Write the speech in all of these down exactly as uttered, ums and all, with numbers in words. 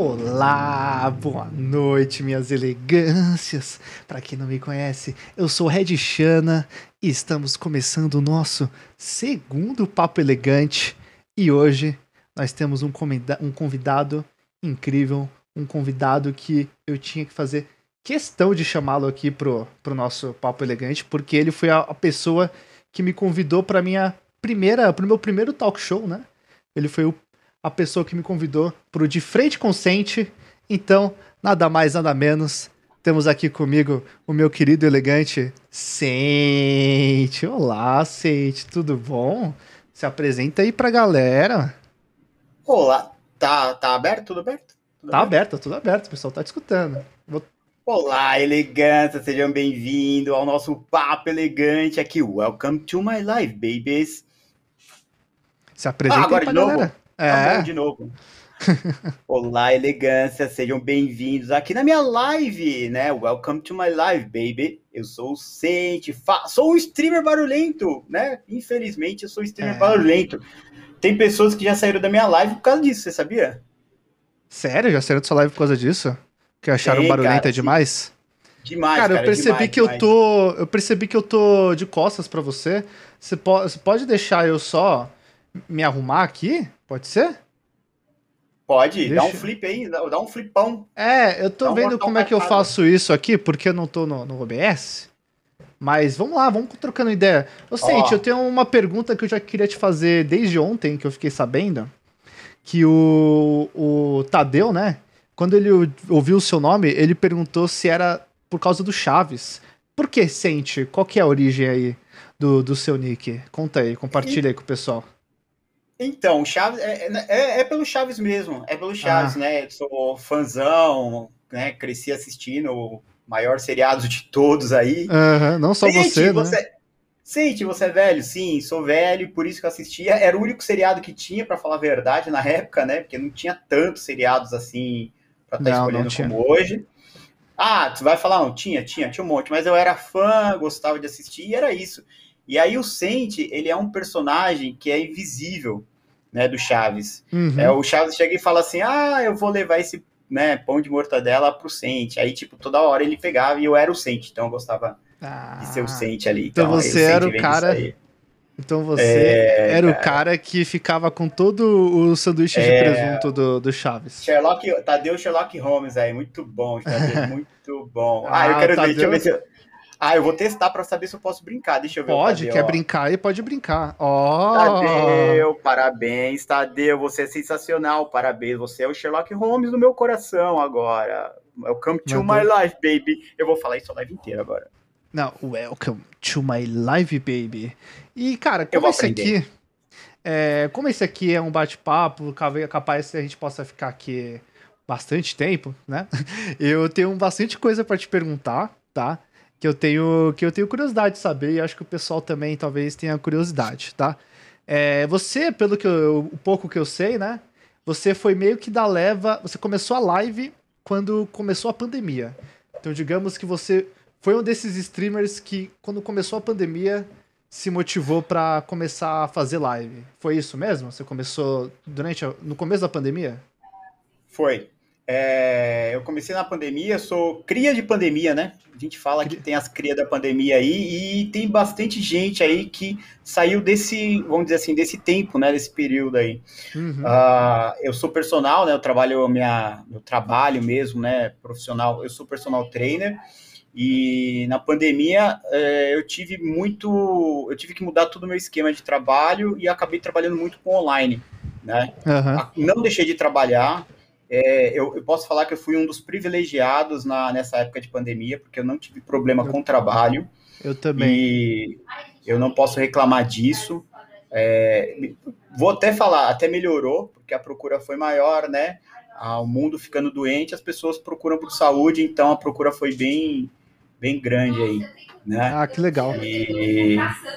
Olá, boa noite, minhas elegâncias. Para quem não me conhece, eu sou Red Shana e estamos começando o nosso segundo Papo Elegante. E hoje nós temos um convida- um convidado incrível, um convidado que eu tinha que fazer questão de chamá-lo aqui pro, pro nosso Papo Elegante, porque ele foi a, a pessoa que me convidou para minha primeira, pro meu primeiro talk show, né? Ele foi o a pessoa que me convidou pro De Frente com Sente. Então, nada mais, nada menos, temos aqui comigo o meu querido e elegante Sente. Olá, Sente, tudo bom? Se apresenta aí pra galera. Olá, tá, tá aberto? Tudo aberto? Tudo Tá aberto? aberto, tá tudo aberto, o pessoal tá te escutando. Vou... Olá, elegância, sejam bem-vindos ao nosso papo elegante aqui. Welcome to my life, babies. Se Ah, apresenta aí agora pra de galera. novo? Tá bom, É, de novo. Olá, elegância, sejam bem-vindos aqui na minha live, né? Welcome to my live, baby. Eu sou o Sente, fa- sou um streamer barulhento, né? Infelizmente, eu sou um streamer é. barulhento. Tem pessoas que já saíram da minha live por causa disso, você sabia? Sério? Já saíram da sua live por causa disso? Que acharam Tem, barulhenta cara, sim. demais? Demais, Cara, eu cara, percebi demais, que eu demais. tô. Eu percebi que eu tô de costas pra você. Você pode, você pode deixar eu só me arrumar aqui? Pode ser? Pode, dá um Deixa. flip aí, dá dá um flipão, É, eu tô dá um vendo mortal como é que eu carpado. faço isso aqui, porque eu não tô no, no O B S. Mas vamos lá, vamos trocando ideia. Ô, Sente, eu Ó, tenho uma pergunta que eu já queria te fazer desde ontem, que eu fiquei sabendo. Que o, o Tadeu, né? Quando ele ouviu o seu nome, ele perguntou se era por causa do Chaves. Por que, Sente? Qual que é a origem aí do, do seu nick? Conta aí, compartilha e- aí com o pessoal. então, o Chaves é, é, é pelo Chaves mesmo, é pelo Chaves, Ah, né? Eu sou fãzão, né? Cresci assistindo o maior seriado de todos aí. aham, não só Sente, você, né? você, Sente, você é velho? Sim, sou velho, por isso que eu assistia. Era o único seriado que tinha, pra falar a verdade, na época, né? Porque não tinha tantos seriados assim pra estar Não, não escolhendo tinha. como hoje. Ah, tu vai falar, não, tinha, tinha, tinha um monte, mas eu era fã, gostava de assistir e era isso. E aí o Sente, ele é um personagem que é invisível, né, do Chaves. É, Uhum. o Chaves chega e fala assim, ah, eu vou levar esse, né, pão de mortadela pro Sente. Aí, tipo, toda hora ele pegava e eu era o Sente, então eu gostava de ser o Ah, Sente ali. então Então, aí o você era Sente o vem disso cara. aí. Então você É, era o cara. cara que ficava com todo o sanduíche de presunto do, do Chaves. Sherlock, Tadeu Sherlock Holmes aí, muito bom, Tadeu, muito bom. Ah, eu Ah, o quero ver, deixa eu ver Tadeu. se eu, ah, eu vou testar para saber se eu posso brincar. Deixa eu ver o Pode, Tadeu, quer ó. brincar e pode brincar. Ó! Tadeu, parabéns, Tadeu, você é sensacional, parabéns. Você é o Sherlock Holmes do meu coração agora. Welcome to my Mandou. life, baby. Eu vou falar isso a live inteira agora. Não, welcome to my live, baby. E, cara, Eu como vou esse aprender. aqui. É, como esse aqui é um bate-papo, cave- capaz que a gente possa ficar aqui bastante tempo, né? Eu tenho bastante coisa pra te perguntar, tá? Que eu tenho, que eu tenho curiosidade de saber e acho que o pessoal também talvez tenha curiosidade, tá? É, você, pelo que eu, o pouco que eu sei, né? Você foi meio que da leva. Você começou a live quando começou a pandemia. Então, digamos que você foi um desses streamers que, quando começou a pandemia, se motivou pra começar a fazer live. Foi isso mesmo? Você começou durante a- no começo da pandemia? Foi. É, eu comecei na pandemia, sou cria de pandemia, né? A gente fala que Cri- tem as crias da pandemia aí e tem bastante gente aí que saiu desse, vamos dizer assim, desse tempo, né? Desse período aí. Uhum. Uh, eu sou personal, né? Eu trabalho minha, meu trabalho mesmo, né? Profissional. Eu sou personal trainer e na pandemia é, eu tive muito, eu tive que mudar todo o meu esquema de trabalho e acabei trabalhando muito com online, né? Aham. Não deixei de trabalhar. É, eu, eu posso falar que eu fui um dos privilegiados na, nessa época de pandemia, porque eu não tive problema Eu, com trabalho eu também. e eu não posso reclamar disso. É, vou até falar, até melhorou, porque a procura foi maior, né? Ah, o mundo ficando doente, as pessoas procuram por saúde, então a procura foi bem, bem grande aí, né? Ah, que legal. E,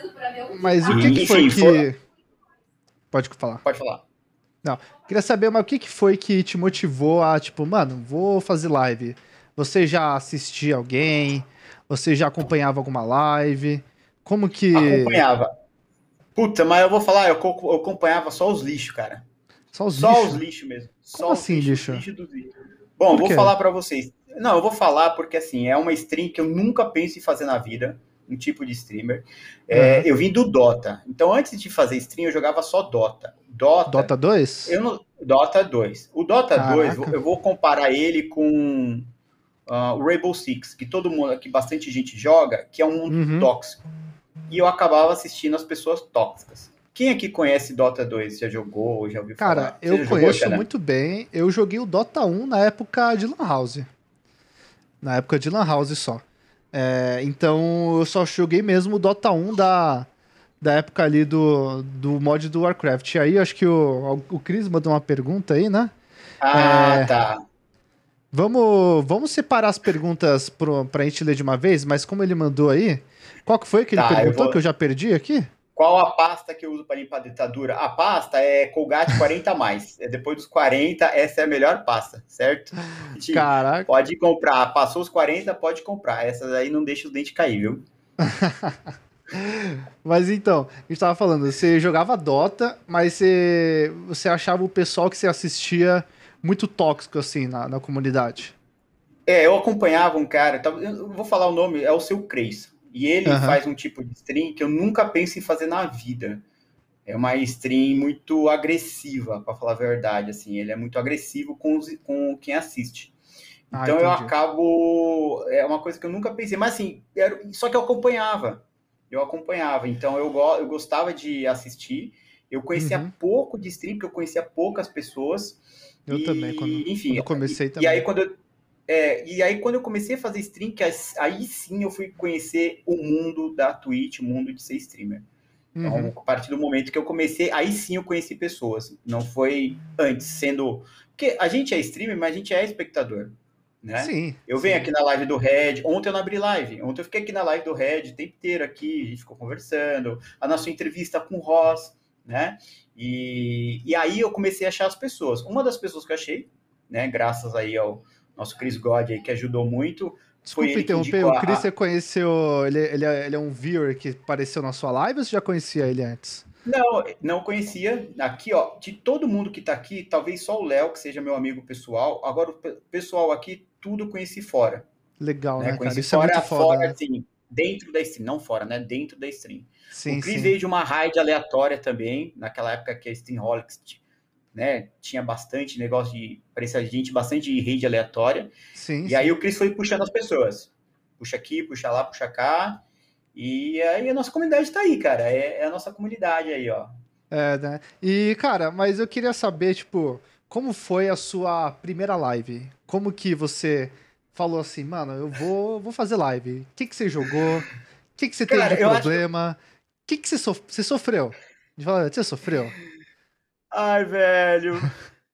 Mas o que que e foi enfim, for, que. Pode falar. pode falar. Não. Queria saber, mas o que que foi que te motivou a, tipo, mano, vou fazer live? Você já assistia alguém? Você já acompanhava alguma live? Como que. Acompanhava. Puta, mas eu vou falar, eu, eu acompanhava só os lixos, cara. Só os Só os lixos? lixos mesmo. Como Só os assim, lixos, lixo? lixo dos lixos. Bom, Por vou quê? falar pra vocês. Não, eu vou falar porque, assim, é uma stream que eu nunca penso em fazer na vida. Um tipo de streamer. É, Aham. eu vim do Dota. Então, antes de fazer stream, eu jogava só Dota. Dota, Dota dois? eu não... Dota dois. O Dota dois, Caraca. eu vou comparar ele com uh, o Rainbow Six, que todo mundo, que bastante gente joga, que é um mundo Uhum. tóxico. E eu acabava assistindo as pessoas tóxicas. Quem aqui conhece Dota dois? Já jogou ou já ouviu Cara, falar? Você eu já jogou, conheço Xana? muito bem. Eu joguei o Dota um na época de Lan House. Na época de Lan House só. É, então eu só joguei mesmo o Dota um da, da época ali do, do mod do Warcraft. E aí acho que o, o Chris mandou uma pergunta aí, né? Ah, É, tá. vamos, vamos separar as perguntas pro, pra gente ler de uma vez, mas como ele mandou aí, qual que foi que ele Tá, eu perguntou que eu vou. já perdi aqui? Qual a pasta que eu uso para limpar a dentadura? A pasta é Colgate quarenta mais. É depois dos quarenta, essa é a melhor pasta, certo? A gente Caraca. pode comprar. Passou os quarenta, pode comprar. Essas aí não deixa os dentes cair, viu? Mas então, a gente tava falando, você jogava Dota, mas você, você achava o pessoal que você assistia muito tóxico, assim, na, na comunidade. É, eu acompanhava um cara, tá- eu vou falar o nome, é o Seu Cres. E ele Aham. faz um tipo de stream que eu nunca penso em fazer na vida. É uma stream muito agressiva, para falar a verdade, assim. Ele é muito agressivo com, os- com quem assiste. Ah, Então eu entendi. acabo. É uma coisa que eu nunca pensei, mas assim, era, só que eu acompanhava. Eu acompanhava. Então eu, go, eu gostava de assistir. Eu conhecia Uhum. pouco de stream, porque eu conhecia poucas pessoas. Eu também, E, quando, quando enfim, eu e, comecei e aí também. quando eu, é, e aí quando eu comecei a fazer stream, que aí sim eu fui conhecer o mundo da Twitch, o mundo de ser streamer. Então, Uhum. a partir do momento que eu comecei, aí sim eu conheci pessoas. Não foi antes, sendo. Porque a gente é streamer, mas a gente é espectador, né? Sim, Eu venho sim. aqui na live do Red. Ontem eu não abri live. Ontem eu fiquei aqui na live do Red o tempo inteiro aqui. A gente ficou conversando. A nossa entrevista com o Ross, né? E, e aí eu comecei a achar as pessoas. Uma das pessoas que eu achei, né? Graças aí ao nosso Chris God aí, que ajudou muito, foi Desculpa ele que interromper, indicou o a, Chris, você a conheceu. Ele, ele, é, ele é um viewer que apareceu na sua live ou você já conhecia ele antes? Não, não conhecia. Aqui, ó, de todo mundo que tá aqui, talvez só o Léo, que seja meu amigo pessoal. Agora, o pe- pessoal aqui, tudo eu conheci fora, Legal, né? né, cara? Conheci Isso é muito fora, foda, fora, né? assim, dentro da stream, não fora, né? Dentro da stream. O Sim, Chris sim. veio de uma raid aleatória também, naquela época que a Streamholics, né? Tinha bastante negócio de, parecia gente, bastante de raid aleatória. Sim, E aí sim. o Chris foi puxando as pessoas. Puxa aqui, puxa lá, puxa cá. E aí a nossa comunidade tá aí, cara. É, é a nossa comunidade aí, ó. É, né? E, cara, mas eu queria saber, tipo, como foi a sua primeira live? Como que você falou assim, mano, eu vou, vou fazer live. O que que você jogou? O que que você teve de Cara, eu acho que. problema? O que que você, sof- você sofreu? De falar, você sofreu? Ai, velho.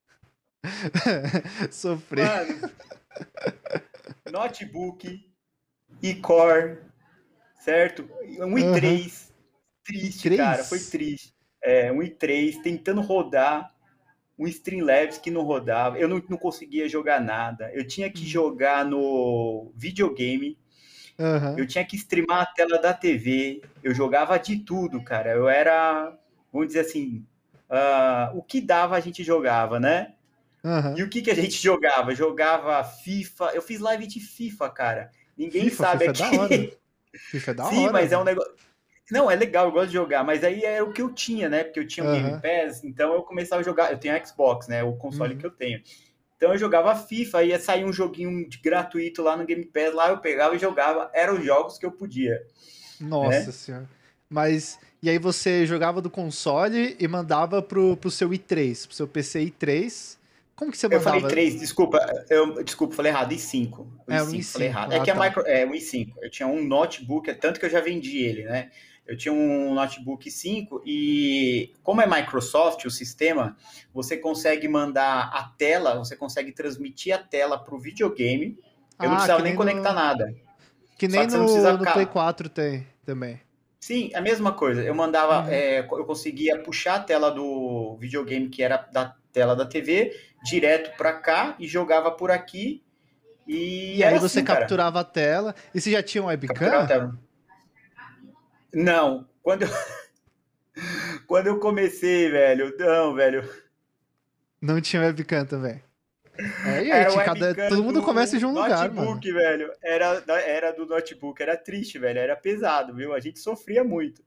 Sofri. Mano, notebook, e-core, certo? Um Aham. i três, E triste, cara, foi três? triste. É, um i três tentando rodar um Streamlabs que não rodava, eu não, não conseguia jogar nada. Eu tinha que jogar no videogame, eu Aham. tinha que streamar a tela da T V, eu jogava de tudo, cara. Eu era, vamos dizer assim, uh, o que dava a gente jogava, né? E Aham. o que, que a gente jogava? Jogava FIFA. Eu fiz live de FIFA, cara. Ninguém FIFA, sabe FIFA é da hora. aqui. FIFA é da Sim, hora, mas é um velho. negócio. Não, é legal, eu gosto de jogar, mas aí era o que eu tinha, né? Porque eu tinha o Game Aham. Pass, então eu começava a jogar. Eu tenho a Xbox, né? O console que Uhum. eu tenho. Então eu jogava FIFA, ia sair um joguinho de gratuito lá no Game Pass, lá eu pegava e jogava. Eram os jogos que eu podia, Nossa né? senhora. Mas, e aí você jogava do console e mandava pro, pro seu i três, pro seu P C i três. Como que você Eu falei mandava? três, desculpa, eu desculpa, falei errado, i cinco. O É, no i cinco, falei i cinco. errado. É Ah, que é tá. micro, é o i cinco. Eu tinha um notebook, é tanto que eu já vendi ele, né? Eu tinha um notebook i cinco e como é Microsoft o sistema, você consegue mandar a tela, você consegue transmitir a tela para o videogame. Eu não Ah, precisava que nem nem conectar no, nada. que Só nem que você não precisa no, no Play ficar. quatro tem também. Sim, a mesma coisa. Eu mandava, Uhum. é, eu conseguia puxar a tela do videogame que era da tela da T V direto para cá e jogava por aqui. E E aí era você assim, cara. capturava a tela. E você já tinha um Capturava a webcam? tela. Não, quando eu, quando eu comecei, velho, não, velho. Não tinha webcam também. É, e aí, Era tinha cada... webcam todo mundo começa do de um lugar, mano. notebook, velho. Era, era do notebook, era triste, velho. Era pesado, viu? A gente sofria muito.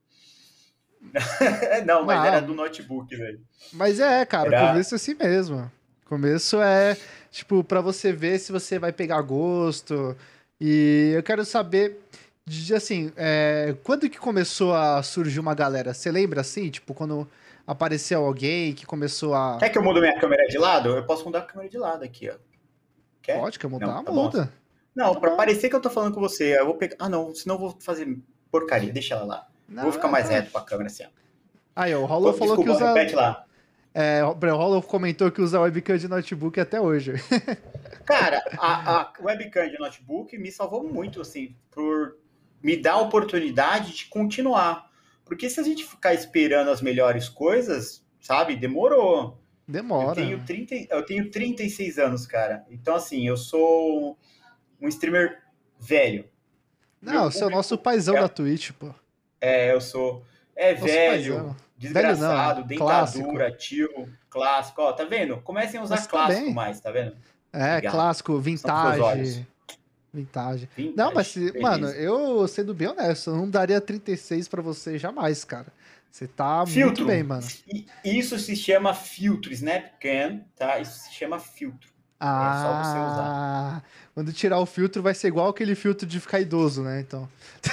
Não, mas era do Não, notebook, velho. mas é, cara, Era. começo é assim mesmo. Começo é, tipo, pra você ver se você vai pegar gosto. E eu quero saber, de, assim, é, quando que começou a surgir uma galera? Você lembra, assim, tipo, quando apareceu alguém que começou a... Quer que eu mude minha câmera de lado? Eu posso mudar a câmera de lado aqui, ó. Quer? Pode, quer Não, mudar? tá bom. Muda. Não, Tá pra bom. parecer que eu tô falando com você, eu vou pegar. Ah, não, senão eu vou fazer porcaria. Deixa ela lá. Vou Não, ficar é, mais tá. reto com a câmera assim, ó. Aí, ó, o Hollow falou que Desculpa, usa... repete lá. É, o Hollow comentou que usa webcam de notebook até hoje. Cara, a, a webcam de notebook me salvou muito, assim, por me dar a oportunidade de continuar. Porque se a gente ficar esperando as melhores coisas, sabe, demorou. Eu tenho Demora. trinta, eu tenho trinta e seis anos, cara. Então, assim, eu sou um streamer velho. Meu Não, você é o nosso público paizão da é, Twitch, pô. é eu sou é Nosso velho, paizão. Velho não, é desgraçado, clássico. dentadura, tio, clássico. Ó, tá vendo? Comecem a usar Mas tá clássico bem. mais, tá vendo? É, Obrigado. clássico, São dos seus olhos. vintage. Vintage. Não, mas, Vintage, se- mano, beleza. eu sendo bem honesto, eu não daria trinta e seis pra você jamais, cara. Você tá muito bem, Filtro. mano. Isso se chama filtro, Snapcam, tá? Isso se chama filtro. É só você usar. Ah, quando tirar o filtro vai ser igual aquele filtro de ficar idoso, né? Então.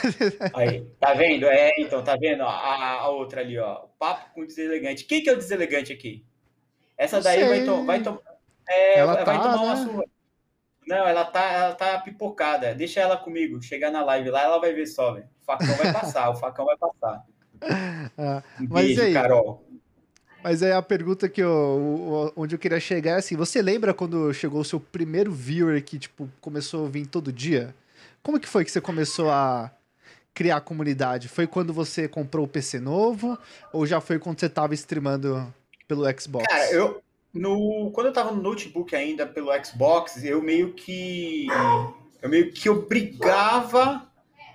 Aí, tá vendo? É, então, tá vendo? A, a outra ali, ó. O papo com o deselegante. Quem que é o deselegante aqui? Essa Não daí vai, to vai, sei. to é, Ela vai tá, tomar uma né? surra. Não, ela tá, ela tá pipocada. Deixa ela comigo. Chegar na live lá, ela vai ver só, velho. O facão vai passar, o facão vai passar. Ah, Um mas e beijo, aí? Carol. Mas aí a pergunta que eu, o- onde eu queria chegar é assim, você lembra quando chegou o seu primeiro viewer que, tipo, começou a vir todo dia? Como que foi que você começou a criar a comunidade? Foi quando você comprou o P C novo? Ou já foi quando você tava streamando pelo Cara, Xbox? eu. No, quando eu tava no notebook ainda pelo Xbox, eu meio que. Eu meio que obrigava.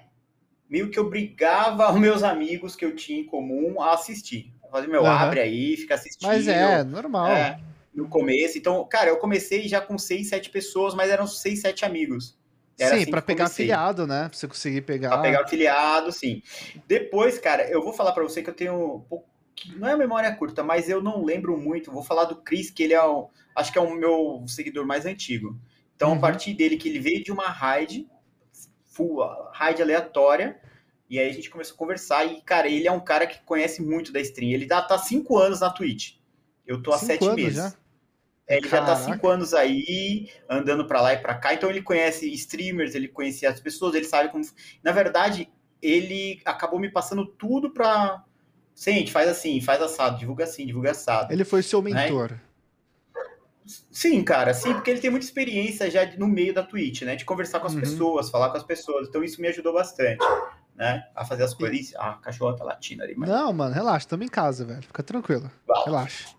Meio que obrigava os meus amigos que eu tinha em comum a assistir. Eu falei, meu, Aham. abre aí, fica Mas é, assistindo, normal. né? No começo. Então, cara, eu comecei já com seis, sete pessoas, mas eram seis, sete amigos. Era Sim, assim pra que pegar comecei. afiliado, né? Pra você conseguir Para pegar pegar. o afiliado, sim. Depois, cara, eu vou falar para você que eu tenho um pouco, que não é memória curta, mas eu não lembro muito. Vou falar do Chris, que ele é o, acho que é o meu seguidor mais antigo. Então, a Uhum. partir dele, que ele veio de uma raid, full, raid aleatória, e aí a gente começou a conversar. E, cara, ele é um cara que conhece muito da stream. Ele tá há cinco anos na Twitch. Eu tô há Cinco sete anos já? meses. É, É, ele já está há cinco caraca. anos aí, andando para lá e para cá, então ele conhece streamers, ele conhecia as pessoas, ele sabe como. Na verdade, ele acabou me passando tudo para. Gente, faz assim, faz assado, divulga assim, divulga assado. Ele foi seu Né? mentor. Sim, cara, sim, porque ele tem muita experiência já no meio da Twitch, né? De conversar com as Uhum. pessoas, falar com as pessoas. Então isso me ajudou bastante, né? A fazer as E- coisas. Ah, a cachorra tá latindo ali, mas. Não, mano, relaxa, tamo em casa, velho. Fica tranquilo. Uau. Relaxa.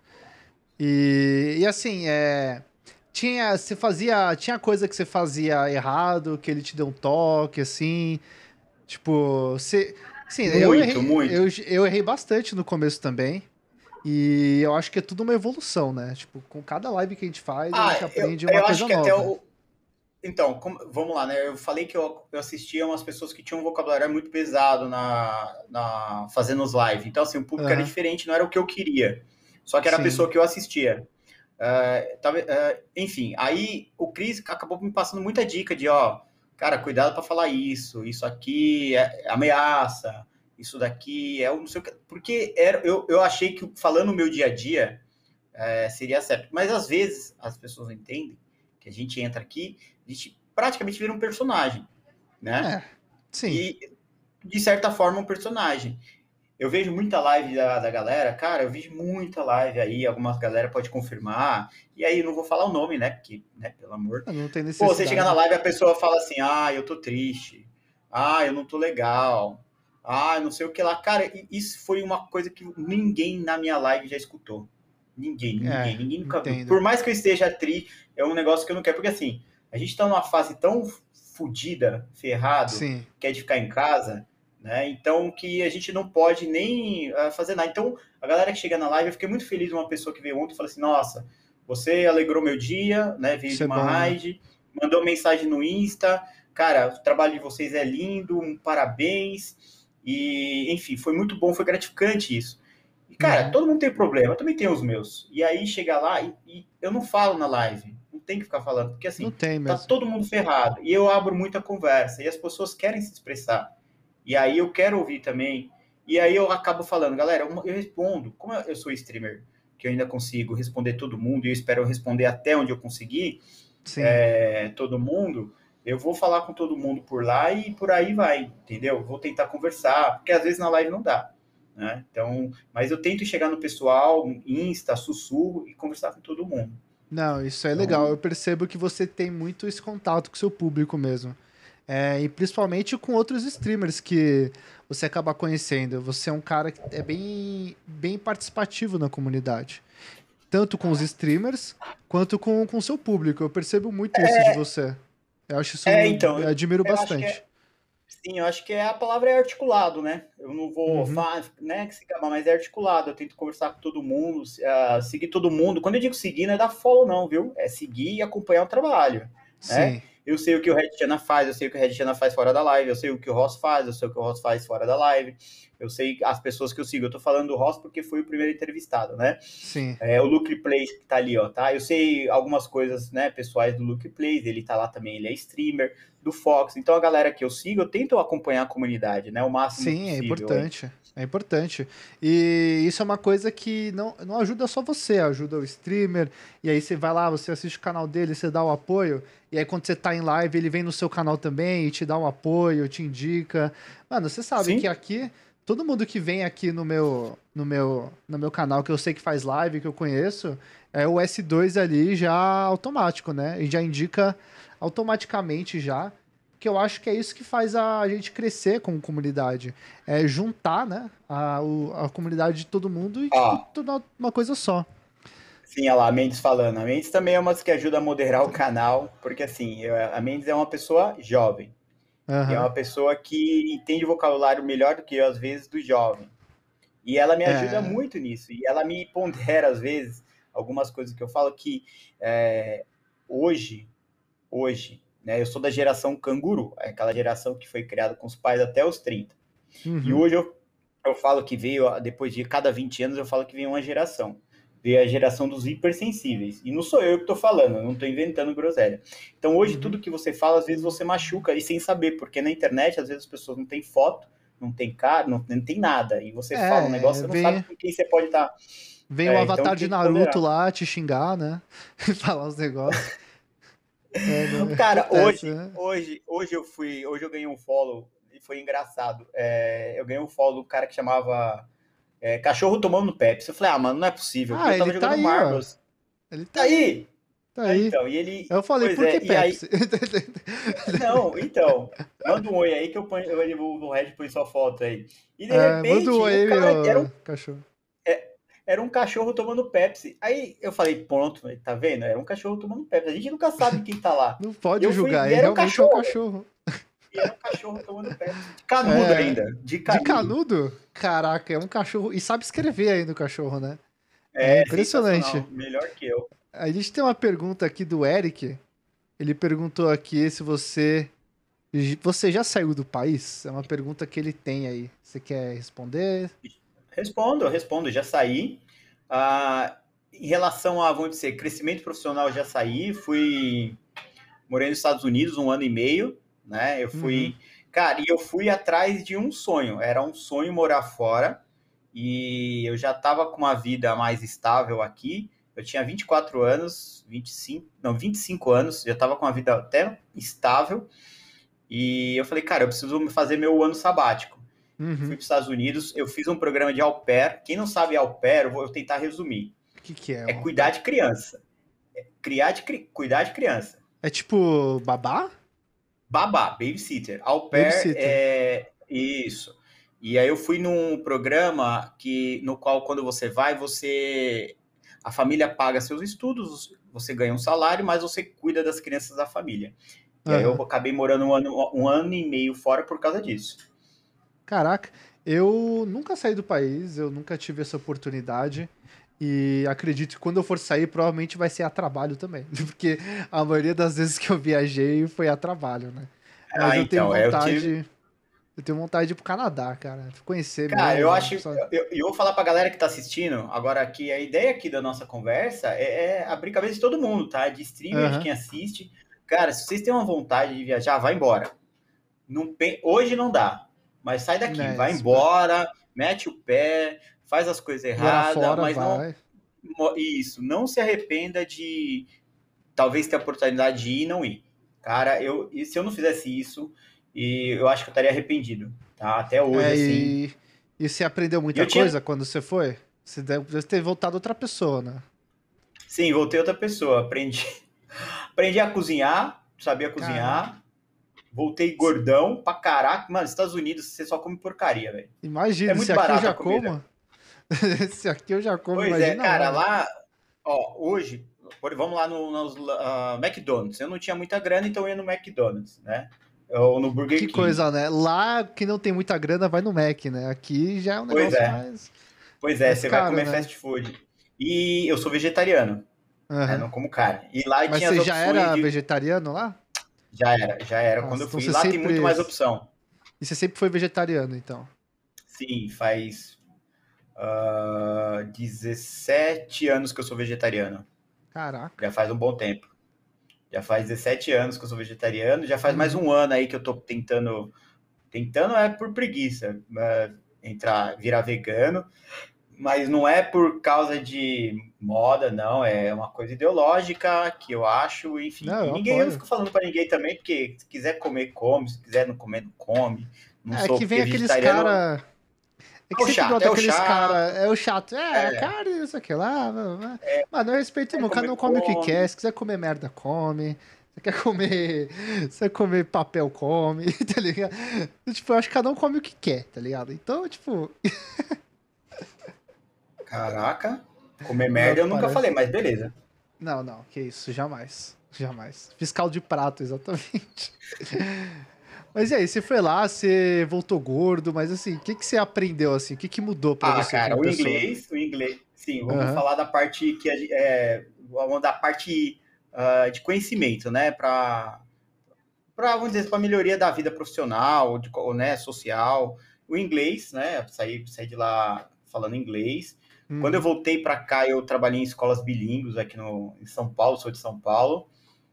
E, e assim, é. Tinha, você fazia, tinha coisa que você fazia errado, que ele te deu um toque, assim. Tipo, você, sim, eu Muito, errei, eu, muito. eu errei bastante no começo também. E eu acho que é tudo uma evolução, né? Tipo, com cada live que a gente faz, a Ah, gente eu, aprende uma eu acho coisa que até nova. o, então, como- vamos lá, né? Eu falei que eu, eu assistia umas pessoas que tinham um vocabulário muito pesado na, na fazendo os lives. Então, assim, o público era Aham, diferente, não era o que eu queria. Só que era a sim. pessoa que eu assistia. Uh, tava, uh, enfim, aí o Chris acabou me passando muita dica de, ó, cara, cuidado para falar isso, isso aqui é ameaça, isso daqui é o não sei o que. Porque era, eu, eu achei que falando o meu dia a dia é, seria certo. Mas às vezes as pessoas não entendem que a gente entra aqui, a gente praticamente vira um personagem, né? É, sim. E de certa forma um personagem. Eu vejo muita live da, da galera, cara, eu vejo muita live aí, algumas galera pode confirmar, e aí eu não vou falar o nome, né? Porque, né, pelo amor. Não tem Pô, você chega na necessidade. live e a pessoa fala assim, ah, eu tô triste, ah, eu não tô legal, ah, não sei o que lá. Cara, isso foi uma coisa que ninguém na minha live já escutou. Ninguém, É, ninguém, ninguém nunca viu. entendo. Por mais que eu esteja tri, é um negócio que eu não quero, porque assim, a gente tá numa fase tão fodida, ferrado, Sim. que é de ficar em casa, né? Então que a gente não pode nem uh, fazer nada. Então, a galera que chega na live, eu fiquei muito feliz, uma pessoa que veio ontem e falou assim, nossa, Você alegrou meu dia, né? Veio Isso de é uma bom, né? raid, mandou mensagem no Insta. Cara, o trabalho de vocês é lindo, um parabéns. E, enfim, foi muito bom, foi gratificante isso. E, cara, Uhum. todo mundo tem problema, eu também tenho os meus. E aí chega lá e, e eu não falo na live, não tem que ficar falando, porque Não assim, tem tá mesmo. todo mundo ferrado. E eu abro muita conversa, e as pessoas querem se expressar. E aí eu quero ouvir também. E aí eu acabo falando, galera, eu, eu respondo, como eu sou streamer, que eu ainda consigo responder todo mundo, e eu espero responder até onde eu conseguir, Sim. é, todo mundo, eu vou falar com todo mundo por lá e por aí vai, entendeu? Vou tentar conversar, porque às vezes na live não dá, né? Então, mas eu tento chegar no pessoal, Insta, sussurro e conversar com todo mundo. Não, isso é legal. Então, Eu percebo que você tem muito esse contato com o seu público mesmo. É, e principalmente com outros streamers que você acaba conhecendo. Você é um cara que é bem, bem participativo na comunidade. Tanto com os streamers, quanto com o seu público. Eu percebo muito isso de você. Eu acho isso, é, eu então, admiro eu acho que bastante. é, sim, eu acho que é a palavra é articulado, né? Eu não vou Uhum. falar, né, que se gabar, mas é articulado. Eu tento conversar com todo mundo, uh, seguir todo mundo. Quando eu digo seguir, não é dar follow, não, viu? É seguir e acompanhar o trabalho, né? Sim. Eu sei o que o Red Chana faz, eu sei o que o Red Chana faz fora da live, eu sei o que o Ross faz, eu sei o que o Ross faz fora da live, eu sei as pessoas que eu sigo. Eu tô falando do Ross porque foi o primeiro entrevistado, né? Sim. É, o Luke Plays que tá ali, ó, tá? Eu sei algumas coisas, né, pessoais do Luke Plays, ele tá lá também, ele é streamer do Fox. Então a galera que eu sigo, eu tento acompanhar a comunidade, né, o máximo Sim, é possível aí. importante. É importante. E isso é uma coisa que não, não ajuda só você, ajuda o streamer. E aí você vai lá, você assiste o canal dele, você dá o apoio. E aí quando você tá em live, ele vem no seu canal também e te dá um apoio, te indica. Mano, você sabe que Sim? aqui, todo mundo que vem aqui no meu, no meu, no meu canal, que eu sei que faz live, que eu conheço, é o S dois ali já automático, né? E já indica automaticamente já que eu acho que é isso que faz a gente crescer como comunidade. É juntar, né, a, o- a comunidade de todo mundo e, tipo, Ó, tornar uma coisa só. sim, olha lá, a Mendes falando. A Mendes também é uma das que ajuda a moderar o canal, porque assim, eu- a Mendes é uma pessoa jovem. E é Aham. uma pessoa que entende o vocabulário melhor do que eu, às vezes, do jovem. E ela me ajuda É. muito nisso. E ela me pondera, às vezes, algumas coisas que eu falo que é, hoje, hoje, né, eu sou da geração canguru, é aquela geração que foi criada com os pais até os trinta. E Uhum. hoje eu, eu falo que veio, depois de cada vinte anos, eu falo que veio uma geração. Veio a geração dos hipersensíveis. E não sou eu que estou falando, eu não estou inventando groselha. Então hoje Uhum. tudo que você fala, às vezes você machuca, e sem saber, porque na internet, às vezes as pessoas não têm foto, não tem cara, não, não tem nada. E você fala um negócio, É, você não sabe vem, com quem você pode estar. vem o É, então avatar de tem que Naruto ponderar. lá te xingar, né? Falar os negócios. É, não, Cara, acontece, hoje, né? hoje, hoje eu fui, hoje eu ganhei um follow e foi engraçado. É, eu ganhei um follow do cara que chamava é, Cachorro Tomando Pepsi. Eu falei, ah, mano, não é possível. E Ah, eu ele tava tá jogando aí, ó. Marbles. Ele tá Tá aí. aí! Tá É, aí. então, e ele. Eu falei, Pois por que é, e aí. Pepsi? Não, então. Manda um oi aí que eu ponho, eu, eu, o Red põe sua foto aí. E de É, manda um repente, o oi, cara era um, meu cachorro. era um cachorro tomando Pepsi. Aí eu falei, pronto, tá vendo? Era um cachorro tomando Pepsi. A gente nunca sabe quem tá lá. Não E pode eu fui, julgar, e é era um realmente é um cachorro. cachorro. E era um cachorro tomando Pepsi. De canudo É, ainda. De de canudo. canudo? Caraca, é um cachorro. E sabe escrever ainda o cachorro, né? É É impressionante. sensacional. Melhor que eu. A gente tem uma pergunta aqui do Eric. Ele perguntou aqui se você. Você já saiu do país? É uma pergunta que ele tem aí. Você quer responder? Respondo, eu respondo, já saí. Ah, em relação a, vamos dizer, crescimento profissional, já saí. Fui, morei nos Estados Unidos um ano e meio, né? Eu Uhum. fui, cara, e eu fui atrás de um sonho. Era um sonho morar fora. E eu já estava com uma vida mais estável aqui. Eu tinha vinte e quatro anos, vinte e cinco, não, vinte e cinco anos, já estava com uma vida até estável. E eu falei, cara, eu preciso fazer meu ano sabático. Fui Uhum. para os Estados Unidos, eu fiz um programa de au pair. Quem não sabe au pair, eu vou tentar resumir. O que, que é É um au cuidar pair? de criança. Criar de, cuidar de criança. É tipo babá? Babá, babysitter. Au pair Babysitter. é isso. E aí eu fui num programa que, no qual, quando você vai, você. A família paga seus estudos, você ganha um salário, mas você cuida das crianças da família. E aí eu Aham. acabei morando um ano, um ano e meio fora por causa disso. Caraca, eu nunca saí do país, eu nunca tive essa oportunidade. E acredito que quando eu for sair, provavelmente vai ser a trabalho também. Porque a maioria das vezes que eu viajei foi a trabalho, né? Mas Ah, eu tenho então, é, eu tive. vontade. Eu tenho vontade de ir pro Canadá, cara. Conhecer Cara, eu mesmo. acho. Só... Eu, eu vou falar pra galera que tá assistindo agora que a ideia aqui da nossa conversa é, é abrir a cabeça de todo mundo, tá? De streamer, de Aham. quem assiste. Cara, se vocês têm uma vontade de viajar, vai embora. Não, pe- hoje não dá, mas sai daqui, Né, vai se vai- embora, mete o pé, faz as coisas morar erradas, fora, mas não. vai. mo- Isso, não se arrependa de talvez ter a oportunidade de ir e não ir. Cara, eu, e se eu não fizesse isso, e eu acho que eu estaria arrependido, tá? Até hoje, É, assim. e, e você aprendeu E muita eu tinha, coisa quando você foi? Você deve ter voltado outra pessoa, né? sim, voltei outra pessoa, aprendi, aprendi a cozinhar, sabia Caraca. cozinhar, voltei gordão pra caraca. Mano, nos Estados Unidos você só come porcaria, velho. É Imagina, se muito aqui eu barata já a comida. como. Se aqui eu já como, Pois é, imagina cara, onde. lá, ó, hoje, por- vamos lá no, nos ah, McDonald's. Eu não tinha muita grana, então eu ia no McDonald's, né? Ou no Burger Que King. coisa, né? Lá que não tem muita grana, vai no Mac, né? Aqui já é um Pois negócio é, mais, pois é, mais você vai caro, comer né? fast food. E eu sou vegetariano, né? Aham. Não como carne. E lá Mas tinha as você já opções era de. vegetariano lá? Já era, já era quando Nossa, eu então fui. você Lá tem muito sempre. mais opção. E você sempre foi vegetariano, então. Sim, faz ah, dezessete anos que eu sou vegetariano. Caraca. Já faz um bom tempo. Já faz dezessete anos que eu sou vegetariano. Já faz mais Uhum. um ano aí que eu tô tentando. Tentando é por preguiça, é, entrar, virar vegano, mas não é por causa de moda, não, é uma coisa ideológica que eu acho, enfim. Não, E eu ninguém, eu não apoio. fico falando para ninguém também, porque se quiser comer, come, se quiser não comer, não come. Não É sou, que vem porque aqueles vegetariano cara. É é que o sempre chato, brota é o aqueles cara. chato, É o chato. É, a é, carne, isso aqui lá. blá, blá, blá. Mano, eu respeito quer muito. Cada comer, um come o que quer. come. Se quiser comer merda, come. Você quer comer. Você quer comer papel, come, tá ligado? Tipo, eu acho que cada um come o que quer, tá ligado? Então, tipo. Caraca, comer Não é o merda que eu nunca parece. falei, mas beleza. Não, não, que isso, jamais. Jamais. Fiscal de prato, exatamente. Mas e aí, você foi lá, você voltou gordo, mas assim, o que, que você aprendeu assim? O que, que mudou pra Ah, você cara, como o pessoa? inglês, o inglês, sim, vamos Aham. falar da parte que a gen- é, vamos da parte ah, de conhecimento, né, para para vamos dizer, para melhoria da vida profissional, de, co- né, social, o inglês, né, saí, saí de lá falando inglês. Quando eu Uhum. voltei para cá, eu trabalhei em escolas bilíngues aqui no, em São Paulo, sou de São Paulo.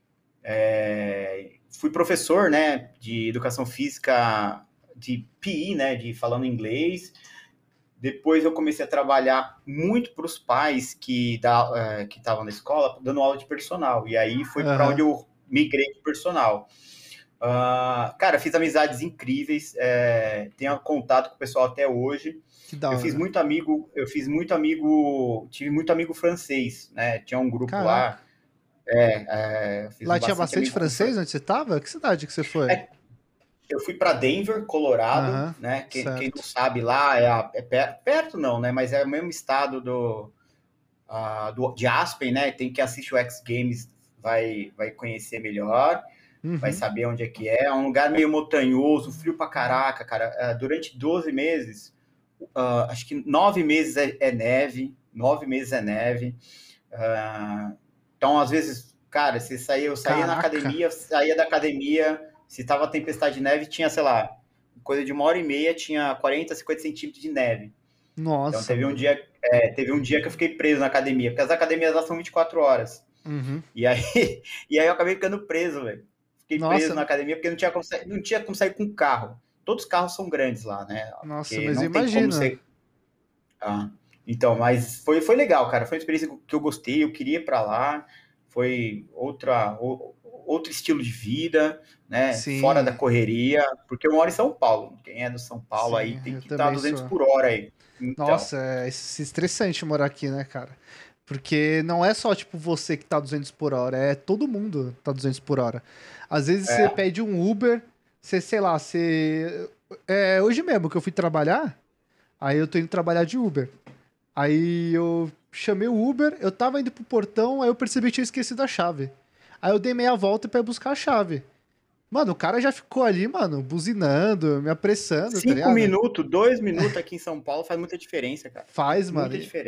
É, fui professor, né, de educação física, de P I, né, de falando inglês. Depois eu comecei a trabalhar muito para os pais que da, é, que estavam na escola, dando aula de personal. E aí foi para onde Aham. eu migrei de personal. Uh, cara, fiz amizades incríveis, é, tenho contato com o pessoal até hoje. Que da Eu fiz hora. muito amigo, eu fiz muito amigo, tive muito amigo francês, né? Tinha um grupo Caraca. lá, é, é, fiz Lá tinha bastante bastante amigo com francês francês. onde você tava? Que cidade que você foi? É, eu fui para Denver, Colorado, Aham. né? Quem, quem não Certo. sabe lá é, a, é per, perto não, né? Mas é o mesmo estado do, uh, do de Aspen, né? Tem que assistir o X Games vai vai conhecer melhor. Vai Uhum. saber onde é que é. É um lugar meio montanhoso, frio pra caraca, cara. Uh, durante doze meses, uh, acho que nove meses é, é neve, nove meses é neve. Uh, então, às vezes, cara, você saía, eu saía na Caraca. academia, saía da academia, se tava tempestade de neve, tinha, sei lá, coisa de uma hora e meia, tinha quarenta, cinquenta centímetros de neve. Então, Nossa, teve um mano. dia, é, teve um dia que eu fiquei preso na academia, porque as academias lá são vinte e quatro horas. Uhum. E aí, e aí eu acabei ficando preso, velho. Fiquei preso Nossa, na academia porque não tinha como sair, não tinha como sair com carro. Todos os carros são grandes lá, né? nossa, Porque mas não tem como imagina. ser. Ah, então, mas foi, foi legal, cara. Foi uma experiência que eu gostei, eu queria ir para lá. Foi outra, o- outro estilo de vida, né? Fora da Sim, correria, porque eu moro em São Paulo. Quem é do São Paulo aí sim, tem eu que estar também duzentos sou. por hora aí. Então, Nossa, é es- estressante morar aqui, né, cara? Porque não é só, tipo, você que tá duzentos por hora, é todo mundo tá duzentos por hora. Às vezes você é. pede um Uber, você, sei lá, você. É, hoje mesmo que eu fui trabalhar, aí eu tô indo trabalhar de Uber. Aí eu chamei o Uber, eu tava indo pro portão, aí eu percebi que tinha esquecido a chave. Aí eu dei meia volta pra ir buscar a chave. Mano, o cara já ficou ali, mano, buzinando, me apressando, tá Cinco ligado? minutos, dois minutos aqui em São Paulo faz muita diferença, cara. Faz, mano. Muita diferença.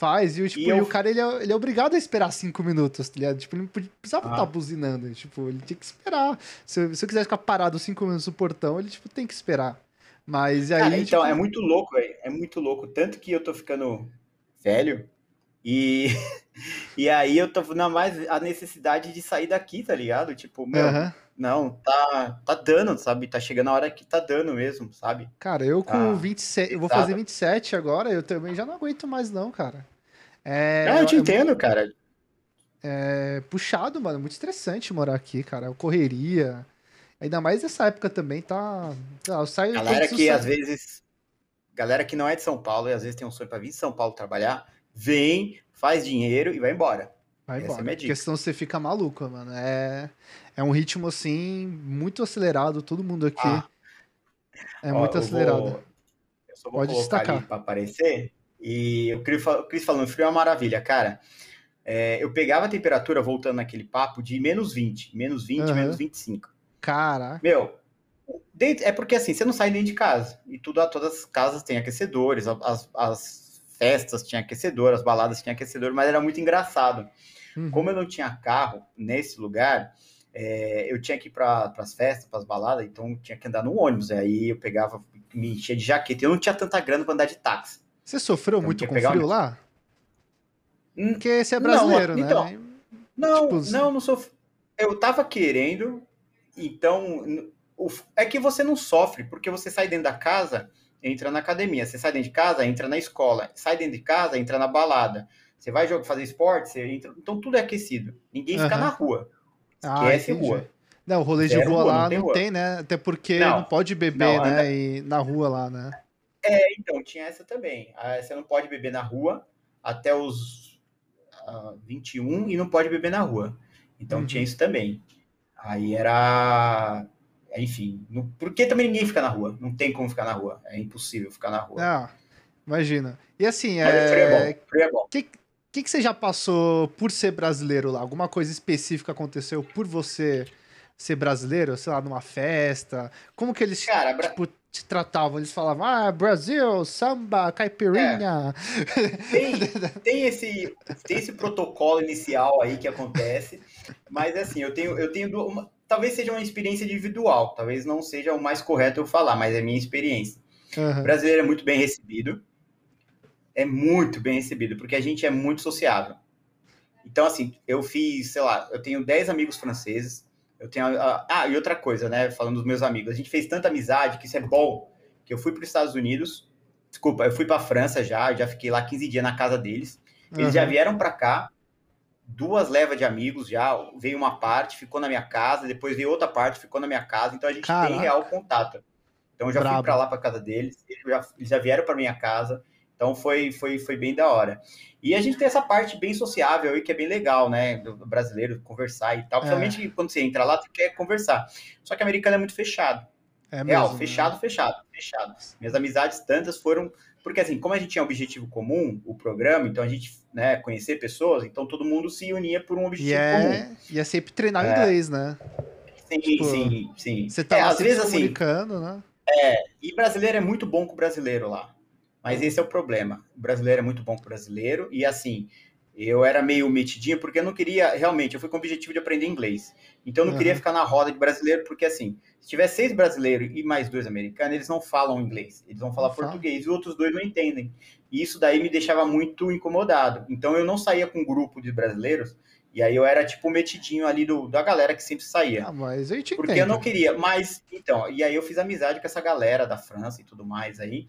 Faz, e, o- E tipo, e eu. o cara, ele é, ele é obrigado a esperar cinco minutos, tá ligado? Tipo, ele não podia- precisava estar Ah, buzinando, tipo, ele tinha que esperar. Se, eu- se eu quiser ficar parado cinco minutos no portão, ele, tipo, tem que esperar. Mas e cara, aí, então, é tipo, muito louco, velho. É muito louco. Tanto que eu tô ficando velho e, e aí eu tô na mais a necessidade de sair daqui, tá ligado? Tipo, meu, aham. não, tá, tá dando, sabe? Tá chegando a hora que tá dando mesmo, sabe? Cara, eu com Tá vinte e sete, eu vou fazer pesado. vinte e sete agora, eu também já não aguento mais não, cara. É, Ah, eu te é, entendo, cara. é puxado, mano, muito estressante morar aqui, cara. Correria. Ainda mais nessa época também, tá. Ah, eu saio, quando Galera preciso que às sair. vezes, galera que não é de São Paulo e às vezes tem um sonho pra vir de São Paulo trabalhar, vem, faz dinheiro e vai embora. Vai Essa é a embora. minha Porque dica. senão você fica maluco, mano. É, é um ritmo assim, muito acelerado. Todo mundo aqui Ah, é ó, muito eu acelerado. vou, eu só vou Pode colocar ali destacar. para aparecer. E o Cris fal- o Cris falando, frio é uma maravilha, cara. É, eu pegava a temperatura, voltando naquele papo, de menos vinte, menos vinte, menos Aham. vinte e cinco. Caraca. Meu, dentro, é porque assim, você não sai dentro de casa. E tudo, todas as casas têm aquecedores, as, as festas tinham aquecedor, as baladas tinham aquecedor, mas era muito engraçado. Como Uhum. eu não tinha carro nesse lugar, é, eu tinha que ir para as festas, para as baladas, então eu tinha que andar no ônibus. Aí eu pegava, me enchia de jaqueta. Eu não tinha tanta grana para andar de táxi. Você sofreu Então eu muito tinha que com pegar o frio ônibus. lá? Hum, Porque você é Não, brasileiro, então, né? Tipo, não, não, não sou. Eu tava querendo, então. n- o- É que você não sofre, porque você sai dentro da casa, entra na academia. Você sai dentro de casa, entra na escola. Sai dentro de casa, entra na balada. Você vai jogar, fazer esporte, você entra. Então tudo é aquecido. Ninguém fica na aham. rua. Ah, Esquece entendi. rua. Não, o rolê de Zero rua rua, não lá tem não rua. tem, né? Até porque não Não, pode não, beber, né? anda. E na rua lá, né? É, então, tinha essa também. Ah, você não pode beber na rua até os ah, vinte e um e não pode beber na rua. Então tinha Uhum. isso também. Aí era. Enfim, não, porque também ninguém fica na rua. Não tem como ficar na rua. É impossível ficar na rua. Ah, imagina. E assim, Mas o frio é é. bom. O frio é bom. que, que que você já passou por ser brasileiro lá? Alguma coisa específica aconteceu por você ser brasileiro? Sei lá, numa festa? Como que eles, Cara, Bra- tipo, te tratavam? Eles falavam, ah, Brasil, samba, é, caipirinha. tem, tem, esse, tem esse protocolo inicial aí que acontece. Mas assim, eu tenho, eu tenho du- uma, talvez seja uma experiência individual. Talvez não seja o mais correto eu falar, mas é minha experiência. O Aham, brasileiro é muito bem recebido. É muito bem recebido, porque a gente é muito sociável. Então, assim, eu fiz, sei lá, eu tenho dez amigos franceses. Eu tenho. Ah, ah, e outra coisa, né? Falando dos meus amigos, a gente fez tanta amizade que isso é bom. Que eu fui para os Estados Unidos, desculpa, eu fui para a França já, já fiquei lá quinze dias na casa deles. Eles já aham. vieram para cá, duas levas de amigos já. Veio uma parte, ficou na minha casa, depois veio outra parte, ficou na minha casa. Então a gente tem real Caraca, contato. Então eu já fui para brabo. lá para casa deles, eles já, eles já vieram para minha casa. Então foi, foi, foi bem da hora. E a gente tem essa parte bem sociável aí que é bem legal, né? Do, do brasileiro conversar e tal. É, Principalmente quando você entra lá, você quer conversar. Só que o americano é muito fechado. é Real, mesmo, né? fechado, fechado, fechado. Minhas amizades tantas foram. Porque assim, como a gente tinha um objetivo comum, o programa, então a gente, né, conhecer pessoas, então todo mundo se unia por um E objetivo comum. é, e é sempre treinar o inglês, né? Sim, Tipo, sim, sim. você tá É, lá às sempre se vezes assim, comunicando, né? e brasileiro é muito bom com o brasileiro lá. Mas esse é o problema. O brasileiro é muito bom com o brasileiro. E assim, eu era meio metidinho porque eu não queria, realmente, eu fui com o objetivo de aprender inglês. Então eu não queria Aham. ficar na roda de brasileiro, porque assim, se tiver seis brasileiros e mais dois americanos, eles não falam inglês. Eles vão Não falar fala. português e os outros dois não entendem. E isso daí me deixava muito incomodado. Então eu não saía com um grupo de brasileiros. E aí eu era tipo o metidinho ali do, da galera que sempre saía. Ah, mas eu te Porque eu entendo. não queria, mas então, e aí eu fiz amizade com essa galera da França e tudo mais aí,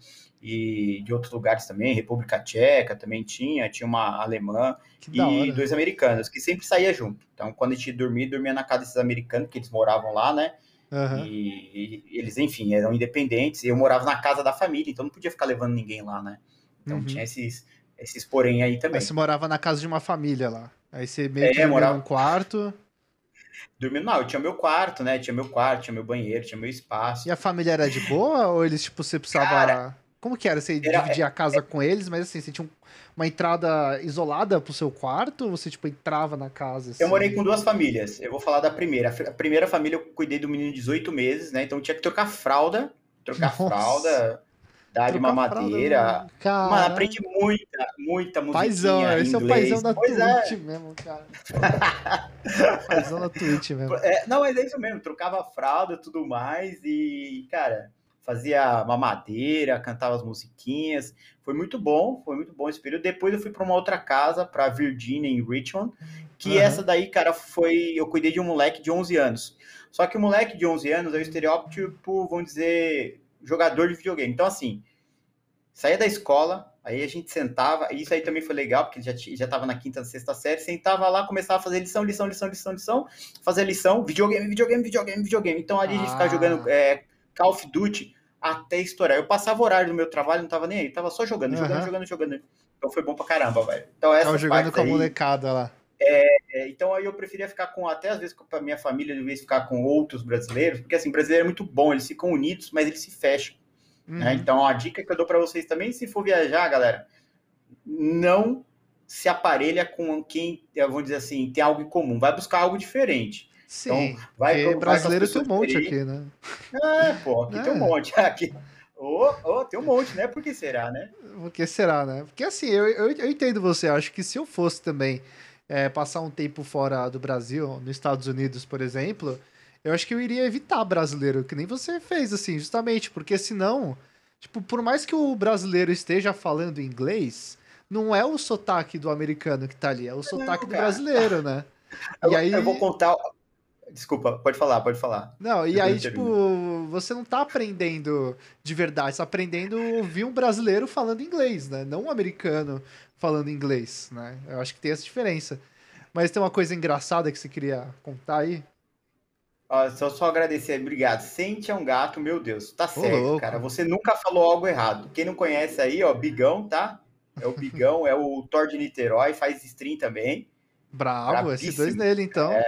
e de outros lugares também, República Tcheca também tinha, tinha uma alemã Que da e hora. dois americanos, que sempre saía junto. Então, quando a gente dormia, dormia na casa desses americanos, que eles moravam lá, né? Aham. E, e eles, enfim, eram independentes, e eu morava na casa da família, então não podia ficar levando ninguém lá, né? Então tinha Uhum. esses, esses porém aí Aí você também. morava na casa de uma família lá. Aí você meio que É, dormia num morava, quarto. dormindo, não, eu tinha meu quarto, né? Tinha meu quarto, tinha meu banheiro, tinha meu E espaço. a família era de boa? Ou eles, tipo, você Cara, precisava. Como que era? Você era, dividia a casa com eles, mas assim, você tinha um- uma entrada isolada pro seu quarto? Ou você, tipo, entrava na casa eu morei assim? com duas famílias. Eu vou falar da primeira. A primeira família eu cuidei do menino de dezoito meses, né? Então tinha que trocar fralda, trocar Nossa. fralda. dar de Trocar fralda, mamadeira. Mano, cara. aprendi muita, muita Paizão, musiquinha em esse é o paizão inglês. da Pois Twitch é. mesmo, cara. Paizão da Twitch mesmo. É, não, mas é isso mesmo, trocava fralda e tudo mais, e, cara, fazia mamadeira, cantava as musiquinhas. Foi muito bom, foi muito bom esse período. Depois eu fui para uma outra casa, para Virginia, em Richmond, que Aham. essa daí, cara, foi. Eu cuidei de um moleque de onze anos. Só que o moleque de onze anos é o estereótipo, vamos dizer, jogador de videogame. Então, assim, saía da escola, aí a gente sentava, e isso aí também foi legal, porque ele já, já tava na quinta, sexta série, sentava lá, começava a fazer lição, lição, lição, lição, lição, fazer lição, videogame, videogame, videogame, videogame. Então ali a gente ficava jogando Ah. é, Call of Duty até estourar. Eu passava o horário do meu trabalho, não tava nem aí, tava só jogando, jogando, Aham. jogando, jogando. Então foi bom pra caramba, velho. Então Ficava essas jogando partes com a aí. molecada lá. É, então aí eu preferia ficar com, até às vezes com a minha família, de vez ficar com outros brasileiros, porque assim, brasileiro é muito bom, eles ficam unidos, mas eles se fecham. Né? Uhum. Então, a dica que eu dou para vocês também, se for viajar, galera, não se aparelha com quem, vamos dizer assim, tem algo em comum. Vai buscar algo diferente. Então, Sim, vai, porque vai com as brasileiro tem um pessoas monte diferentes. aqui, né? É, pô, aqui tem um É. monte. Aqui, oh, oh, tem um monte, né? Por que será, né? Por que será, né? Porque assim, eu, eu, eu entendo você. Acho que se eu fosse também é, passar um tempo fora do Brasil, nos Estados Unidos, por exemplo, eu acho que eu iria evitar brasileiro, que nem você fez, assim, justamente, porque senão, tipo, por mais que o brasileiro esteja falando inglês, não é o sotaque do americano que tá ali, é o sotaque Não, do cara. brasileiro, né? E Eu, eu vou aí, contar. Desculpa, pode falar, pode falar. não, e Depois aí, eu tipo, termino. você não tá aprendendo de verdade, você tá aprendendo a ouvir um brasileiro falando inglês, né? Não um americano falando inglês, né? Eu acho que tem essa diferença. Mas tem uma coisa engraçada que você queria contar aí? Ó, só, só agradecer, obrigado. Sente é um gato, meu Deus, tá Ô, certo, cara. louco. Você nunca falou algo errado. Quem não conhece aí, ó, Bigão, tá? É o Bigão, é o Thor de Niterói, faz stream também. Brabo, s dois Brabíssimo. nele, então.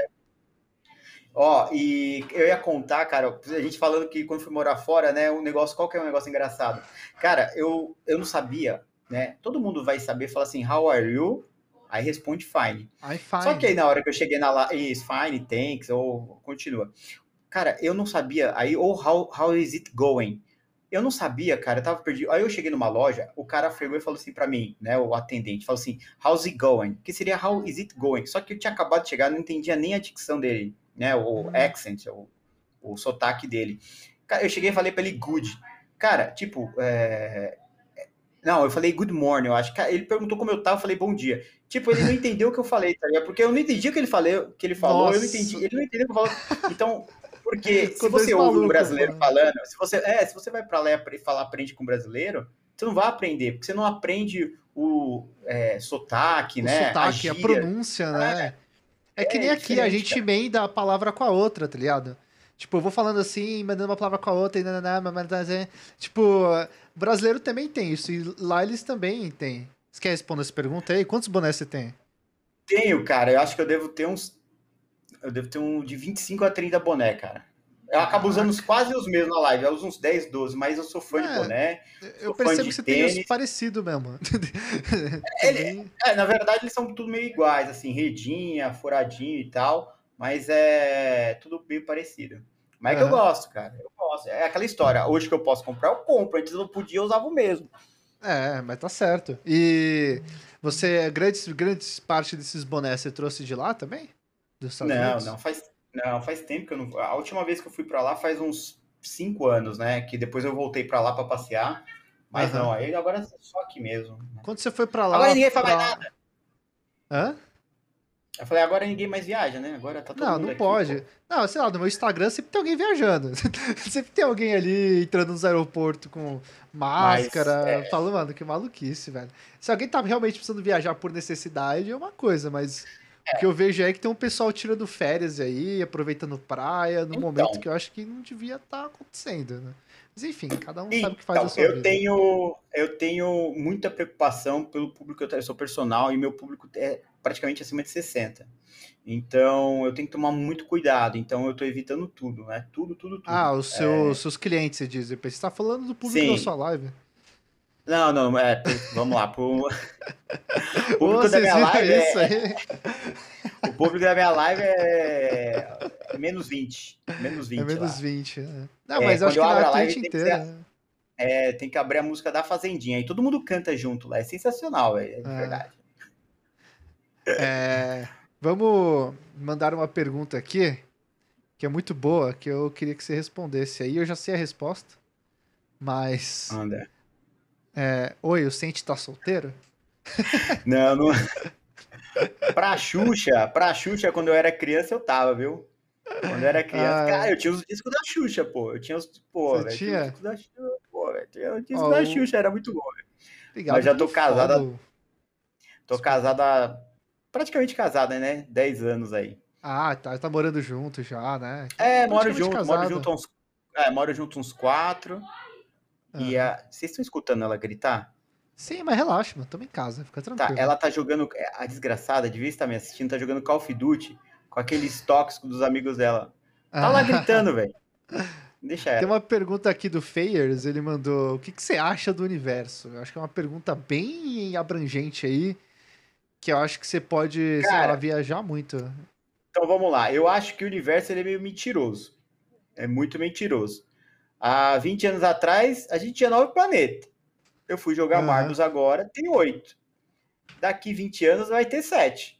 Ó, e eu ia contar, cara, a gente falando que quando fui morar fora, né, um negócio, qual que é um negócio engraçado? Cara, eu, eu não sabia, né? Todo mundo vai saber, fala assim, how are you? Aí responde fine. I Só que fine. aí na hora que eu cheguei na lá, isso, fine, thanks, ou continua. Cara, eu não sabia. Aí, ou how, how is it going? Eu não sabia, cara, eu tava perdido. Aí eu cheguei numa loja, o cara pegou e falou assim pra mim, né, o atendente, falou assim, how's it going? Que seria how is it going? Só que eu tinha acabado de chegar, não entendia nem a dicção dele, né, o Hum. accent, o, o sotaque dele. Cara, eu cheguei e falei pra ele good. Cara, tipo, é... não, eu falei good morning, eu acho. Cara, ele perguntou como eu tava, eu falei bom dia. Tipo, ele não entendeu o que eu falei, tá ligado? Porque eu não entendi o que ele, falei, que ele falou, eu não entendi, Nossa. ele não entendeu o que eu falei. Então, porque se Ficou dois você ouve um malucos brasileiro falando. falando, se você, é, se você vai para lá e falar aprende com um brasileiro, você não vai aprender, porque você não aprende o é, sotaque, O né, a sotaque, a gíria, pronúncia, né? É que é, nem é aqui, a diferente, gente cara. emenda a palavra com a outra, tá ligado? Tipo, eu vou falando assim, emendando uma palavra com a outra, e nananá, mamãe, tipo, o brasileiro também tem isso, e lá eles também têm. Você quer responder essa pergunta aí? Quantos bonés você tem? Tenho, cara, eu acho que eu devo ter uns, eu devo ter um de vinte e cinco a trinta boné, cara. Eu acabo usando Caraca. quase os mesmos na live, eu uso uns dez, doze, mas eu sou fã de É, boné, eu sou fã percebo de que você tem os tênis. parecidos mesmo. Ele, Também. é, na verdade, eles são tudo meio iguais, assim, redinha, furadinho e tal, mas é tudo meio parecido. Mas é que eu Aham. gosto, cara. Eu gosto. É aquela história. Hoje que eu posso comprar, eu compro. Antes eu não podia, eu usava o mesmo. É, mas tá certo. E você, grandes, grandes parte desses bonés você trouxe de lá também? Dos Estados Não, Unidos? não faz, não, faz tempo que eu não. A última vez que eu fui para lá faz uns cinco anos, né? Que depois eu voltei para lá para passear. Mas não, Aham. aí agora é só aqui mesmo. Né? Quando você foi pra Agora lá, ninguém fala mais pra. nada. Hã? Eu falei, agora ninguém mais viaja, né? Agora tá todo Não, mundo não aqui, pode. pô. Não, sei lá, no meu Instagram sempre tem alguém viajando. Sempre tem alguém ali entrando nos aeroportos com Mas máscara. é, Falo, mano, que maluquice, velho. Se alguém tá realmente precisando viajar por necessidade, é uma coisa, mas o que eu vejo é que tem um pessoal tirando férias aí, aproveitando praia, no momento então. que eu acho que não devia estar acontecendo, né? Mas enfim, cada um sabe o que faz da Então, sua eu vida. tenho, eu tenho muita preocupação pelo público, eu sou personal e meu público é praticamente acima de sessenta. Então, eu tenho que tomar muito cuidado. Então, eu estou evitando tudo, né? Tudo, tudo, Ah, tudo. os seus, seus clientes, você diz. Eu pensei, você tá falando do público da Sim. sua live. Não, não, é, vamos lá. Pro, o Ô, público da vocês minha viram live isso é, aí? o público da minha live é, é menos vinte. Menos É vinte menos lá. vinte, né? Não, É, mas eu quando acho eu que na abro a live Twitch tem que ser inteira, né? É, tem que abrir a música da Fazendinha. Aí todo mundo canta junto lá. É sensacional, é, é de Ah, verdade. é, vamos mandar uma pergunta aqui, que é muito boa, que eu queria que você respondesse aí. Eu já sei a resposta, mas. Anda. É, oi, o Sente tá solteiro? Não, não. Pra Xuxa, pra Xuxa, quando eu era criança, eu tava, viu? Quando eu era criança, cara, Ah, eu tinha os discos da Xuxa, pô. Eu tinha os, pô, você velho, tinha os tinha? discos da Xuxa, pô, velho. Tinha os discos Ó, da o... Xuxa, era muito bom, velho. Mas Obrigado já pelo tô casada, follow. tô Desculpa. casada, praticamente casada, né? Dez anos aí. Ah, tá, tá morando junto já, né? Então, É, moro praticamente junto, moro casado. junto uns, é, moro junto uns quatro. E Aham. a, vocês estão escutando ela gritar? Sim, mas relaxa, mano. Tamo em casa, fica Tá, tranquilo. ela tá jogando, a desgraçada, devia estar me assistindo, tá jogando Call of Duty com aqueles tóxicos dos amigos dela. Tá lá Ah, gritando, velho. Deixa tem ela. uma pergunta aqui do Fayers, ele mandou: o que, que você acha do universo? Eu acho que é uma pergunta bem abrangente aí, que eu acho que você pode, sei lá, Cara, viajar muito. então vamos lá. Eu acho que o universo ele é meio mentiroso. É muito mentiroso. Há vinte anos atrás, a gente tinha nove planetas. Eu fui jogar Aham. Marbles agora, tem oito. Daqui vinte anos vai ter sete.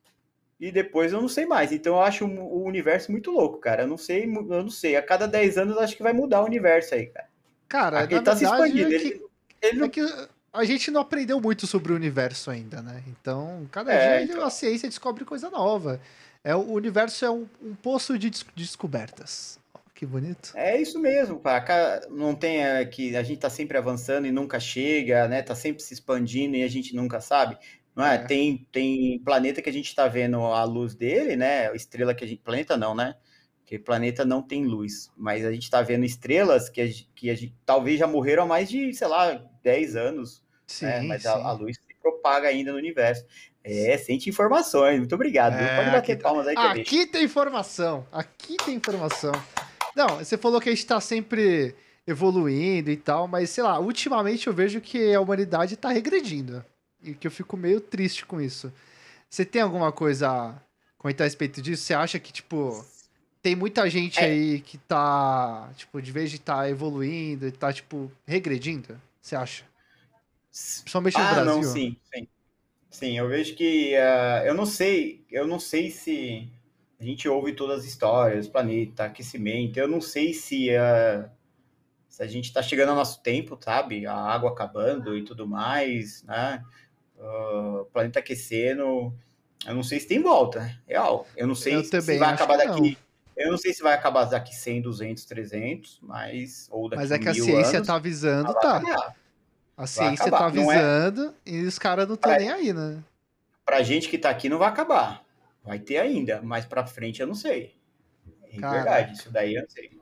E depois eu não sei mais. Então eu acho o universo muito louco, cara. Eu não sei, eu não sei. A cada dez anos eu acho que vai mudar o universo aí, cara. Cara, Aqui na ele tá se verdade expandindo. é Ele, que, ele é não. que a gente não aprendeu muito sobre o universo ainda, né? Então, cada dia É, ele- a então. ciência descobre coisa nova. É, o universo é um, um poço de des- descobertas. Ó, que bonito. É isso mesmo, cara. Não tem é, que a gente tá sempre avançando e nunca chega, né? Tá sempre se expandindo e a gente nunca sabe. Não é? É, Tem, tem planeta que a gente tá vendo a luz dele, né? Estrela que a gente. Planeta não, né? Porque planeta não tem luz. Mas a gente tá vendo estrelas que a, gente- que a gente talvez já morreram há mais de, sei lá, dez anos, né? sim, Mas a, a sim. luz se propaga ainda no universo. É, sente informações. Muito obrigado, viu? Pode É, aqui, bater tá- palmas aí que eu deixo. aqui tem informação. Aqui tem informação. Não, você falou que a gente tá sempre evoluindo e tal, mas sei lá, ultimamente eu vejo que a humanidade tá regredindo. E que eu fico meio triste com isso. Você tem alguma coisa a comentar a respeito disso? Você acha que, tipo, tem muita gente É. aí que tá, tipo, de vez de estar evoluindo e tá, tipo, regredindo? Você acha? Principalmente no Ah, não, Brasil. sim, sim. Sim, eu vejo que uh, eu não sei, eu não sei se a gente ouve todas as histórias, planeta, aquecimento, eu não sei se, uh, se a gente está chegando ao nosso tempo, sabe? A água acabando e tudo mais, né? Uh, o planeta aquecendo, eu não sei se tem volta, né? Real. Eu não Eu sei se também vai acho acabar que não. daqui, eu não sei se vai acabar daqui cem, duzentos, trezentos, mas, ou Mas daqui é que a mil ciência anos, tá avisando, mas vai tá. acabar, A vai ciência tá acabar. Não é, avisando e os caras não estão nem aí, né? pra gente que tá aqui não vai acabar. Vai ter ainda, mas pra frente eu não sei. É verdade, Caraca. isso daí eu não sei.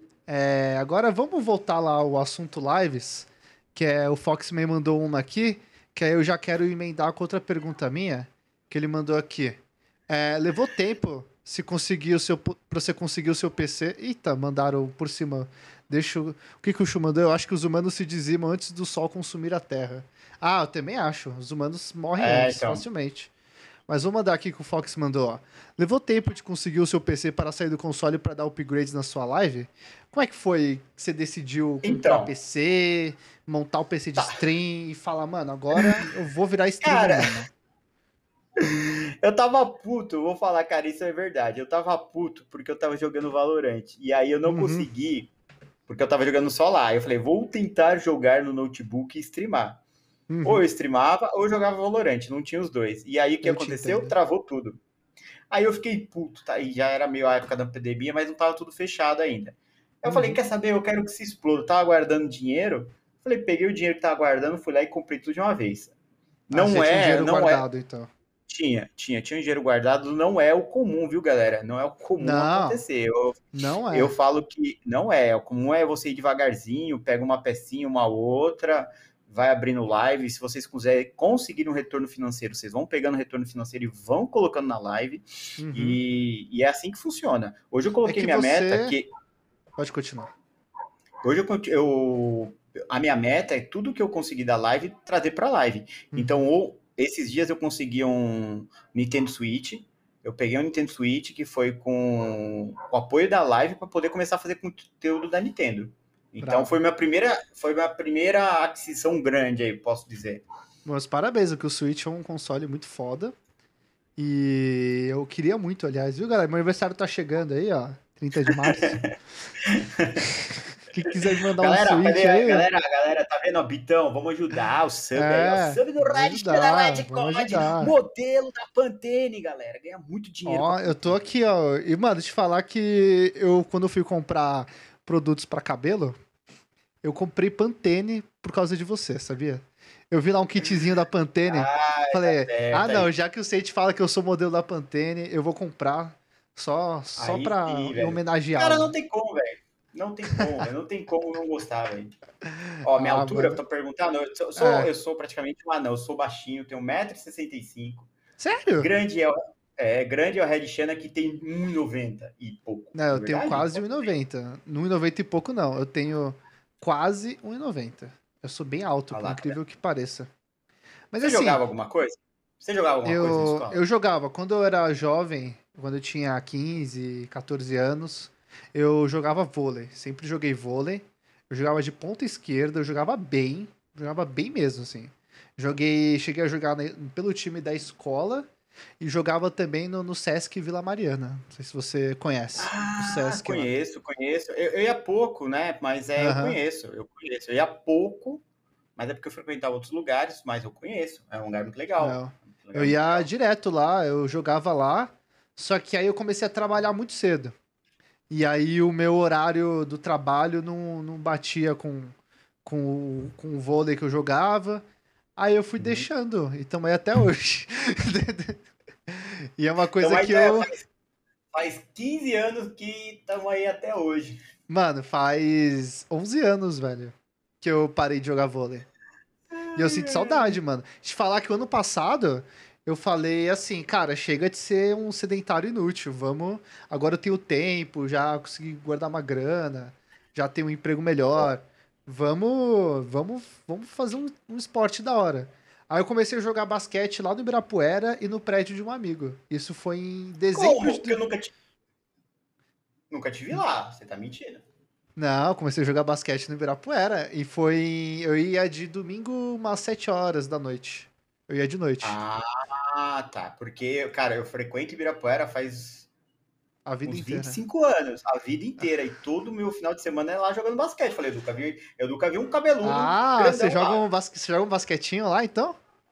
É, agora vamos voltar lá ao assunto lives, que é o Foxman mandou uma aqui, que aí eu já quero emendar com outra pergunta minha, que ele mandou aqui. É, levou tempo se conseguir o seu, pra você conseguir o seu P C. Eita, mandaram por cima. Deixa eu, o que, que o Shu mandou? Eu acho que os humanos se dizimam antes do Sol consumir a Terra. Ah, eu também acho. Os humanos morrem É, antes, então. facilmente. Mas vou mandar aqui que o Fox mandou, ó. Levou tempo de conseguir o seu P C para sair do console para dar upgrades na sua live? Como é que foi que você decidiu comprar Então, P C, montar o P C de tá. stream e falar, mano, agora eu vou virar streamer Cara, mesmo? eu tava puto, vou falar, cara, isso é verdade. Eu tava puto porque eu tava jogando Valorant. E aí eu não Uhum, consegui, porque eu tava jogando só lá. Eu falei, vou tentar jogar no notebook e streamar. Ou eu uhum. streamava ou eu jogava Valorant, não tinha os dois. E aí o que Eu te aconteceu? entendo. Travou tudo. Aí eu fiquei puto, tá? E já era meio a época da pandemia, mas não tava tudo fechado ainda. Eu falei, Uhum. quer saber? Eu quero que se exploda. Eu tava guardando dinheiro. Falei, peguei o dinheiro que tava guardando, fui lá e comprei tudo de uma vez. Ah, você Não já tinha um é, dinheiro não é. guardado, então. Tinha, tinha, tinha um dinheiro guardado. Não é o comum, viu, galera? Não é o comum Não, acontecer. Eu, não eu é. falo que não é. O comum é você ir devagarzinho, pega uma pecinha, uma outra, vai abrindo live. Se vocês quiserem conseguir um retorno financeiro, vocês vão pegando retorno financeiro e vão colocando na live. Uhum. E, e é assim que funciona. Hoje eu É coloquei que minha meta você... que Pode continuar. hoje eu, eu a minha meta é tudo que eu conseguir da live trazer para live. Então, Uhum. ou, esses dias eu consegui um Nintendo Switch. Eu peguei um Nintendo Switch que foi com o apoio da live para poder começar a fazer conteúdo da Nintendo. Então Brabo. foi minha primeira, foi minha primeira aquisição grande aí, posso dizer. Meus parabéns, porque o Switch é um console muito foda. E eu queria muito, aliás, viu, galera? Meu aniversário tá chegando aí, ó. trinta de março. Quem quiser me mandar um Galera, Switch cadê a aí, galera? Galera, tá vendo, ó, Bitão? Vamos ajudar o sub aí, ó. é, Sub do vamos Red, da ajudar, Red vamos Code, ajudar. modelo da Pantene, galera. Ganha muito dinheiro com a Ó, eu tô Pantene. aqui, ó. E, mano, te falar que eu, quando eu fui comprar produtos pra cabelo, eu comprei Pantene por causa de você, sabia? Eu vi lá um kitzinho da Pantene, Ah, tá falei, ah certo não, aí. já que o Sage fala que eu sou modelo da Pantene, eu vou comprar só, só Aí pra sim, velho. Cara, homenageá-lo. não tem como, velho. Não tem como, velho. Não tem como não gostar, velho. Ó, minha Ah, altura, eu mano. tô perguntando, eu sou, eu sou, É. eu sou praticamente um anão, eu sou baixinho, tenho um metro e sessenta e cinco. Sério? Grande é, o- é, grande é o Red Shana que tem um e noventa e pouco. Não, Não eu é tenho verdade? quase um e noventa. No um e noventa e pouco, não. Eu tenho quase um e noventa. Eu sou bem alto, Olha por lá, tá vendo? incrível que pareça. Mas Você assim, jogava alguma coisa? Você jogava alguma coisa na eu, eu escola? jogava. Quando eu era jovem, quando eu tinha quinze, quatorze anos, eu jogava vôlei. Sempre joguei vôlei. Eu jogava de ponta esquerda, eu jogava bem. Jogava bem mesmo, assim. Joguei, cheguei a jogar na- pelo time da escola e jogava também no, no Sesc Vila Mariana. Não sei se você conhece o Ah, Sesc lá. conheço, conheço. Eu, eu ia pouco, né? Mas é, eu Aham. conheço, eu conheço. Eu ia pouco, mas é porque eu frequentava outros lugares, mas eu conheço. É um lugar muito legal. Não. É um Eu lugar muito ia legal. direto lá, eu jogava lá, só que aí eu comecei a trabalhar muito cedo. E aí o meu horário do trabalho não, não batia com, com, o, com o vôlei que eu jogava. Aí eu fui Uhum. deixando, e também até hoje. E é uma Então, coisa aí que tá- eu. faz, faz quinze anos que estamos aí até hoje. Mano, faz onze anos, velho, que eu parei de jogar vôlei. E eu Ai, sinto ai. saudade, mano. De falar que o ano passado eu falei assim, cara, chega de ser um sedentário inútil. Vamos. Agora eu tenho tempo, já consegui guardar uma grana, já tenho um emprego melhor. Vamos, vamos, vamos fazer um, um esporte da hora. Aí eu comecei a jogar basquete lá no Ibirapuera e no prédio de um amigo. Isso foi em dezembro Como? Porque de. eu nunca te, nunca te vi lá. Você tá mentindo. Não, eu comecei a jogar basquete no Ibirapuera. E foi. em- Eu ia de domingo umas sete horas da noite. Eu ia de noite. Ah, tá. Porque, cara, eu frequento Ibirapuera faz A vida uns vinte e inteira. cinco anos, a vida inteira. E todo meu final de semana é lá jogando basquete. Falei, eu nunca vi, eu nunca vi um cabeludo Ah, você grandão joga lá. um, basque... você joga um basquetinho lá, então?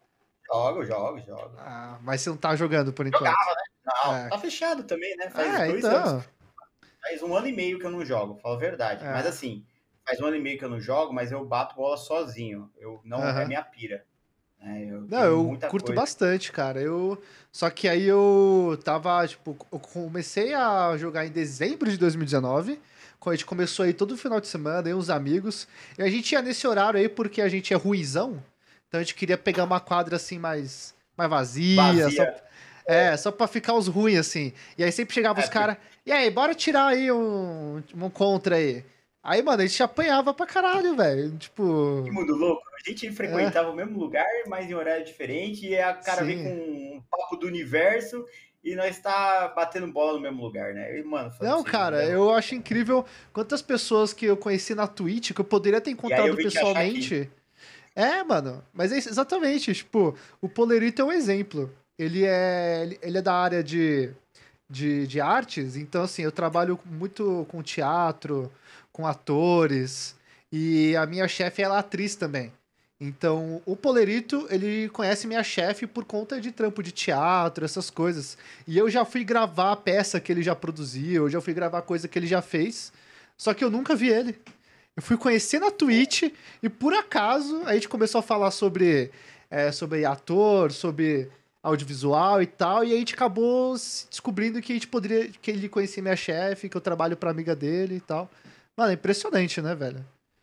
Jogo, jogo, jogo. Ah, mas você não tá jogando por enquanto. Jogava, né? Não, É. tá fechado também, né? Faz Ah, dois anos, então. faz um ano e meio que eu não jogo, falo a verdade. Mas É. assim, faz um ano e meio que eu não jogo, mas eu bato bola sozinho. Eu não, é Aham. minha pira. Né? Eu Não, tenho eu muita curto coisa. bastante, cara. Eu só que aí eu tava, tipo, eu comecei a jogar em dezembro de dois mil e dezenove, quando a gente começou aí todo final de semana, aí uns amigos. E a gente ia nesse horário aí porque a gente é ruizão, então a gente queria pegar uma quadra assim mais mais vazia, só Vazia. é, só pra ficar os ruins assim. E aí sempre chegava É, os porque caras, e aí, bora tirar aí um um contra aí. Aí, mano, a gente apanhava pra caralho, velho. que Tipo, mundo louco. A gente é, frequentava o mesmo lugar, mas em horário diferente, e a cara vem com sim. um papo do universo e nós tá batendo bola no mesmo lugar, né? E, mano, falando pra Não, vocês, a vida cara, é eu louca. acho incrível quantas pessoas que eu conheci na Twitch que eu poderia ter E aí eu encontrado vim te achar aqui. pessoalmente. É, mano, mas é isso- exatamente, tipo, o Polerito é um exemplo. Ele é, ele ele é da área de, de, de artes, então assim, eu trabalho muito com teatro, com atores, e a minha chefe ela é atriz também. Então, o Polerito, ele conhece minha chefe por conta de trampo de teatro, essas coisas. E eu já fui gravar a peça que ele já produziu, eu já fui gravar coisa que ele já fez, só que eu nunca vi ele. Eu fui conhecer na Twitch e por acaso a gente começou a falar sobre, é, sobre ator, sobre audiovisual e tal, e a gente acabou se descobrindo que a gente poderia, que ele conhecia minha chefe, que eu trabalho pra amiga dele e tal. Mano, é impressionante, né, velho?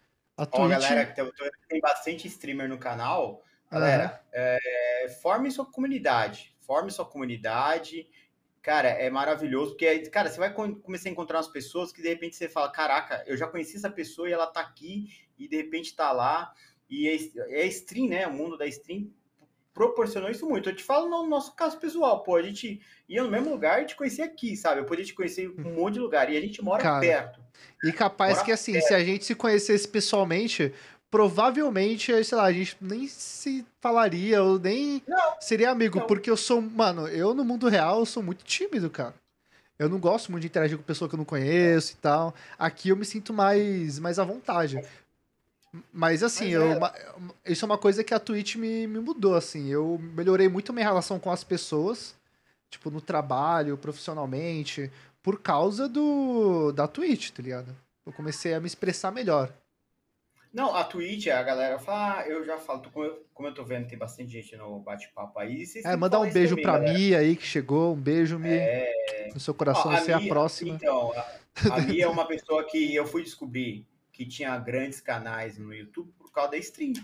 A Ó, Twitch. galera, que tem, tem bastante streamer no canal. Aham. Galera, é, forme sua comunidade. Forme sua comunidade. Cara, é maravilhoso, porque, cara, você vai começar a encontrar umas pessoas que de repente você fala, caraca, eu já conheci essa pessoa e ela tá aqui, e de repente tá lá. E é, é stream, né? O mundo da stream proporcionou isso muito. Eu te falo no nosso caso pessoal, pô, a gente ia no mesmo lugar e te conhecia aqui, sabe? Eu podia te conhecer em um monte de lugar e a gente mora Cara, perto. e capaz Mora que assim, perto. se a gente se conhecesse pessoalmente, provavelmente, sei lá, a gente nem se falaria ou nem Não, seria amigo, não. porque eu sou, mano, eu no mundo real eu sou muito tímido, cara. Eu não gosto muito de interagir com pessoa que eu não conheço e tal. Aqui eu me sinto mais, mais à vontade. Mas assim, Mas eu, é, uma- isso é uma coisa que a Twitch me, me mudou, assim. Eu melhorei muito a minha relação com as pessoas, tipo, no trabalho, profissionalmente, por causa do da Twitch, tá ligado? Eu comecei a me expressar melhor. não, a Twitch, a galera fala, ah, eu já falo, tô- como eu, como eu tô vendo, tem bastante gente no bate-papo aí, vocês É, têm que mandar falar um isso beijo também, pra galera. Mia aí que chegou, um beijo, Mi. No seu Ó, coração a você é a Mi, próxima. então, a, a Mi é uma pessoa que eu fui descobrir que tinha grandes canais no YouTube por causa da stream,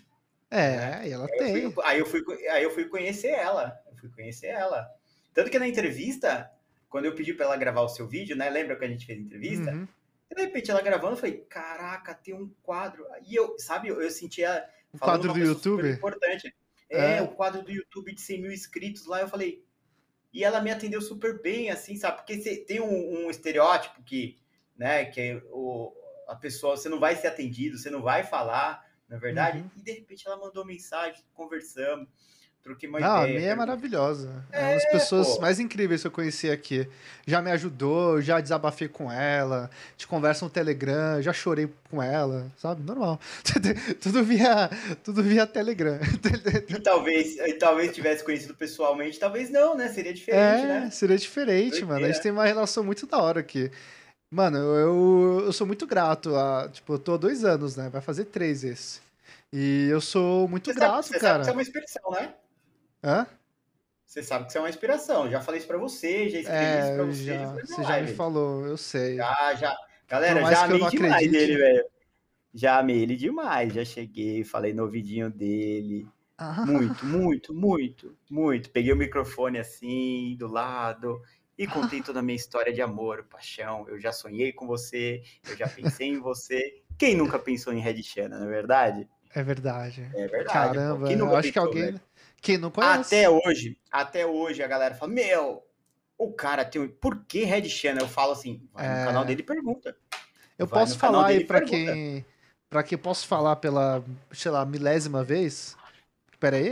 né? É, e ela Aí eu fui, tem. aí eu fui, aí eu fui conhecer ela, eu fui conhecer ela. Tanto que na entrevista, quando eu pedi para ela gravar o seu vídeo, né? Lembra que a gente fez entrevista? Uhum. E de repente ela gravando, eu falei, caraca, tem um quadro. E eu, sabe, eu, eu senti ela O falando quadro uma do pessoa super YouTube? importante. É, É. o quadro do YouTube de cem mil inscritos lá, eu falei. E ela me atendeu super bem, assim, sabe? Porque você tem um, um estereótipo que, né, que o, a pessoa, você não vai ser atendido, você não vai falar, na é verdade. Uhum. E de repente ela mandou mensagem, conversamos, troquei uma Não, a ideia, Mia é perguntei. maravilhosa. É uma das É, pessoas pô. mais incríveis que eu conheci aqui. Já me ajudou, já desabafei com ela, te conversa no Telegram, já chorei com ela, sabe? Normal. Tudo via, tudo via Telegram. E talvez, e talvez tivesse conhecido pessoalmente, talvez não, né? Seria diferente, É, né? seria diferente, mano. A gente Doideira. tem uma relação muito da hora aqui. Mano, eu, eu sou muito grato a, tipo, eu tô há dois anos, né? Vai fazer três esse. E eu sou muito Você sabe, grato, você sabe que você é cara. uma inspiração, né? Hã? Você sabe que você é uma inspiração. Já falei isso pra você, já escrevi isso É, pra eu você, já já, falei na você já me live. falou, eu sei. Já, já. Por Galera, mais já que eu amei não demais ele, acredite. velho. Já amei ele demais. Já cheguei, falei no ouvidinho dele. Muito, muito, muito, muito. Peguei o microfone assim, do lado, e contei toda a minha história de amor, paixão. Eu já sonhei com você, eu já pensei em você. Quem nunca pensou em Red Shana, não é verdade? É verdade. É verdade, pô. Caramba, Quem eu nunca acho que pensou, velho? alguém. Quem não Até conhece? hoje, até hoje a galera fala: Meu, o cara tem um. Por que Red Channel? Eu falo assim: vai no canal É, dele e pergunta. eu Vai posso no canal falar aí dele e pra pergunta. quem. Pra quem posso falar pela, sei lá, milésima vez? Pera aí.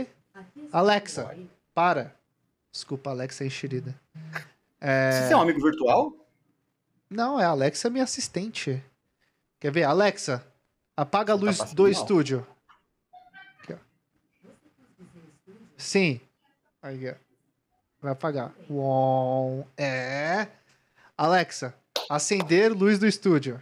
Alexa, Pode. para. Desculpa, Alexa é enxerida. Você é um amigo virtual? Não, é a Alexa é minha assistente. Quer ver? Alexa, apaga a Você tá luz passando do mal. estúdio. Aqui, ó. Sim. Aí, ó. Vai apagar. Uom. É. Alexa, acender luz do estúdio.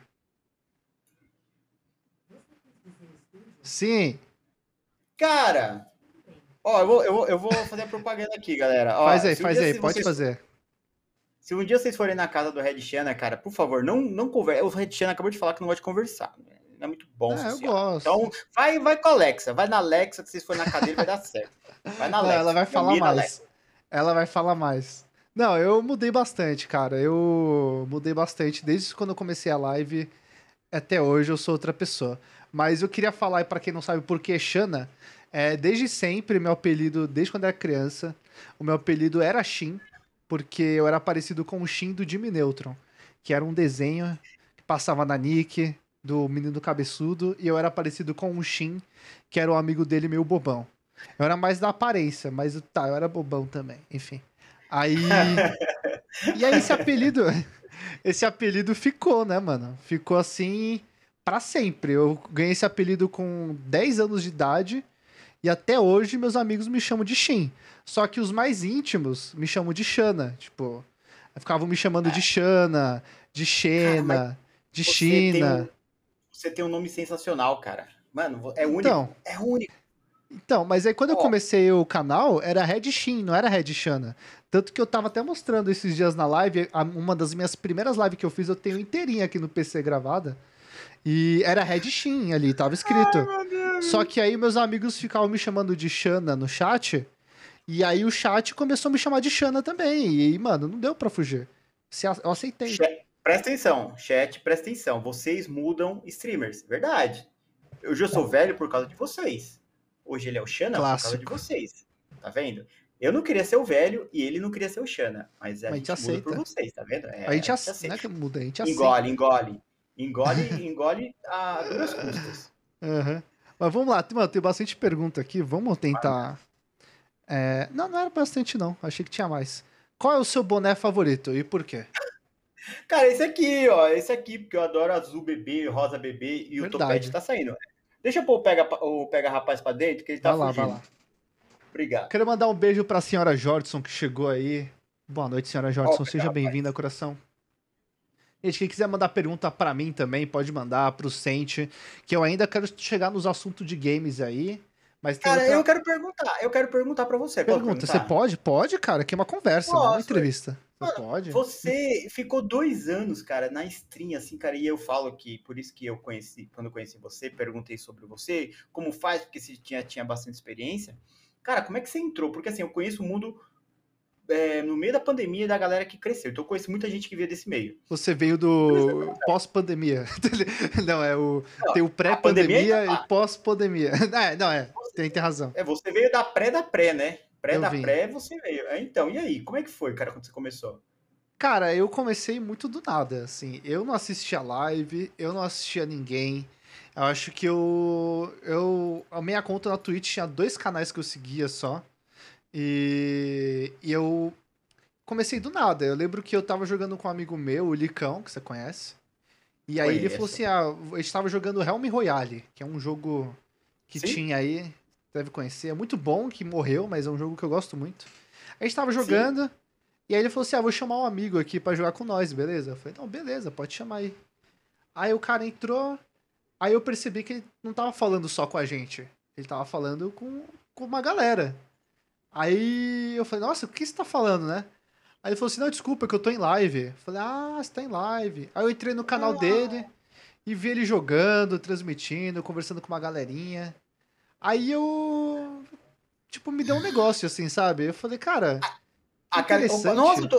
Sim. Cara, ó, eu vou, eu vou, eu vou fazer a propaganda aqui, galera. Faz Ó, aí, se um faz dia aí, se pode vocês, fazer. se um dia vocês forem na casa do Red Channel, cara, por favor, não, não converse. O Red Channel acabou de falar que não gosta de conversar. Né? Não é muito bom É, eu social. gosto. Então, vai, vai com a Alexa. Vai na Alexa, que vocês forem na cadeira vai dar certo. Vai na Não, ela Alexa. vai Eu falar miro a mais. Alexa. Ela vai falar mais. Não, eu mudei bastante, cara. Eu mudei bastante. Desde quando eu comecei a live até hoje eu sou outra pessoa. Mas eu queria falar, para quem não sabe por que Xana, é, desde sempre, meu apelido, desde quando eu era criança, o meu apelido era Shin, porque eu era parecido com o Shin do Jimmy Neutron, que era um desenho que passava na Nick, do menino cabeçudo, e eu era parecido com o Shin, que era o amigo dele meio bobão. Eu era mais da aparência, mas tá, eu era bobão também, enfim. Aí. E aí esse apelido. Esse apelido ficou, né, mano? Ficou assim pra sempre. Eu ganhei esse apelido com dez anos de idade e até hoje meus amigos me chamam de Shin. Só que os mais íntimos me chamam de Shana. Tipo, ficavam me chamando de Shana, de Cara, mas Xena, de você tem China. um, você tem um nome sensacional, cara. Mano, é Então, único. É único. então, mas aí quando eu Ó, comecei o canal, era Red Shin, não era Red Shana. Tanto que eu tava até mostrando esses dias na live, a- uma das minhas primeiras lives que eu fiz, eu tenho inteirinha aqui no P C gravada. E era Red Shin ali, tava escrito. meu Só Deus. que aí meus amigos ficavam me chamando de Shana no chat, e aí o chat começou a me chamar de Shana também. E aí, mano, não deu pra fugir. Se a- Eu aceitei. Chat, presta atenção, chat, presta atenção. Vocês mudam streamers, verdade. Eu já sou velho por causa de vocês. Hoje ele é o Xana por causa de Clássico. vocês. Tá vendo? Eu não queria ser o velho e ele não queria ser o Xana, mas a Mas a gente gente muda por aceita. vocês, tá vendo? A É, gente a gente aceita. Não é aceita. que muda, a gente Engole, aceita. engole. Engole, engole a duras custas. Uhum. Mas vamos lá, mano, tem bastante pergunta aqui. Vamos tentar. É... Não, não era bastante, não. Achei que tinha mais. Qual é o seu boné favorito e por quê? Cara, esse aqui, ó, esse aqui, porque eu adoro azul bebê, rosa bebê e o topete Verdade. tá saindo. Deixa eu pôr o pega, o pega rapaz pra dentro, que ele tá Vai lá, vai fugindo. lá. Obrigado. Quero mandar um beijo pra senhora Jordson que chegou aí. Boa noite, senhora Ó, o Jordson. pega Seja bem-vinda, rapaz. coração. Gente, quem quiser mandar pergunta pra mim também, pode mandar pro Sente, que eu ainda quero chegar nos assuntos de games aí, mas tem Cara, eu outra quero perguntar, eu quero perguntar pra você. Posso pergunta. Você perguntar? pode? Pode, cara, aqui é uma conversa, não é uma Posso. entrevista. Você Mano, pode? você ficou dois anos, cara, na stream, assim, cara, e eu falo que, por isso que eu conheci, quando eu conheci você, perguntei sobre você, como faz, porque você tinha, tinha bastante experiência. Cara, como é que você entrou? Porque, assim, eu conheço o mundo é, no meio da pandemia da galera que cresceu, então eu conheço muita gente que veio desse meio. Você veio do pós-pandemia. Não, é o. Não, Tem o a pandemia ainda pré-pandemia e tá. pós-pandemia. É, não, é. Tem, tem razão. É, você veio da pré da pré, né? Pré Eu da vim. pré, você veio. É, então, e aí? Como é que foi, cara, quando você começou? Cara, eu comecei muito do nada, assim. Eu não assistia live, eu não assistia ninguém. Eu acho que eu. Eu. A minha conta na Twitch tinha dois canais que eu seguia só. E. E eu comecei do nada. Eu lembro que eu tava jogando com um amigo meu, o Licão, que você conhece. E aí ele falou Conheço. assim: ah, a gente tava jogando Helm Royale, que é um jogo que Sim? tinha aí, deve conhecer. É muito bom, que morreu, mas é um jogo que eu gosto muito. A gente tava Sim? jogando, e aí ele falou assim: ah, vou chamar um amigo aqui pra jogar com nós, beleza? Eu falei: não, beleza, pode chamar aí. Aí o cara entrou, aí eu percebi que ele não tava falando só com a gente, ele tava falando com, com uma galera. Aí eu falei: nossa, o que você tá falando, né? Aí ele falou assim: não, desculpa, é que eu tô em live. Eu falei: ah, você tá em live. Aí eu entrei no canal dele e vi ele jogando, transmitindo, conversando com uma galerinha. Aí eu. Tipo, me deu um negócio assim, sabe? Eu falei, cara, que A cara... Opa, nossa, eu interessante. tô.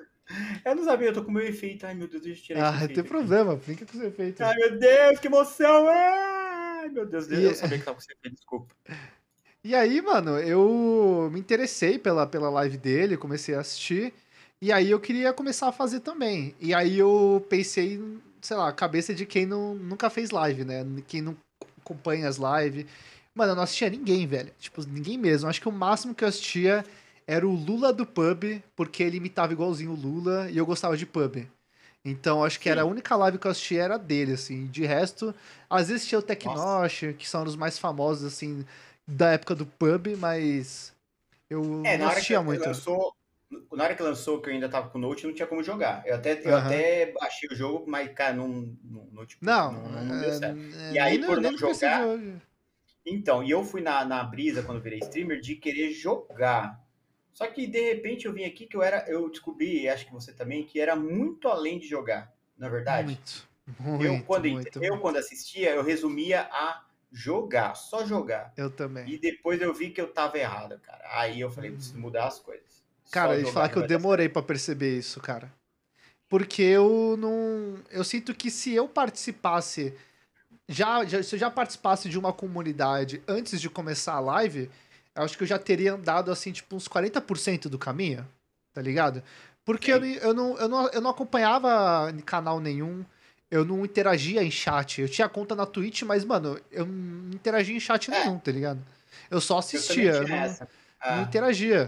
Eu não sabia, eu tô com o meu efeito. Ai, meu Deus, deixa eu tirar esse Ah, tem efeito aqui. problema, fica com os efeitos. Ai, meu Deus, que emoção! Ai, meu Deus, eu E, não sabia que tava com esse efeito, desculpa. e aí, mano, eu me interessei pela, pela live dele, comecei a assistir. E aí eu queria começar a fazer também. E aí eu pensei, sei lá, cabeça de quem não, nunca fez live, né? Quem não acompanha as lives. Mano, eu não assistia ninguém, velho. Tipo, ninguém mesmo. Acho que o máximo que eu assistia era o Lula do pub, porque ele imitava igualzinho o Lula e eu gostava de pub. Então, acho que era a Sim. única live que eu assistia era dele, assim. De resto, às vezes tinha o Nossa. Teknosh, que são os mais famosos, assim, da época do pub, mas eu É, não na hora que assistia muito. lançou, na hora que lançou, que eu ainda tava com o Note, não tinha como jogar. Eu até, eu Aham. até baixei o jogo, mas, cara, no, no notebook Não, não, não, não deu certo. é, é, E nem, aí, no, por nem não no P C de jogar, hoje. então, e eu fui na, na brisa, quando eu virei streamer, de querer jogar. Só que, de repente, eu vim aqui que eu era, eu descobri, acho que você também, que era muito além de jogar, na verdade. Muito, Eu, muito, quando, entre- muito, eu, muito. quando assistia, eu resumia a jogar, só jogar. Eu também. E depois eu vi que eu tava errado, cara. Aí eu falei, preciso Uhum. mudar as coisas. Cara, Só eu te falar jogar que não eu vai dar certo. demorei pra perceber isso, cara. Porque eu não. Eu sinto que se eu participasse. Já, já, se eu já participasse de uma comunidade antes de começar a live, eu acho que eu já teria andado assim, tipo, uns quarenta por cento do caminho, tá ligado? Porque eu, não- Sim. eu, não, eu, não, eu não acompanhava canal nenhum, eu não interagia em chat. Eu tinha conta na Twitch, mas, mano, eu não interagia em chat É, nenhum, tá ligado? Eu só eu também assistia, eu tinha não, essa. não Ah, interagia.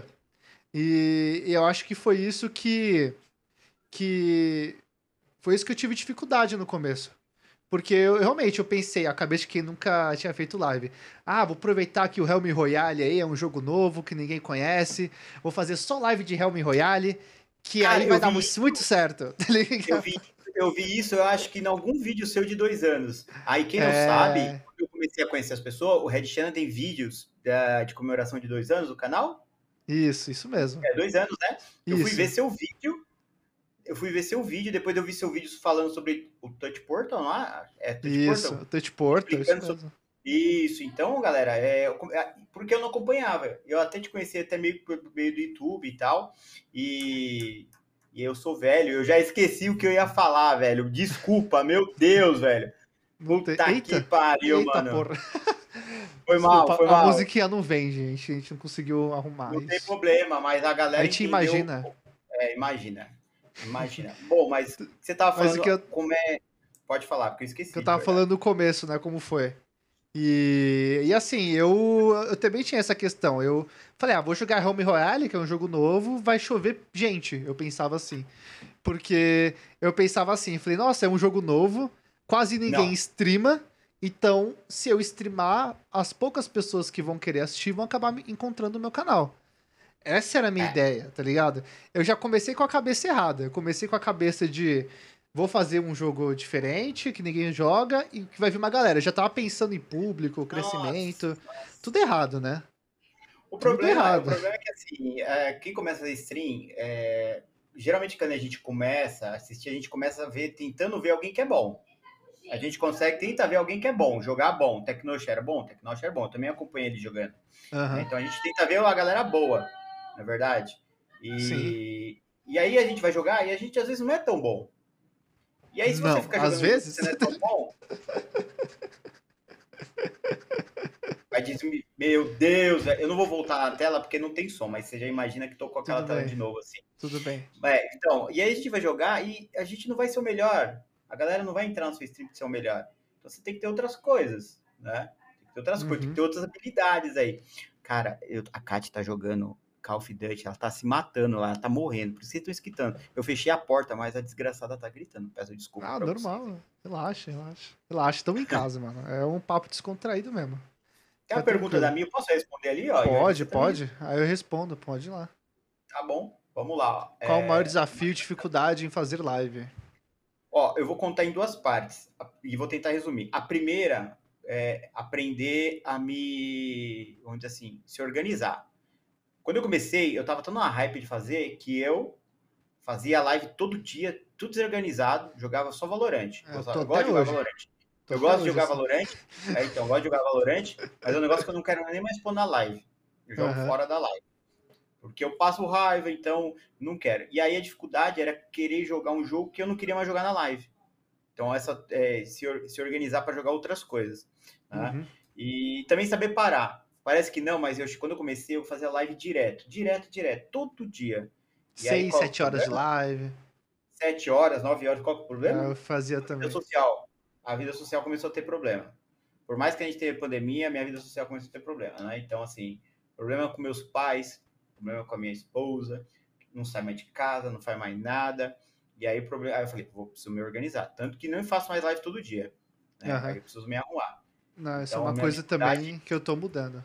E, e eu acho que foi isso que, que. Foi isso que eu tive dificuldade no começo. Porque eu realmente eu pensei, a cabeça de quem nunca tinha feito live. Ah, vou aproveitar que o Helm Royale aí é um jogo novo que ninguém conhece. Vou fazer só live de Helm Royale, que aí cara, vai eu dar vi mu- muito isso, certo, tá eu ligado? vi, eu vi isso, eu acho que em algum vídeo seu de dois anos. Aí, quem não sabe, É. quando eu comecei a conhecer as pessoas, o Red Channel tem vídeos da- de comemoração de dois anos do canal. Isso, isso mesmo. É, dois anos, né? Eu fui ver Isso. seu vídeo. Eu fui ver seu vídeo, depois eu vi seu vídeo falando sobre o Touch Portal lá. É Touch Isso. Portal? Touch Portal, isso Explicando sobre. mesmo. Isso, então, galera, é, eu- é, porque eu não acompanhava. Eu até te conheci até meio por meio do YouTube e tal. E, e eu sou velho, eu já esqueci o que eu ia falar, velho. Desculpa, meu Deus, velho. Não tem. Puta que Eita! pariu, Eita mano. porra! Foi mal, Desculpa, foi a mal. musiquinha não vem, gente. A gente não conseguiu arrumar Não tem isso. problema, mas a A galera gente entendeu. imagina. É, imagina. Imagina. Bom, mas você tava Mas o falando que eu, como é. Pode falar, porque eu que eu esqueci de tava falando verdade. no começo, né? Como foi. E, e assim, eu, eu também tinha essa questão. Eu falei, ah, vou jogar Home Royale, que é um jogo novo, vai chover gente. Eu pensava assim. Porque eu pensava assim, falei, nossa, é um jogo novo, quase ninguém Não. streama, então se eu streamar, as poucas pessoas que vão querer assistir vão acabar me encontrando no meu canal. Essa era a minha É. ideia, tá ligado? Eu já comecei com a cabeça errada. Eu comecei com a cabeça de vou fazer um jogo diferente, que ninguém joga e que vai vir uma galera. Eu já tava pensando em público, Nossa, crescimento, nossa. tudo errado, né? O Tudo problema, o errado. problema é que assim, é, quem começa a fazer stream, é, geralmente quando a gente começa a assistir, a gente começa a ver, tentando ver alguém que é bom. A gente consegue, tenta ver alguém que é bom, jogar bom. Tecnoshare é bom, Tecnoshare é bom. Eu também acompanhei ele jogando. Né? Aham. Então a gente tenta ver a galera boa, na é verdade. Sim. E, e aí a gente vai jogar e a gente às vezes não é tão bom. E aí, se você Não, ficar às jogando um jogo que vezes. você não é tão bom, vai dizer, meu Deus, eu não vou voltar na tela porque não tem som, mas você já imagina que tô com aquela Tudo tela bem. de novo, assim. Tudo bem. É, então, e aí a gente vai jogar e a gente não vai ser o melhor. A galera não vai entrar no seu stream pra ser o melhor. Então você tem que ter outras coisas, né? Tem que ter outras coisas, tem que Uhum. ter outras habilidades aí. Cara, eu, a Kat tá jogando Call of Duty, ela tá se matando lá, ela tá morrendo, por isso que eu tô escutando. Eu fechei a porta, mas a desgraçada tá gritando. Peço desculpa Ah, pra vocês. normal. Relaxa, relaxa. Relaxa, estamos em casa, mano. É um papo descontraído mesmo. Tem Fica uma pergunta da tranquilo. minha, eu posso responder ali, ó? E aí Pode, você também pode. responde. Aí eu respondo, pode ir lá. Tá bom, vamos lá. Qual o maior É, desafio e dificuldade em fazer live? ó, eu vou contar em duas partes e vou tentar resumir. A primeira é aprender a me, vamos dizer assim, se organizar. Quando eu comecei, eu tava tão na hype de fazer que eu fazia live todo dia, tudo desorganizado, jogava só Valorant. É, eu tô Gostava- Eu gosto até de jogar hoje. Valorant. Tô Eu até gosto de hoje jogar assim. Valorant, é, então, eu gosto de jogar Valorant, mas é um negócio que eu não quero nem mais pôr na live. Eu jogo Aham. fora da live. Porque eu passo raiva, então não quero. E aí a dificuldade era querer jogar um jogo que eu não queria mais jogar na live. Então, essa, é, se, se organizar para jogar outras coisas. Né? Uhum. E também saber parar. Parece que não, mas eu, quando eu comecei, eu fazia live direto, direto, direto, todo dia. E aí, Seis, qual é o sete horas de problema? live. Sete horas, nove horas, qual é o É, problema? eu fazia A vida também. social. A vida social começou a ter problema. Por mais que a gente tenha pandemia, minha vida social começou a ter problema. Né? Então, assim, problema com meus pais, problema com a minha esposa, não sai mais de casa, não faz mais nada. E aí, aí eu falei, vou preciso me organizar. Tanto que não faço mais live todo dia. Né? Aí Aham. eu preciso me arrumar. Não, isso é Então, a uma minha coisa dificuldade também que eu tô mudando.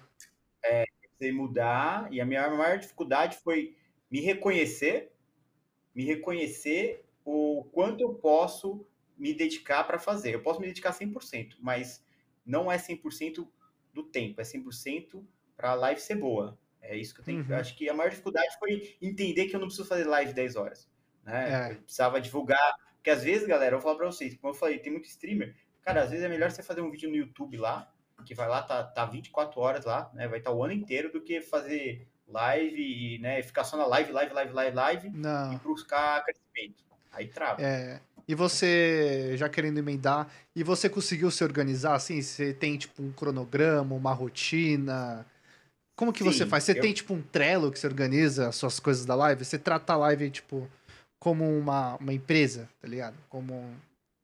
é precisei mudar. E a minha maior dificuldade foi me reconhecer, me reconhecer o quanto eu posso me dedicar para fazer. Eu posso me dedicar cem por cento, mas não é cem por cento do tempo, é cem por cento para a live ser boa. É isso que eu tenho. Uhum. Acho que a maior dificuldade foi entender que eu não preciso fazer live dez horas. Né? Eu É. precisava divulgar. Porque às vezes, galera, eu vou falar para vocês, como eu falei, tem muito streamer. Cara, às vezes é melhor você fazer um vídeo no YouTube lá, que vai lá, tá, tá vinte e quatro horas lá, né? Vai estar o ano inteiro, do que fazer live e né, ficar só na live, live, live, live, live e Não. buscar crescimento. Aí trava. É. E você, já querendo emendar, e você conseguiu se organizar assim? Você tem tipo um cronograma, uma rotina? Como que você Sim, faz? Você tem eu. tipo um Trello que você organiza as suas coisas da live? Você trata a live tipo como uma, uma empresa, tá ligado? Como um-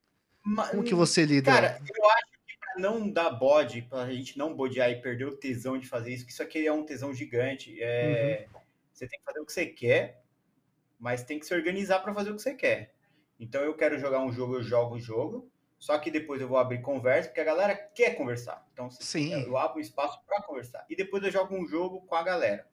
como que você lida? Cara, eu acho que para não dar bode, para a gente não bodear e perder o tesão de fazer isso, que isso aqui é um tesão gigante. Uhum. É... Você tem que fazer o que você quer, mas tem que se organizar para fazer o que você quer. Então eu quero jogar um jogo, eu jogo o jogo, só que depois eu vou abrir conversa, porque a galera quer conversar. Então Sim. eu abro um espaço para conversar. E depois eu jogo um jogo com a galera.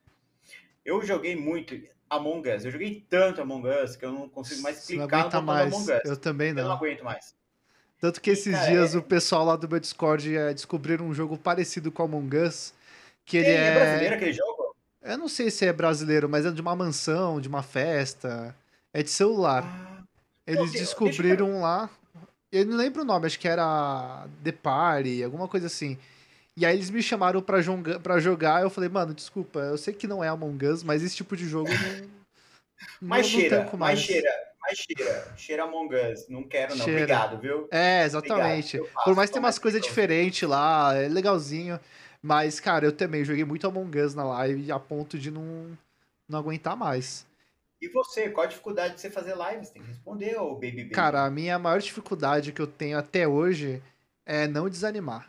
Eu joguei muito Among Us, eu joguei tanto Among Us que eu não consigo mais Você não clicar no aguenta botão do Among mais. Eu Us. também Eu não não. aguento mais. Tanto que E, esses cara, dias o é... pessoal lá do meu Discord é, descobriram um jogo parecido com Among Us, que ele tem, é brasileiro é. aquele jogo? Eu não sei se é brasileiro, mas é de uma mansão, de uma festa. É de celular. Ah, pô, Eles deixa eu perguntar. descobriram lá. Eu não lembro o nome, acho que era The Party, alguma coisa assim. E aí eles me chamaram pra, jonga, pra jogar. Eu falei, mano, desculpa, eu sei que não é Among Us, mas esse tipo de jogo eu não, Mais não, não cheira, tanco mais mais. cheira, mais cheira. Cheira Among Us. Não quero, não. Cheira. Obrigado, viu? É, Obrigado. exatamente. Eu Por faço, mais que tem toma umas aqui coisas pra você. diferentes lá, é legalzinho. Mas, cara, eu também joguei muito Among Us na live a ponto de não, não aguentar mais. E você, qual a dificuldade de você fazer live? Você tem que responder, ô Baby Cara, Baby. a minha maior dificuldade que eu tenho até hoje é não desanimar.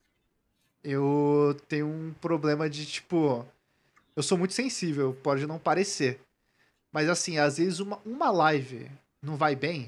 Eu tenho um problema de, tipo, eu sou muito sensível, pode não parecer. Mas assim, às vezes uma, uma live não vai bem,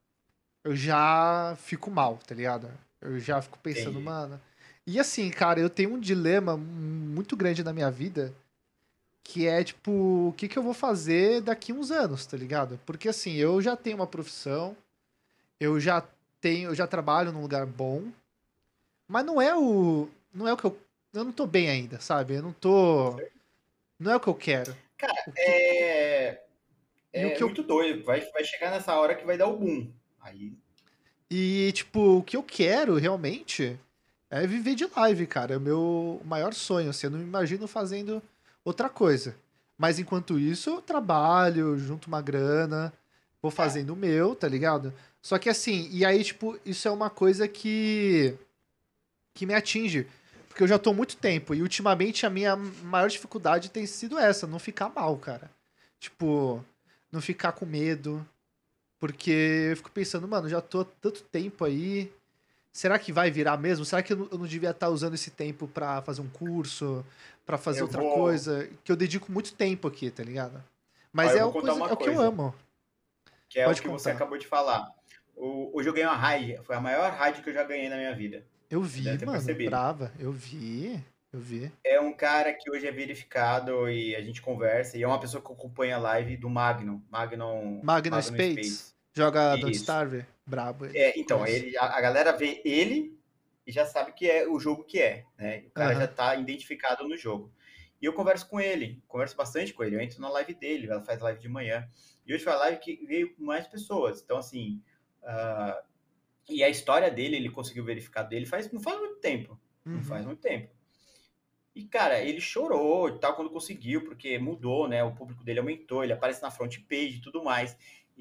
eu já fico mal, tá ligado? Eu já fico pensando, Entendi. mano. E assim, cara, eu tenho um dilema muito grande na minha vida, que é tipo, o que que eu vou fazer daqui uns anos, tá ligado? Porque assim, eu já tenho uma profissão, eu já tenho, eu já trabalho num lugar bom, mas não é o, não é o que eu, eu não tô bem ainda, sabe? Eu não tô, não é o que eu quero. Cara, O que, é, e o é que eu muito doido. Vai, vai chegar nessa hora que vai dar o boom. Aí, E, tipo, o que eu quero realmente é viver de live, cara. É o meu maior sonho, assim. Eu não me imagino fazendo outra coisa. Mas enquanto isso, eu trabalho, junto uma grana, vou ah, fazendo o meu, tá ligado? Só que assim, e aí, tipo, isso é uma coisa que, que me atinge. Porque eu já tô há muito tempo. E ultimamente a minha maior dificuldade tem sido essa, não ficar mal, cara. Tipo, não ficar com medo. Porque eu fico pensando, mano, já tô há tanto tempo aí. Será que vai virar mesmo? Será que eu não, eu não devia estar usando esse tempo pra fazer um curso, pra fazer eu outra vou, coisa? Que eu dedico muito tempo aqui, tá ligado? ó, Mas eu é, vou o contar coisa, é uma o que eu coisa, amo. que é o Pode que você contar. acabou de falar. O, hoje eu ganhei uma raid, foi a maior raid que eu já ganhei na minha vida. Eu Você vi, deve ter mano, percebido. brava. Eu vi, eu vi. É um cara que hoje é verificado e a gente conversa, e é uma pessoa que acompanha a live do Magnum, Magnum, Magno Magnum Spades, Spades. joga Don't Isso. Starve. Brabo ele, É, então, conheço. ele, a, a galera vê ele e já sabe que é o jogo que é, né? O cara já Aham. tá identificado no jogo. E eu converso com ele, converso bastante com ele, eu entro na live dele, ela faz live de manhã. E hoje foi a live que veio com mais pessoas. Então, assim, uh, e a história dele, ele conseguiu verificar dele faz, não faz muito tempo. Não Uhum. faz muito tempo. E, cara, ele chorou e tal quando conseguiu, porque mudou, né? O público dele aumentou, ele aparece na front page e tudo mais.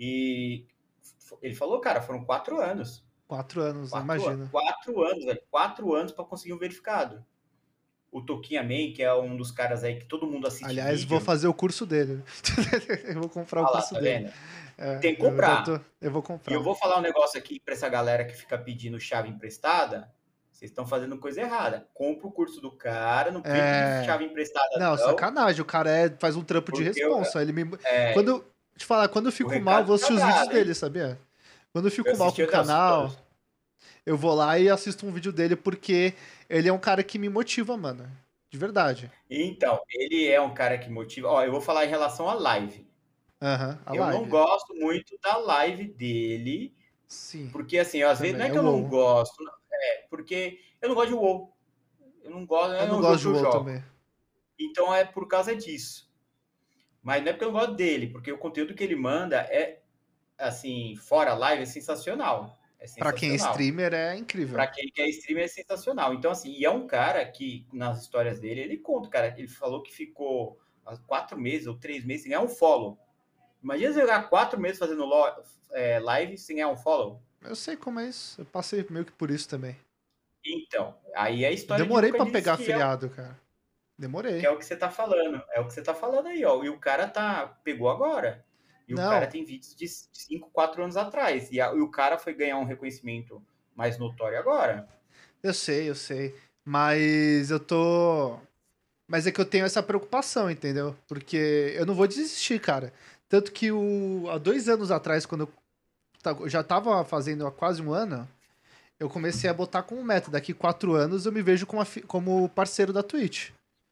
E ele falou, cara, foram quatro anos. Quatro anos, Quatro, imagina. quatro anos, velho. Quatro anos para conseguir um verificado. O Toquinha Man, que é um dos caras aí que todo mundo assiste Aliás, vou vídeo. fazer o curso dele. Eu vou comprar o Ah lá, curso tá dele. vendo? É, Tem que eu já tô. comprar. Eu vou E eu comprar. vou falar um negócio aqui para essa galera que fica pedindo chave emprestada. Vocês estão fazendo coisa errada. Compra o curso do cara, não vem pedir É. chave emprestada, Não, não. sacanagem. O cara é, faz um trampo de Porque responsa. Ele me... é, Quando. Te falar, quando eu o fico mal, eu recado vou tá assistir os vídeos dado, dele, hein? sabia? Quando eu Eu fico mal com assisti o eu assisto canal, todos. eu vou lá e assisto um vídeo dele porque ele é um cara que me motiva, mano. De verdade. Então, ele é um cara que motiva. Ó, eu vou falar em relação à live. Aham, a Eu não live. gosto muito da live dele, Sim, porque assim, às vezes não também. é É que eu não WoW. gosto, é porque eu não gosto de WoW. Eu não gosto, não Eu é não um jogo gosto que de eu WoW jogo. também. Então é por causa disso. Mas não é porque eu não gosto dele, porque o conteúdo que ele manda é, assim, fora a live, é sensacional. É Pra quem é sensacional. streamer é incrível. Para quem quer streamer é sensacional. Então, assim, e é um cara que, nas histórias dele, ele conta, cara, ele falou que ficou há quatro meses ou três meses sem ganhar um follow. Imagina você jogar quatro meses fazendo lo- é, live sem ganhar um follow. Eu sei como é isso. Eu passei meio que por isso também. Então, aí é a Eu história de um demorei pra candidato pegar que é, afiliado, cara. que é Demorei. o que você tá falando. É o que você tá falando aí, ó. E o cara tá, pegou agora. E o cara Não, tem vídeos de cinco quatro anos atrás. E, a, e o cara foi ganhar um reconhecimento mais notório agora. eu sei, eu sei. Mas eu tô. Mas é que eu tenho essa preocupação, entendeu? Porque eu não vou desistir, cara. Tanto que o... há dois anos atrás, quando eu ta- já tava fazendo há quase um ano, eu comecei a botar como meta. Daqui quatro anos eu me vejo como, afi- como parceiro da Twitch.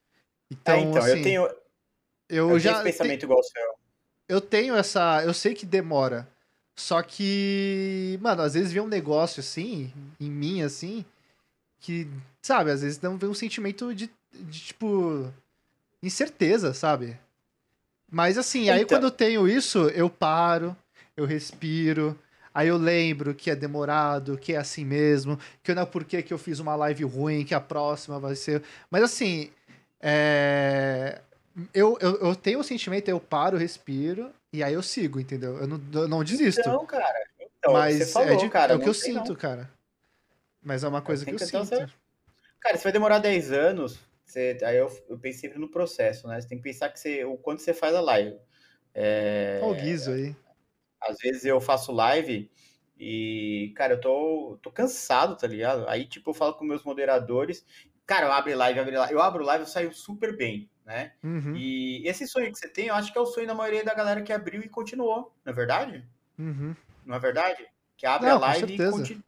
É, Então, então, eu assim, tenho, eu eu tenho esse já te... pensamento igual ao seu. eu tenho essa. Eu sei que demora. Só que, mano, às vezes vem um negócio assim, em mim, assim, que, sabe, às vezes não vem um sentimento de, de tipo, incerteza, sabe? Mas assim, aí quando Então, eu tenho isso, eu paro, eu respiro, aí eu lembro que é demorado, que é assim mesmo, que não é porque que eu fiz uma live ruim, que a próxima vai ser. Mas assim, é... eu, eu, eu tenho o sentimento, eu paro, respiro, e aí eu sigo, entendeu? Eu não, eu não desisto. então, cara, então, é o que você Mas é, falou, de, é cara, o que eu não tem sinto, não. cara. Mas é uma É o que coisa você que tem eu que então, sinto. Cara, você vai demorar dez anos, você, aí eu, eu pensei sempre no processo, né? Você tem que pensar que você, o quanto você faz a live. Olha o É, Guizo aí. às vezes eu faço live e, cara, eu tô, tô cansado, tá ligado? Aí, tipo, eu falo com meus moderadores, cara, eu abro live, abro live, eu abro live, eu saio super bem, né? Uhum, E esse sonho que você tem, eu acho que é o sonho da maioria da galera que abriu e continuou, não é verdade? uhum. Não é verdade? Que abre a Não, com live e certeza. continua.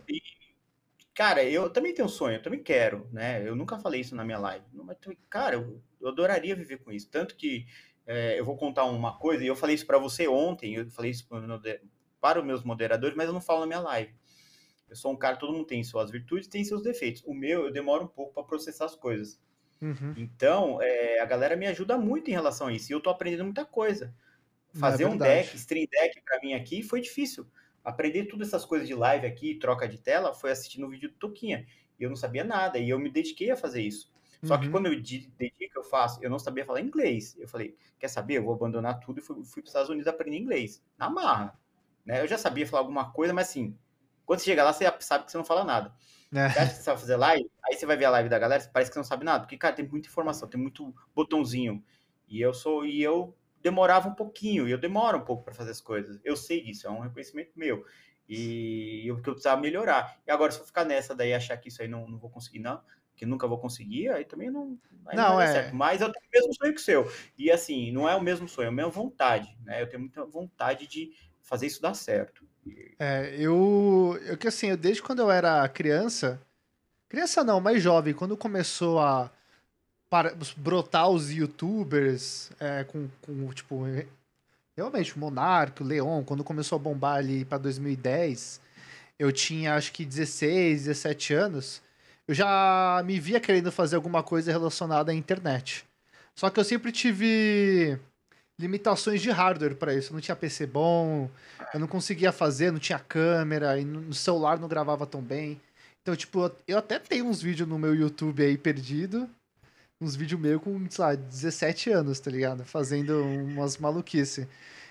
Cara, eu também tenho um sonho, eu também quero, né? Eu nunca falei isso na minha live. Mas, cara, eu, eu adoraria viver com isso. Tanto que é, eu vou contar uma coisa, e eu falei isso para você ontem, eu falei isso para, para os meus moderadores, mas eu não falo na minha live. Eu sou um cara, todo mundo tem suas virtudes, tem seus defeitos. O meu, eu demoro um pouco para processar as coisas. Uhum. Então, é, a galera me ajuda muito em relação a isso, e eu tô aprendendo muita coisa. Não é Fazer um deck, verdade. stream deck para mim aqui foi difícil. Aprender todas essas coisas de live aqui, troca de tela, foi assistindo o vídeo do Toquinha. E eu não sabia nada, e eu me dediquei a fazer isso. Só que Uhum. quando eu dedico, eu faço, eu não sabia falar inglês. Eu falei, quer saber? Eu vou abandonar tudo e fui, fui para os Estados Unidos aprender inglês. Na marra. Né? Eu já sabia falar alguma coisa, mas assim, quando você chega lá, você sabe que você não fala nada. Você acha É. que você sabe fazer live? Aí você vai ver a live da galera, parece que você não sabe nada. Porque, cara, tem muita informação, tem muito botãozinho. E eu sou, e eu demorava um pouquinho, e eu demoro um pouco para fazer as coisas. Eu sei disso, é um reconhecimento meu. E eu, que eu precisava melhorar. E agora, se eu ficar nessa daí achar que isso aí não, não vou conseguir, não, que nunca vou conseguir, aí também não, aí não vai Não, dar certo. é. Mas eu tenho o mesmo sonho que o seu. E assim, não é o mesmo sonho, é a mesma vontade, né? Eu tenho muita vontade de fazer isso dar certo. É, eu. Eu que assim, eu, desde quando eu era criança. Criança não, mais jovem, quando começou a para, brotar os youtubers é, com, com, tipo, realmente, o Monark, o Leon, quando começou a bombar ali pra dois mil e dez, eu tinha acho que dezesseis, dezessete anos, eu já me via querendo fazer alguma coisa relacionada à internet. Só que eu sempre tive limitações de hardware pra isso. Eu não tinha P C bom, eu não conseguia fazer, não tinha câmera, e no celular não gravava tão bem. Então, tipo, eu até tenho uns vídeos no meu YouTube aí perdido, uns vídeos meus com, sei lá, dezessete anos, tá ligado? Fazendo umas maluquice.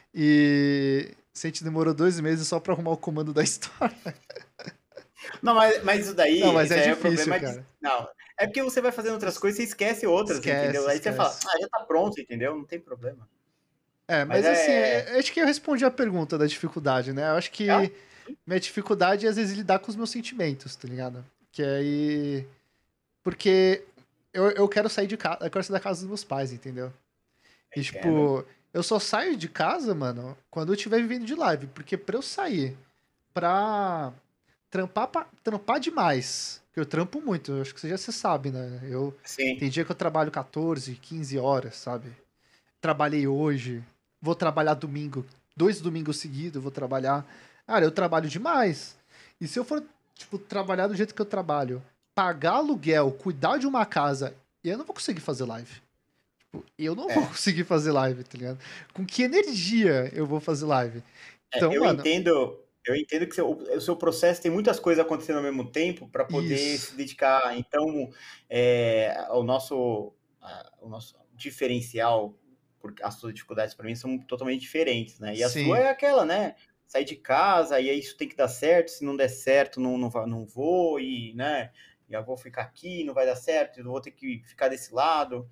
E se a gente demorou dois meses só pra arrumar o comando da história. Não, mas, mas isso Não, daí, mas isso é aí é difícil, problema de. cara. Não, é porque você vai fazendo outras coisas e esquece outras, entendeu? Esquece, Aí você fala, esquece. ah, já tá pronto, entendeu? Não tem problema. É, Mas mas assim, é. é- acho que eu respondi a pergunta da dificuldade, né? Eu acho Ah, que minha dificuldade é às vezes lidar com os meus sentimentos, tá ligado? Que aí. Porque eu, eu quero sair de casa, eu quero sair da casa dos meus pais, entendeu? E entendo. tipo, eu só saio de casa, mano, quando eu estiver vivendo de live. Porque pra eu sair pra trampar, pra, trampar demais, porque eu trampo muito, eu acho que você já se sabe, né? Eu, Sim. tem dia que eu trabalho quatorze, quinze horas, sabe? Trabalhei hoje, vou trabalhar domingo, dois domingos seguidos eu vou trabalhar. Cara, eu trabalho demais. E se eu for, tipo, trabalhar do jeito que eu trabalho, pagar aluguel, cuidar de uma casa, eu não vou conseguir fazer live. Tipo, eu não vou É. conseguir fazer live, tá ligado? Com que energia eu vou fazer live? É, Então, eu mano, entendo, eu entendo que seu, o seu processo tem muitas coisas acontecendo ao mesmo tempo para poder isso. se dedicar. Então, é, o nosso, a- o nosso diferencial, porque as suas dificuldades para mim são totalmente diferentes, né? E a sua Sim. é aquela, né? Sair de casa e aí isso tem que dar certo. Se não der certo, não, não, va- não vou e, né? E eu vou ficar aqui, não vai dar certo, eu vou ter que ficar desse lado.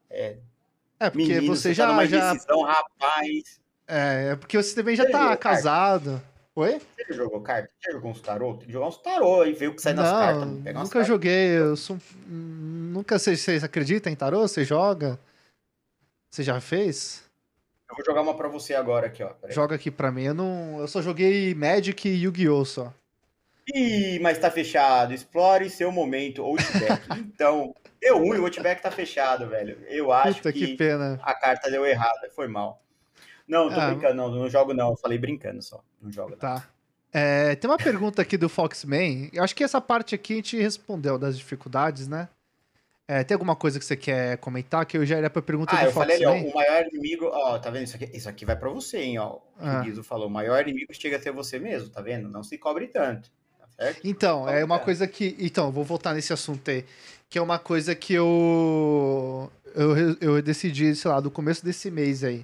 É, porque Menino, você você tá já, numa já. indecisão, rapaz. É, é porque você também já Você já tá jogou carta? casado. Oi? Você já jogou carta? Você já jogou uns tarô? Tem que jogar uns tarô e ver o que sai nas cartas, Não, mano. Pegar umas nunca cartas. joguei. Eu sou. um- Nunca sei se vocês acreditam em tarô? Você joga? Você já fez? Eu vou jogar uma pra você agora aqui, ó. Peraí. Joga aqui pra mim. Eu não. Eu só joguei Magic e Yu-Gi-Oh! Só. Ih, mas tá fechado. Explore seu momento, Outback. Então, deu ruim, o Outback tá fechado, velho. Eu acho Puta que que pena. a carta deu errada, foi mal. Não, tô Ah, brincando, não, não jogo não. Eu falei brincando só. Não jogo não. tá. É, tem uma pergunta aqui do Foxman. Eu acho que essa parte aqui a gente respondeu das dificuldades, né? É, tem alguma coisa que você quer comentar? Que eu já era pra pergunta Ah, do eu falei ali, ó, Foxman? o maior inimigo, ó, tá vendo isso aqui? Isso aqui vai pra você, hein, ó. Que o Ah. Guizo falou, o maior inimigo chega a ser você mesmo, tá vendo? Não se cobre tanto, tá certo? Não se Então, é cobre uma tanto. coisa que. Então, eu vou voltar nesse assunto aí. Que é uma coisa que eu. Eu, eu decidi, sei lá, do começo desse mês aí.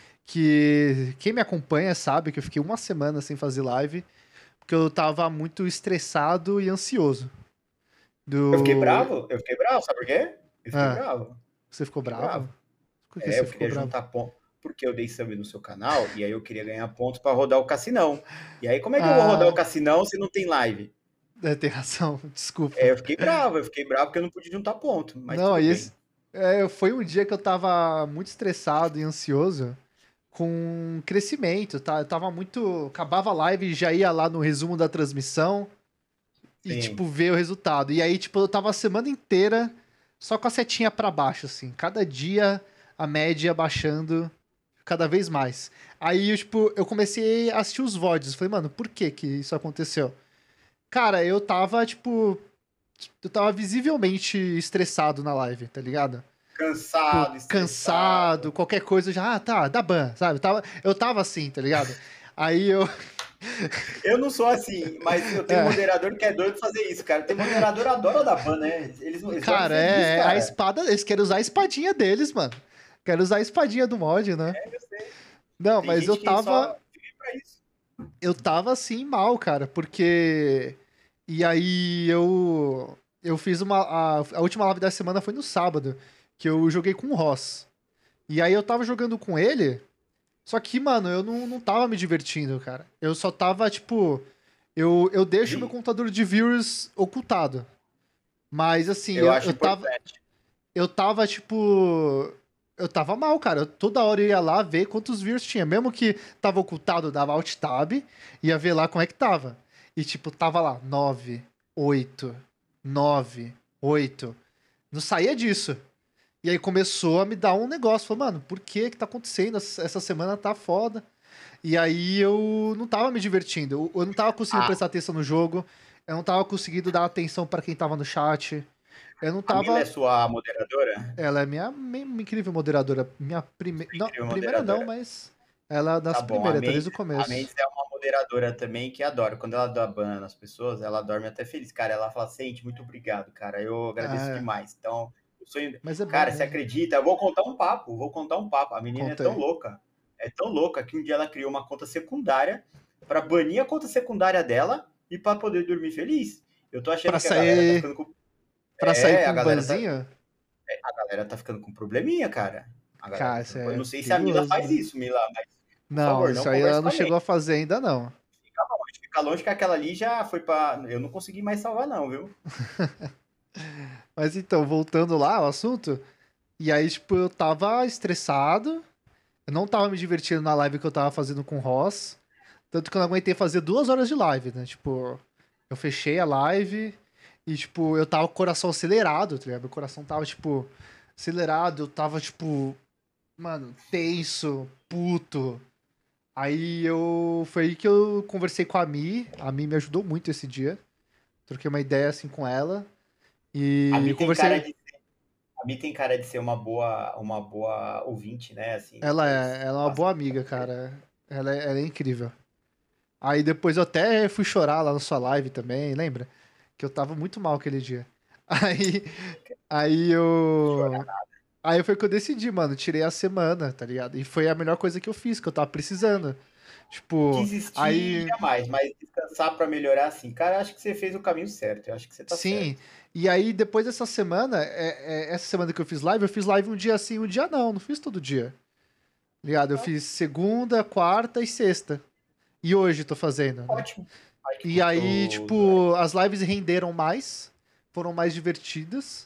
Que quem me acompanha sabe que eu fiquei uma semana sem fazer live. Porque eu tava muito estressado e ansioso. Eu fiquei Do. bravo, eu fiquei bravo, sabe por quê? Eu fiquei Ah, bravo, você ficou fiquei bravo? bravo. Por que É, você eu ficou queria bravo? juntar ponto, porque eu dei sub no seu canal e aí eu queria ganhar pontos para rodar o Cassinão. E aí, como é que eu vou rodar o Ah, Cassinão se não tem live? é, tem razão, desculpa. É, eu fiquei bravo, eu fiquei bravo porque eu não pude juntar ponto, mas Não, tudo esse. bem. É, foi um dia que eu tava muito estressado e ansioso com crescimento, tá? Eu tava muito. Acabava a live e já ia lá no resumo da transmissão e, tipo, Sim. ver o resultado. E aí, tipo, eu tava a semana inteira só com a setinha pra baixo, assim. Cada dia a média baixando cada vez mais. Aí, eu, tipo, eu comecei a assistir os V O Ds. Falei, mano, por que que isso aconteceu? Cara, eu tava, tipo. Eu tava visivelmente estressado na live, tá ligado? Tipo, Cansado, cansado, estressado. qualquer coisa, já, ah, tá, dá ban, sabe? Eu tava, eu tava assim, tá ligado? Aí eu. Eu não sou assim, mas eu tenho um É, moderador que é doido de fazer isso, cara. Tem moderador que adora dar ban, né? Eles, eles dormem cara, feliz, é, é a cara. espada. Eles querem usar a espadinha deles, mano. Querem usar a espadinha do mod, né? É, eu sei. Não, Tem mas eu gente que tava. só vive pra isso. Eu tava assim mal, cara, porque. E aí eu. Eu fiz uma. A, a última live da semana foi no sábado, que eu joguei com o Ross. E aí eu tava jogando com ele. Só que, mano, eu não, não tava me divertindo, cara. Eu só tava, tipo. Eu, eu deixo meu Vi- contador de viewers ocultado. Mas, assim, Eu eu, acho eu tava. importante. Eu tava, tipo. Eu tava mal, cara. Eu, toda hora eu ia lá ver quantos views tinha. Mesmo que tava ocultado, eu dava Alt Tab, ia ver lá como é que tava. E, tipo, tava lá, nove, oito, nove, oito. Não saía disso. E aí começou a me dar um negócio. Falei, mano, por que que tá acontecendo? Essa essa semana tá foda. E aí eu não tava me divertindo. Eu, eu não tava conseguindo A, prestar atenção no jogo. Eu não tava conseguindo dar atenção pra quem tava no chat. Eu não a Mila é tava. sua moderadora? Ela é minha, minha incrível moderadora. Minha primeira. Sua Não, incrível primeira não, moderadora. mas ela é Tá das bom. A primeiras, tá desde Mendes, o a começo. Mendes é uma moderadora também que adora. Quando ela dá ban nas pessoas, ela dorme até feliz. Cara, ela fala, Sente, muito obrigado, cara. Eu Ah, agradeço é. demais. Então, o sonho. Mas é bom Cara, você mesmo. acredita? Eu vou contar um papo, vou contar um papo. A menina é Conta tão aí. louca. É tão louca que um dia ela criou uma conta secundária para banir a conta secundária dela e para poder dormir feliz. Eu tô achando Pra que a galera tá sair. ficando com. Pra sair É, com a um galera tá, banzinho? a galera tá ficando com probleminha, cara. A galera Cara, tá isso ficando. Eu é não sei se a Mila perigoso, faz né? isso, Mila, mas por Não, favor, não isso aí ela converse com não a chegou Mendes. a fazer ainda, não. Fica longe, fica longe que aquela ali já foi pra. Eu não consegui mais salvar, não, viu? Mas então, voltando lá ao assunto. E aí, tipo, eu tava estressado. Eu não tava me divertindo na live que eu tava fazendo com o Ross. Tanto que eu não aguentei fazer duas horas de live, né? Tipo, eu fechei a live e, tipo, eu tava com o coração acelerado, tá ligado? Meu coração tava, tipo, acelerado. Eu tava, tipo, mano, tenso, puto. Aí eu. Foi aí que eu conversei com a Mi. A Mi me ajudou muito esse dia. Troquei uma ideia assim com ela. A E Mi eu tem cara conversei. de. A Mi tem cara de ser uma boa, uma boa ouvinte, né? Assim, Ela depois é, ela é uma passa. boa amiga, cara. Ela é, ela é incrível. Aí depois eu até fui chorar lá na sua live também, lembra? Que eu tava muito mal aquele dia. Aí, aí eu. Aí foi que eu decidi, mano. Tirei a semana, tá ligado? E foi a melhor coisa que eu fiz, que eu tava precisando. Tipo, Desistir aí. jamais, mas descansar pra melhorar, assim. Cara, acho que você fez o caminho certo. Eu acho que você tá Sim. certo. E aí, depois dessa semana, é, é, essa semana que eu fiz live, eu fiz live um dia sim, um dia não. Não fiz todo dia. Ligado? Eu Tá fiz segunda, quarta e sexta. E hoje tô fazendo, né? ótimo. Ai, que E aí, gostoso. Ai. tipo, as lives renderam mais, foram mais divertidas.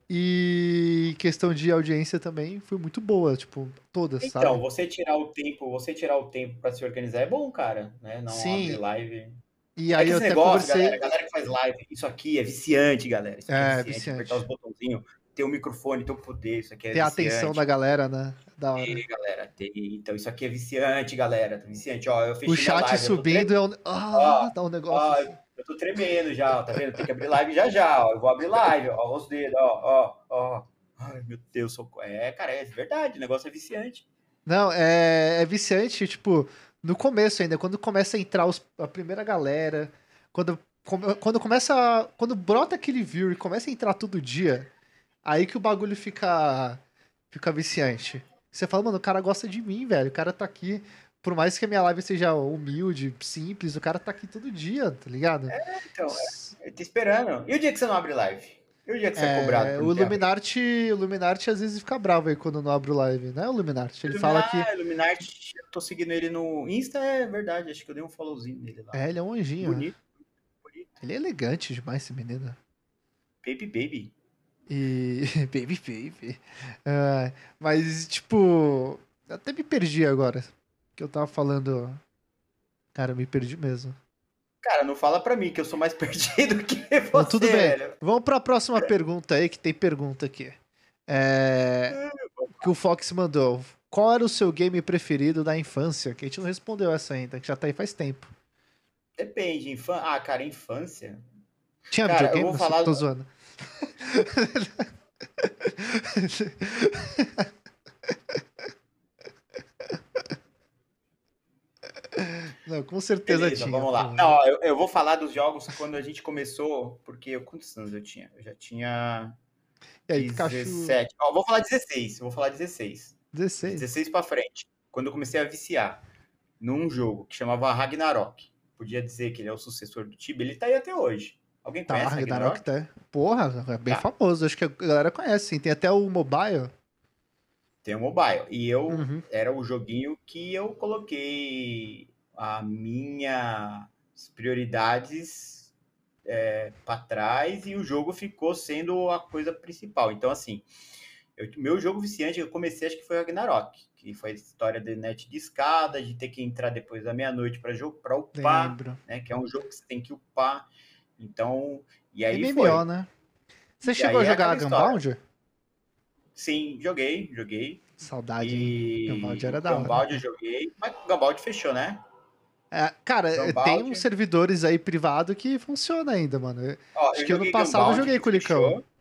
E questão de audiência também foi muito boa, tipo, todas, Então, sabe? você tirar o tempo, você tirar o tempo pra se organizar é bom, cara, né? Não abrir Sim, live. e É aí que eu esse até negócio, galera, conversei. galera que faz live, isso aqui é viciante, galera. Isso aqui é É, viciante. Apertar os viciante. botãozinhos, ter o microfone, ter o poder, isso aqui é Ter a atenção da viciante. galera, né? Da hora. E, galera, tem... então isso aqui é viciante, galera. Viciante, ó. Eu O fechei minha chat live, eu tô subindo tremendo, é um. ó. Ah, dá um negócio Ó, assim. eu tô tremendo já, ó, tá vendo? Tem que abrir live já já, ó. Eu vou abrir live, ó. Os dedos, ó, ó, ó. Ai, meu Deus, socorro. É, cara, é verdade, o negócio é viciante. Não, é, é viciante, tipo, no começo ainda, quando começa a entrar os- a primeira galera, quando, come- quando começa. Quando brota aquele view e começa a entrar todo dia, aí que o bagulho fica. Fica viciante. Você fala, mano, o cara gosta de mim, velho. O cara tá aqui. por mais que a minha live seja humilde, simples, o cara tá aqui todo dia, tá ligado? Então, é, eu tô esperando. E o dia que você não abre live? E o dia que você é cobrado É, por o não ter aberto? Illuminati, o Illuminati às vezes fica bravo aí quando eu não abro live, né, o Illuminati? Ele fala que Ah, Illuminati, eu tô seguindo ele no Insta, é verdade, acho que eu dei um followzinho nele lá. é, ele é um anjinho. Bonito, bonito. Ele é elegante demais, esse menino. Baby, baby. E. Baby, baby. Ah, mas, tipo. Até me perdi agora. Que eu tava falando. Cara, eu me perdi mesmo. Cara, não fala pra mim que eu sou mais perdido que Não, tudo você, bem. velho. Vamos pra próxima pergunta aí, que tem pergunta aqui. É. Que o Fox mandou. Qual era o seu game preferido da infância? Que a gente não respondeu essa ainda, que já tá aí faz tempo. Depende, infan... Ah, cara, infância. Tinha Cara, eu videogame? vou Não, falar. tô zoando. Não, com certeza Beleza, tinha, vamos lá. porra. Não, ó, eu, eu vou falar dos jogos quando a gente começou, porque eu, quantos anos eu tinha? Eu já tinha E aí, Pikachu dezessete. Ó, eu vou falar dezesseis. Eu vou falar dezesseis. De dezesseis. dezesseis pra frente. Quando eu comecei a viciar num jogo que chamava Ragnarok. Podia dizer que ele é o sucessor do Tibia, ele tá aí até hoje. Alguém Tá, conhece Ragnarok Ragnarok? tá. Porra, é bem Tá. famoso. Acho que a galera conhece, sim. Tem até o mobile. Tem o mobile. E eu Uhum. era o joguinho que eu coloquei a minhas prioridades é, para trás e o jogo ficou sendo a coisa principal. Então, assim, eu, meu jogo viciante eu comecei, acho que foi o Ragnarok, que foi a história de net de escada, de ter que entrar depois da meia-noite para jogo, para upar, Lembro. né? Que é um jogo que você tem que upar. Então, e aí M M O, foi. né? Você E chegou a aí é jogar aquela história. Gunbound? Sim, joguei, joguei. Saudade, hein? Gunbound E o era da hora. Gambald eu joguei, mas o Gambald fechou, né? É, cara, tem Gambald. uns servidores aí privado que funciona ainda, mano. Eu- Ó, Acho eu que ano joguei passado eu Gambald, joguei que com o Licão. fechou.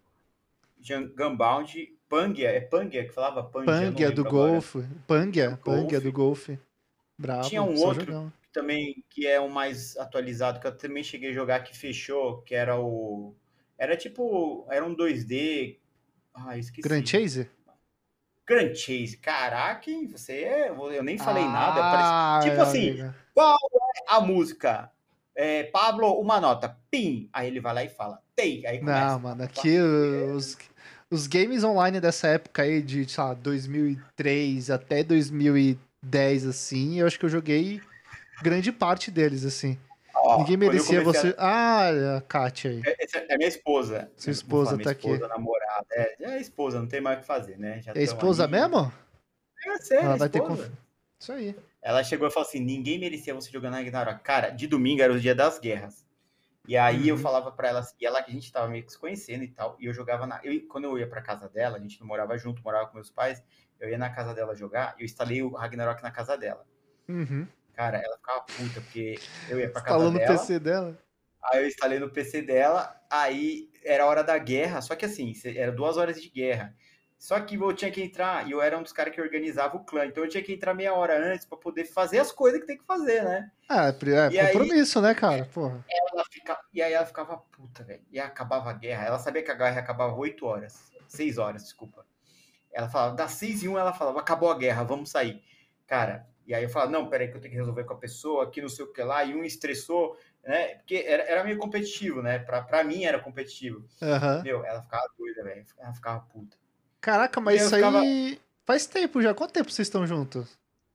Gambald, Pangia, é Pangia que falava Pangia, eu não Pangia do lembro agora. Golf. Do Pangia, Pangia Golf. do Golf. Tinha Brabo, um só outro jogão. também que é o mais atualizado, que eu também cheguei a jogar que fechou, que era o. Era tipo. Era um dois D. Ah, Grand esqueci. Chase? Grand Chase. Caraca, hein, você é. Eu nem falei nada. Parece... Ah, Tipo meu assim, amigo. qual é a música? É, Pablo, uma nota. Pim. Aí ele vai lá e fala. Tem. Aí Não, começa. mano, aqui os, os games online dessa época aí, de, sei lá, dois mil e três até dois mil e dez, assim, eu acho que eu joguei grande parte deles, assim. Ó, Ninguém quando eu merecia comecei você. a. Ah, a Kátia aí. Essa é minha esposa. Sua Vou falar esposa minha tá aqui. esposa, namorada. É, é esposa, não tem mais o que fazer, né? Já É a estamos esposa aí. mesmo? É sério, Ela é vai ter conf... esposa. Isso aí. Ela chegou e falou assim: ninguém merecia você jogando Ragnarok. Cara, de domingo era o dia das guerras. E aí eu Uhum. falava pra ela assim, e ela que a gente tava meio que se conhecendo e tal, e eu jogava na. Eu, quando eu ia pra casa dela, a gente não morava junto, morava com meus pais, eu ia na casa dela jogar, eu instalei o Ragnarok na casa dela. Uhum. Cara, ela ficava puta, porque eu ia pra casa Instalou no dela, P C dela? aí eu instalei no P C dela, aí era hora da guerra, só que assim, era duas horas de guerra. Só que eu tinha que entrar, e eu era um dos caras que organizava o clã, então eu tinha que entrar meia hora antes pra poder fazer as coisas que tem que fazer, né? Ah, é é E aí compromisso, né, cara? Porra. ela fica, e aí ela ficava puta, velho. E acabava a guerra. Ela sabia que a guerra acabava oito horas. Seis horas, desculpa. Ela falava, das seis e um, ela falava, acabou a guerra, vamos sair. Cara, e aí eu falava, não, peraí que eu tenho que resolver com a pessoa, que não sei o que lá, e um estressou, né? Porque era, era meio competitivo, né? Pra, pra mim era competitivo. Aham. Meu, ela ficava doida, velho. Ela ficava puta. Caraca, E mas aí eu isso ficava aí faz tempo já. Quanto tempo vocês estão juntos?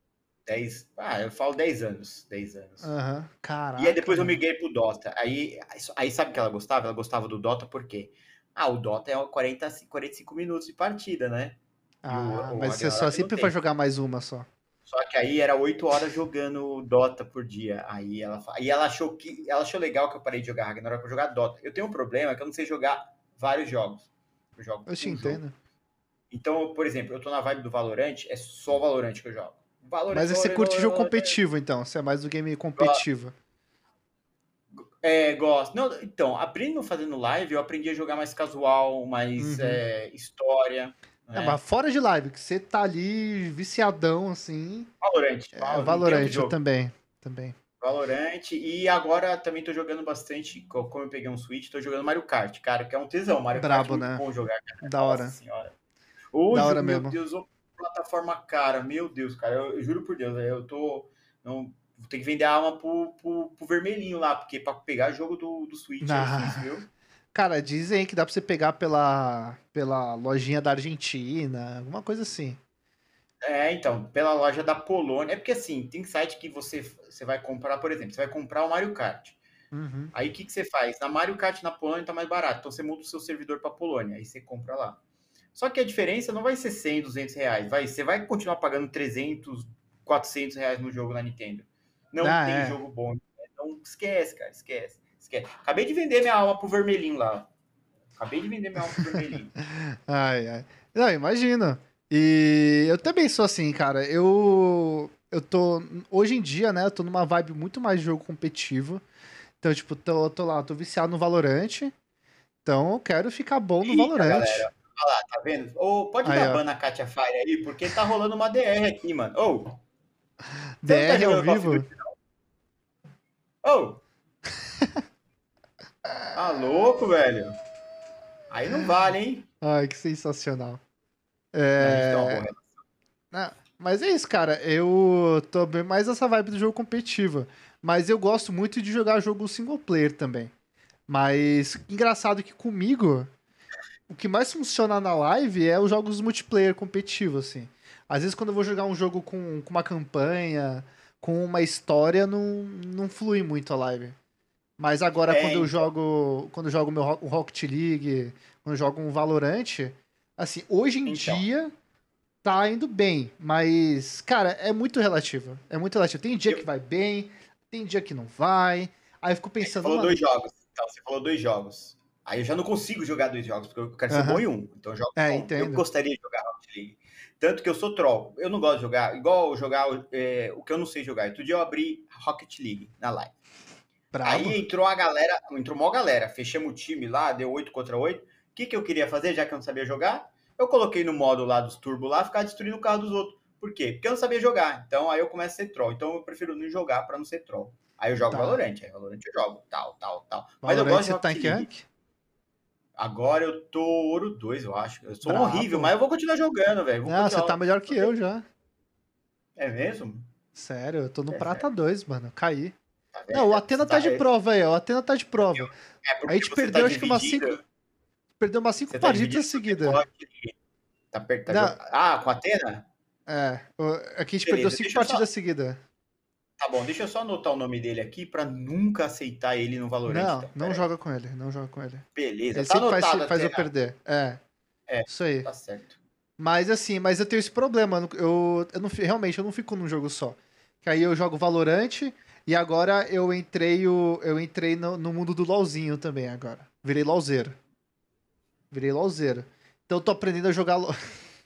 dez, ah, eu falo dez anos, dez anos. Aham. E aí Caraca, depois eu mano. migrei pro Dota. Aí, aí sabe o que ela gostava? Ela gostava do Dota por quê? Ah, o Dota é quarenta, quarenta e cinco minutos de partida, né? E o, Ah, o mas você só Ragnarok não sempre vai tem. jogar mais uma só. Só que aí era oito horas jogando Dota por dia. Aí ela, aí ela achou que ela achou legal que eu parei de jogar Ragnarok pra jogar Dota. Eu tenho um problema que eu não sei jogar vários jogos. Eu jogo Eu te um jogo. entendo. Então, por exemplo, eu tô na vibe do Valorant, é só Valorant que eu jogo. Valorant, Mas aí você Valorant, curte Valorant, jogo Valorant. competitivo, então. Você é mais do game competitivo. É, gosto. Não, então, aprendendo fazendo live, eu aprendi a jogar mais casual, mais Uhum. é, história, É, mas né? fora de live, que você tá ali viciadão, assim. Valorant, É Val- não tem outro Valorant, eu jogo. também. Também. Valorant, e agora também tô jogando bastante, co- como eu peguei um Switch, tô jogando Mario Kart, cara, que é um tesão. Mario Kart é Brabo, muito né? bom jogar, cara. Da Nossa hora. senhora. Da Hoje, hora meu mesmo. Deus, ô, plataforma cara, meu Deus, cara, eu, eu juro por Deus, eu tô. Não, vou ter que vender a alma pro, pro, pro vermelhinho lá, porque pra pegar jogo do, do Switch é Na... difícil, viu? Cara, dizem que dá pra você pegar pela, pela lojinha da Argentina, alguma coisa assim. É, então, pela loja da Polônia. É porque assim, tem site que você, você vai comprar, por exemplo, você vai comprar o Mario Kart. Uhum. Aí o que, que você faz? Na Mario Kart na Polônia tá mais barato, então você muda o seu servidor para Polônia, aí você compra lá. Só que a diferença não vai ser cem, duzentos reais, vai, você vai continuar pagando trezentos, quatrocentos reais no jogo na Nintendo. Não Ah, tem é. jogo bom. Então esquece, cara, esquece, esquece. Acabei de vender minha alma pro vermelhinho lá. Acabei de vender minha alma pro vermelhinho. Ai, ai. Não, imagino. E eu também sou assim, cara. Eu. Eu tô. Hoje em dia, né? Eu tô numa vibe muito mais de jogo competitivo. Então, tipo, tô, tô lá, tô viciado no Valorant. Então, eu quero ficar bom no Eita, Valorant. galera. Olha lá, tá vendo? Ô, pode Aí, dar ó. ban na Katia Fire aí, porque tá rolando uma D R aqui, mano. Ô, você não tá D R ao jogando Call of vivo. Duty, não? Ô, tá louco, velho? Aí não vale, hein? Ai, que sensacional. Não, a gente tem uma boa É. relação. Ah, mas é isso, cara. Eu tô bem mais essa vibe do jogo competitivo. Mas eu gosto muito de jogar jogo single player também. Mas engraçado que comigo, o que mais funciona na live é os jogos multiplayer competitivo, assim. Às vezes quando eu vou jogar um jogo com, com uma campanha, com uma história, não, não flui muito a live. Mas agora É, quando eu então, jogo, quando eu jogo meu Ro- o Rocket League, quando eu jogo um Valorant, assim, hoje em então. dia tá indo bem, mas cara, é muito relativo. É muito relativo. Tem dia que Eu, vai bem, tem dia que não vai. Aí eu fico é que você pensando, falou dois mano, jogos. Então, você falou dois jogos. Aí eu já não consigo jogar dois jogos, porque eu quero ser bom aham, em um. Então eu jogo é, só um. Eu entendo. gostaria de jogar Rocket League. Tanto que eu sou troll. Eu não gosto de jogar, igual jogar é, o que eu não sei jogar. Outro dia eu abri Rocket League na live. Brabo. Aí entrou a galera, entrou uma galera, fechamos o time lá, deu oito contra oito. O que, que eu queria fazer, já que eu não sabia jogar? Eu coloquei no modo lá dos turbo lá, ficar destruindo o carro dos outros. Por quê? Porque eu não sabia jogar. Então aí eu começo a ser troll. Então eu prefiro não jogar para não ser troll. Aí eu jogo Tá. Valorant, aí Valorant eu jogo, tal, tal, tal. Mas eu Valorant, gosto de você tá em Rocket que League. rank? Agora eu tô ouro dois, eu acho. Eu sou horrível, Brabo. mas eu vou continuar jogando, velho. Vou Não, você tá continuar. melhor que eu já. É mesmo? Sério, eu tô no É prata sério. dois, mano. Caí. Tá Não, o vendo? Atena Você tá tá. de É prova aí, ó. O Atena tá de prova. é A porque gente você tá perdeu, acho que umas dividido. cinco. Perdeu umas cinco Você tá partidas dividido porque o seguidas. Rocket League tá, per- tá Não, jogando. Ah, com a Atena? é. o- Aqui a gente perdeu Beleza, cinco deixa eu só. partidas seguidas. Tá bom, deixa eu só anotar o nome dele aqui pra nunca aceitar ele no Valorant, Não, então. não Pera aí. joga com ele, não joga com ele. Beleza, Ele tá sempre faz, anotado, faz eu Atena. perder. É, É, isso aí. tá certo. Mas assim, mas eu tenho esse problema. Eu, eu não, fi- realmente, eu não fico num jogo só. Que aí eu jogo Valorant e agora eu entrei, o, eu entrei no, no mundo do LoLzinho também agora. Virei LoLzeiro. Virei LoLzeiro. Então eu tô aprendendo a jogar LoL.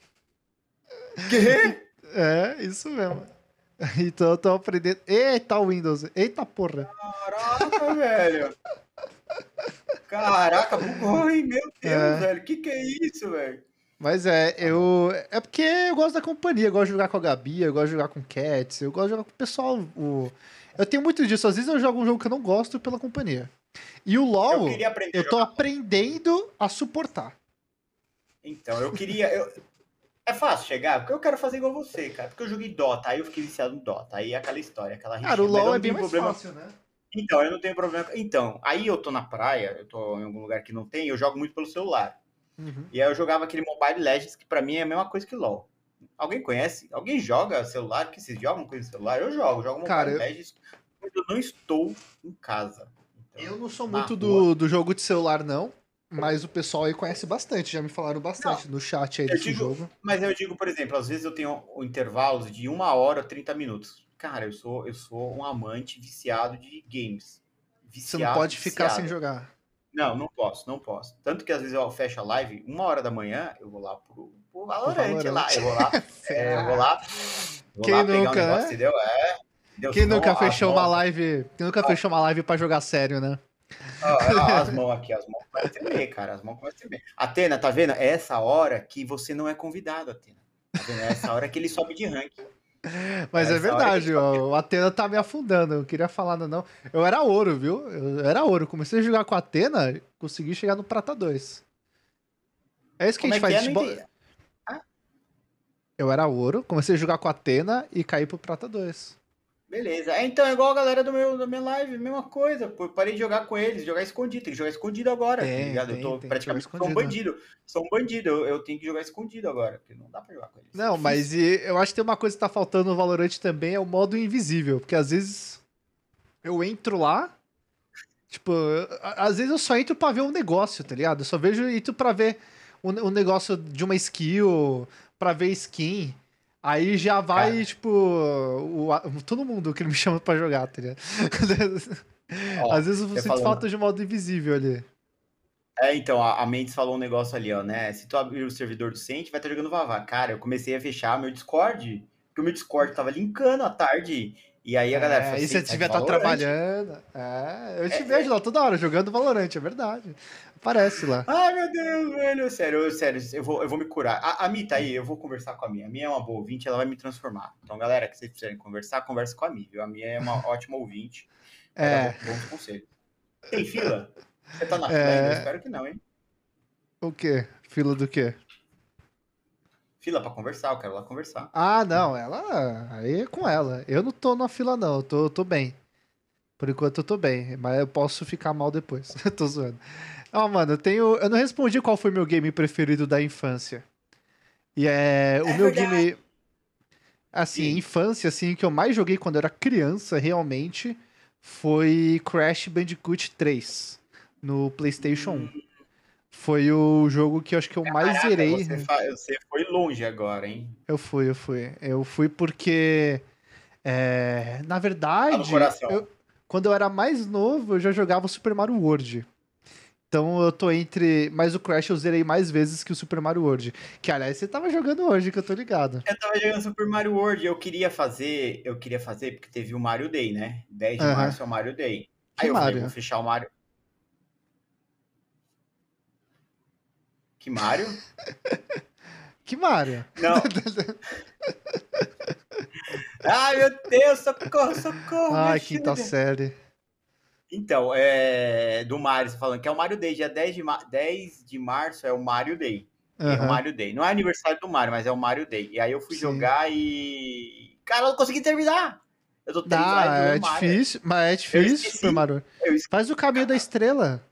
E- Quê? É, isso mesmo. Então eu tô aprendendo. Eita, Windows. Eita porra. Caraca, velho. Caraca, bugou, hein? Meu Deus, É. velho. Que que é isso, velho? Mas é, Tá bom. eu. É porque eu gosto da companhia, eu gosto de jogar com a Gabi, eu gosto de jogar com o Cats, eu gosto de jogar com o pessoal. O... Eu tenho muito disso, às vezes eu jogo um jogo que eu não gosto pela companhia. E o Eu LoL, queria aprender a eu tô jogar. aprendendo a suportar. Então, eu queria. Eu... É fácil chegar, porque eu quero fazer igual você, cara. Porque eu joguei Dota, aí eu fiquei viciado no Dota. Aí é aquela história, aquela Cara, o rixinha. Mas eu LoL é não bem tenho mais problema. fácil, né? Então, eu não tenho problema. Então, aí eu tô na praia, eu tô em algum lugar que não tem, eu jogo muito pelo celular. Uhum. E aí eu jogava aquele Mobile Legends, que pra mim é a mesma coisa que LoL. Alguém conhece? Alguém joga celular? Que vocês jogam coisa no celular? Eu jogo, jogo Cara, Mobile eu, Legends quando eu não estou em casa. eu Então, não sou na muito rua. do, do jogo de celular, não. Mas o pessoal aí conhece bastante, já me falaram Não, bastante no chat aí eu desse digo, jogo. mas eu digo, por exemplo, às vezes eu tenho o intervalos de uma hora, trinta minutos. Cara, eu sou, eu sou um amante viciado de games. Você não Viciado, pode ficar sem viciado. jogar. Não, não posso, não posso. Tanto que às vezes eu fecho a live, uma hora da manhã, eu vou lá pro, pro Pro Valorant lá. Valorant. Eu vou lá, é, eu vou Ah, lá, vou quem lá pegar um nunca, negócio, né? entendeu? É, entendeu? Quem Senão nunca as fechou uma mãos, live. Quem nunca fechou uma live pra jogar sério, né? ó, as mãos aqui, as mãos começam a tremer, cara. As mãos começam a tremer. Atena, tá vendo? É essa hora que você não é convidado, Atena. Tá vendo? É essa hora que ele sobe de rank. Mas É é essa hora que ele verdade, sobe de ó, o Atena tá me afundando. Eu não queria falar, não, não. Eu era ouro, viu? Eu era ouro. Comecei a jogar com a Atena, consegui chegar no Prata dois. É isso que a Como gente é que faz. A é? Não gente bo- entendi. Ah, Eu era ouro, comecei a jogar com a Atena e caí pro Prata dois. Beleza. É, então, é igual a galera do meu, da minha live, mesma coisa. Pô, eu parei de jogar com eles, jogar escondido. Tem que jogar escondido agora, tá Tem, ligado? Eu tem, tô tem que jogar praticamente sou um escondido, né? bandido. Sou um bandido. Eu, eu tenho que jogar escondido agora, porque não dá pra jogar com eles. É Não, mas difícil. e- eu acho que tem uma coisa que tá faltando no Valorant também, é o modo invisível. Porque às vezes eu entro lá, tipo, a- às vezes eu só entro pra ver um negócio, tá ligado? Eu só vejo, entro pra ver um, um negócio de uma skill, pra ver skin. Aí já vai, Cara, tipo, o, a- todo mundo que ele me chama pra jogar, tá ligado? Às ó, vezes eu você sinto falando. falta de modo invisível ali. É, então, a, a Mendes falou um negócio ali, ó, né? Se tu abrir o servidor do Sente, vai estar jogando Vavá. Cara, eu comecei a fechar meu Discord, porque o meu Discord tava linkando à tarde. E aí a galera É, falou e assim, você sai do devia estar Valorant. trabalhando. É, eu te É, vejo é, lá toda hora jogando Valorant, é verdade. Aparece lá. ai, meu Deus, velho. Sério, eu- sério, eu vou, eu vou me curar. A, a Mi tá aí, eu vou conversar com a Mi. A Mi é uma boa ouvinte, ela vai me transformar. Então, galera, que vocês precisarem conversar, conversa com a Mi, viu? A Mi é uma ótima ouvinte, vai dar É, bo- bons conselhos. Tem fila? Você tá na fila ainda? Eu é. espero que não, hein? O quê? Fila do quê? Fila pra conversar, eu quero lá conversar. Ah, não, ela. Aí é com ela. Eu não tô na fila, não. Eu tô, tô bem. Por enquanto eu tô bem. Mas eu posso ficar mal depois. Eu tô zoando. Ó, mano, eu tenho. Eu não respondi qual foi meu game preferido da infância. E é. O É meu verdade! game. Assim, infância, assim, que eu mais joguei quando eu era criança, realmente, foi Crash Bandicoot três no PlayStation um. Hum, Foi o jogo que eu acho que eu mais caraca, zerei. você, fa- você foi longe agora, hein? Eu fui, eu fui. Eu fui porque, é, na Tá no verdade, eu, coração. quando eu era mais novo, eu já jogava o Super Mario World. Então eu tô entre. Mas o Crash eu zerei mais vezes que o Super Mario World. Que aliás, você tava jogando hoje, que eu tô ligado. Eu tava jogando Super Mario World, eu queria fazer, eu queria fazer porque teve o Mario Day, né? dez de Aham. março é o Mario Day. Que Aí eu falei, vou Mario? fechar o Mario. Que Mario? Que Mario? Não. Ai, meu Deus, socorro, socorro, me Ai, quinta ajuda. série. Então, é, do Mario, você falando que é o Mario Day, dia dez de, ma- dez de março é o Mario Day. É o Aham. Mario Day. Não é aniversário do Mario, mas é o Mario Day. E aí eu fui Sim. jogar e. Cara, eu não consegui terminar. Eu tô três Dá, lives é jogando Mario. difícil, mas é Eu difícil, Super esqueci. Mario. Eu esqueci. Faz o caminho da estrela.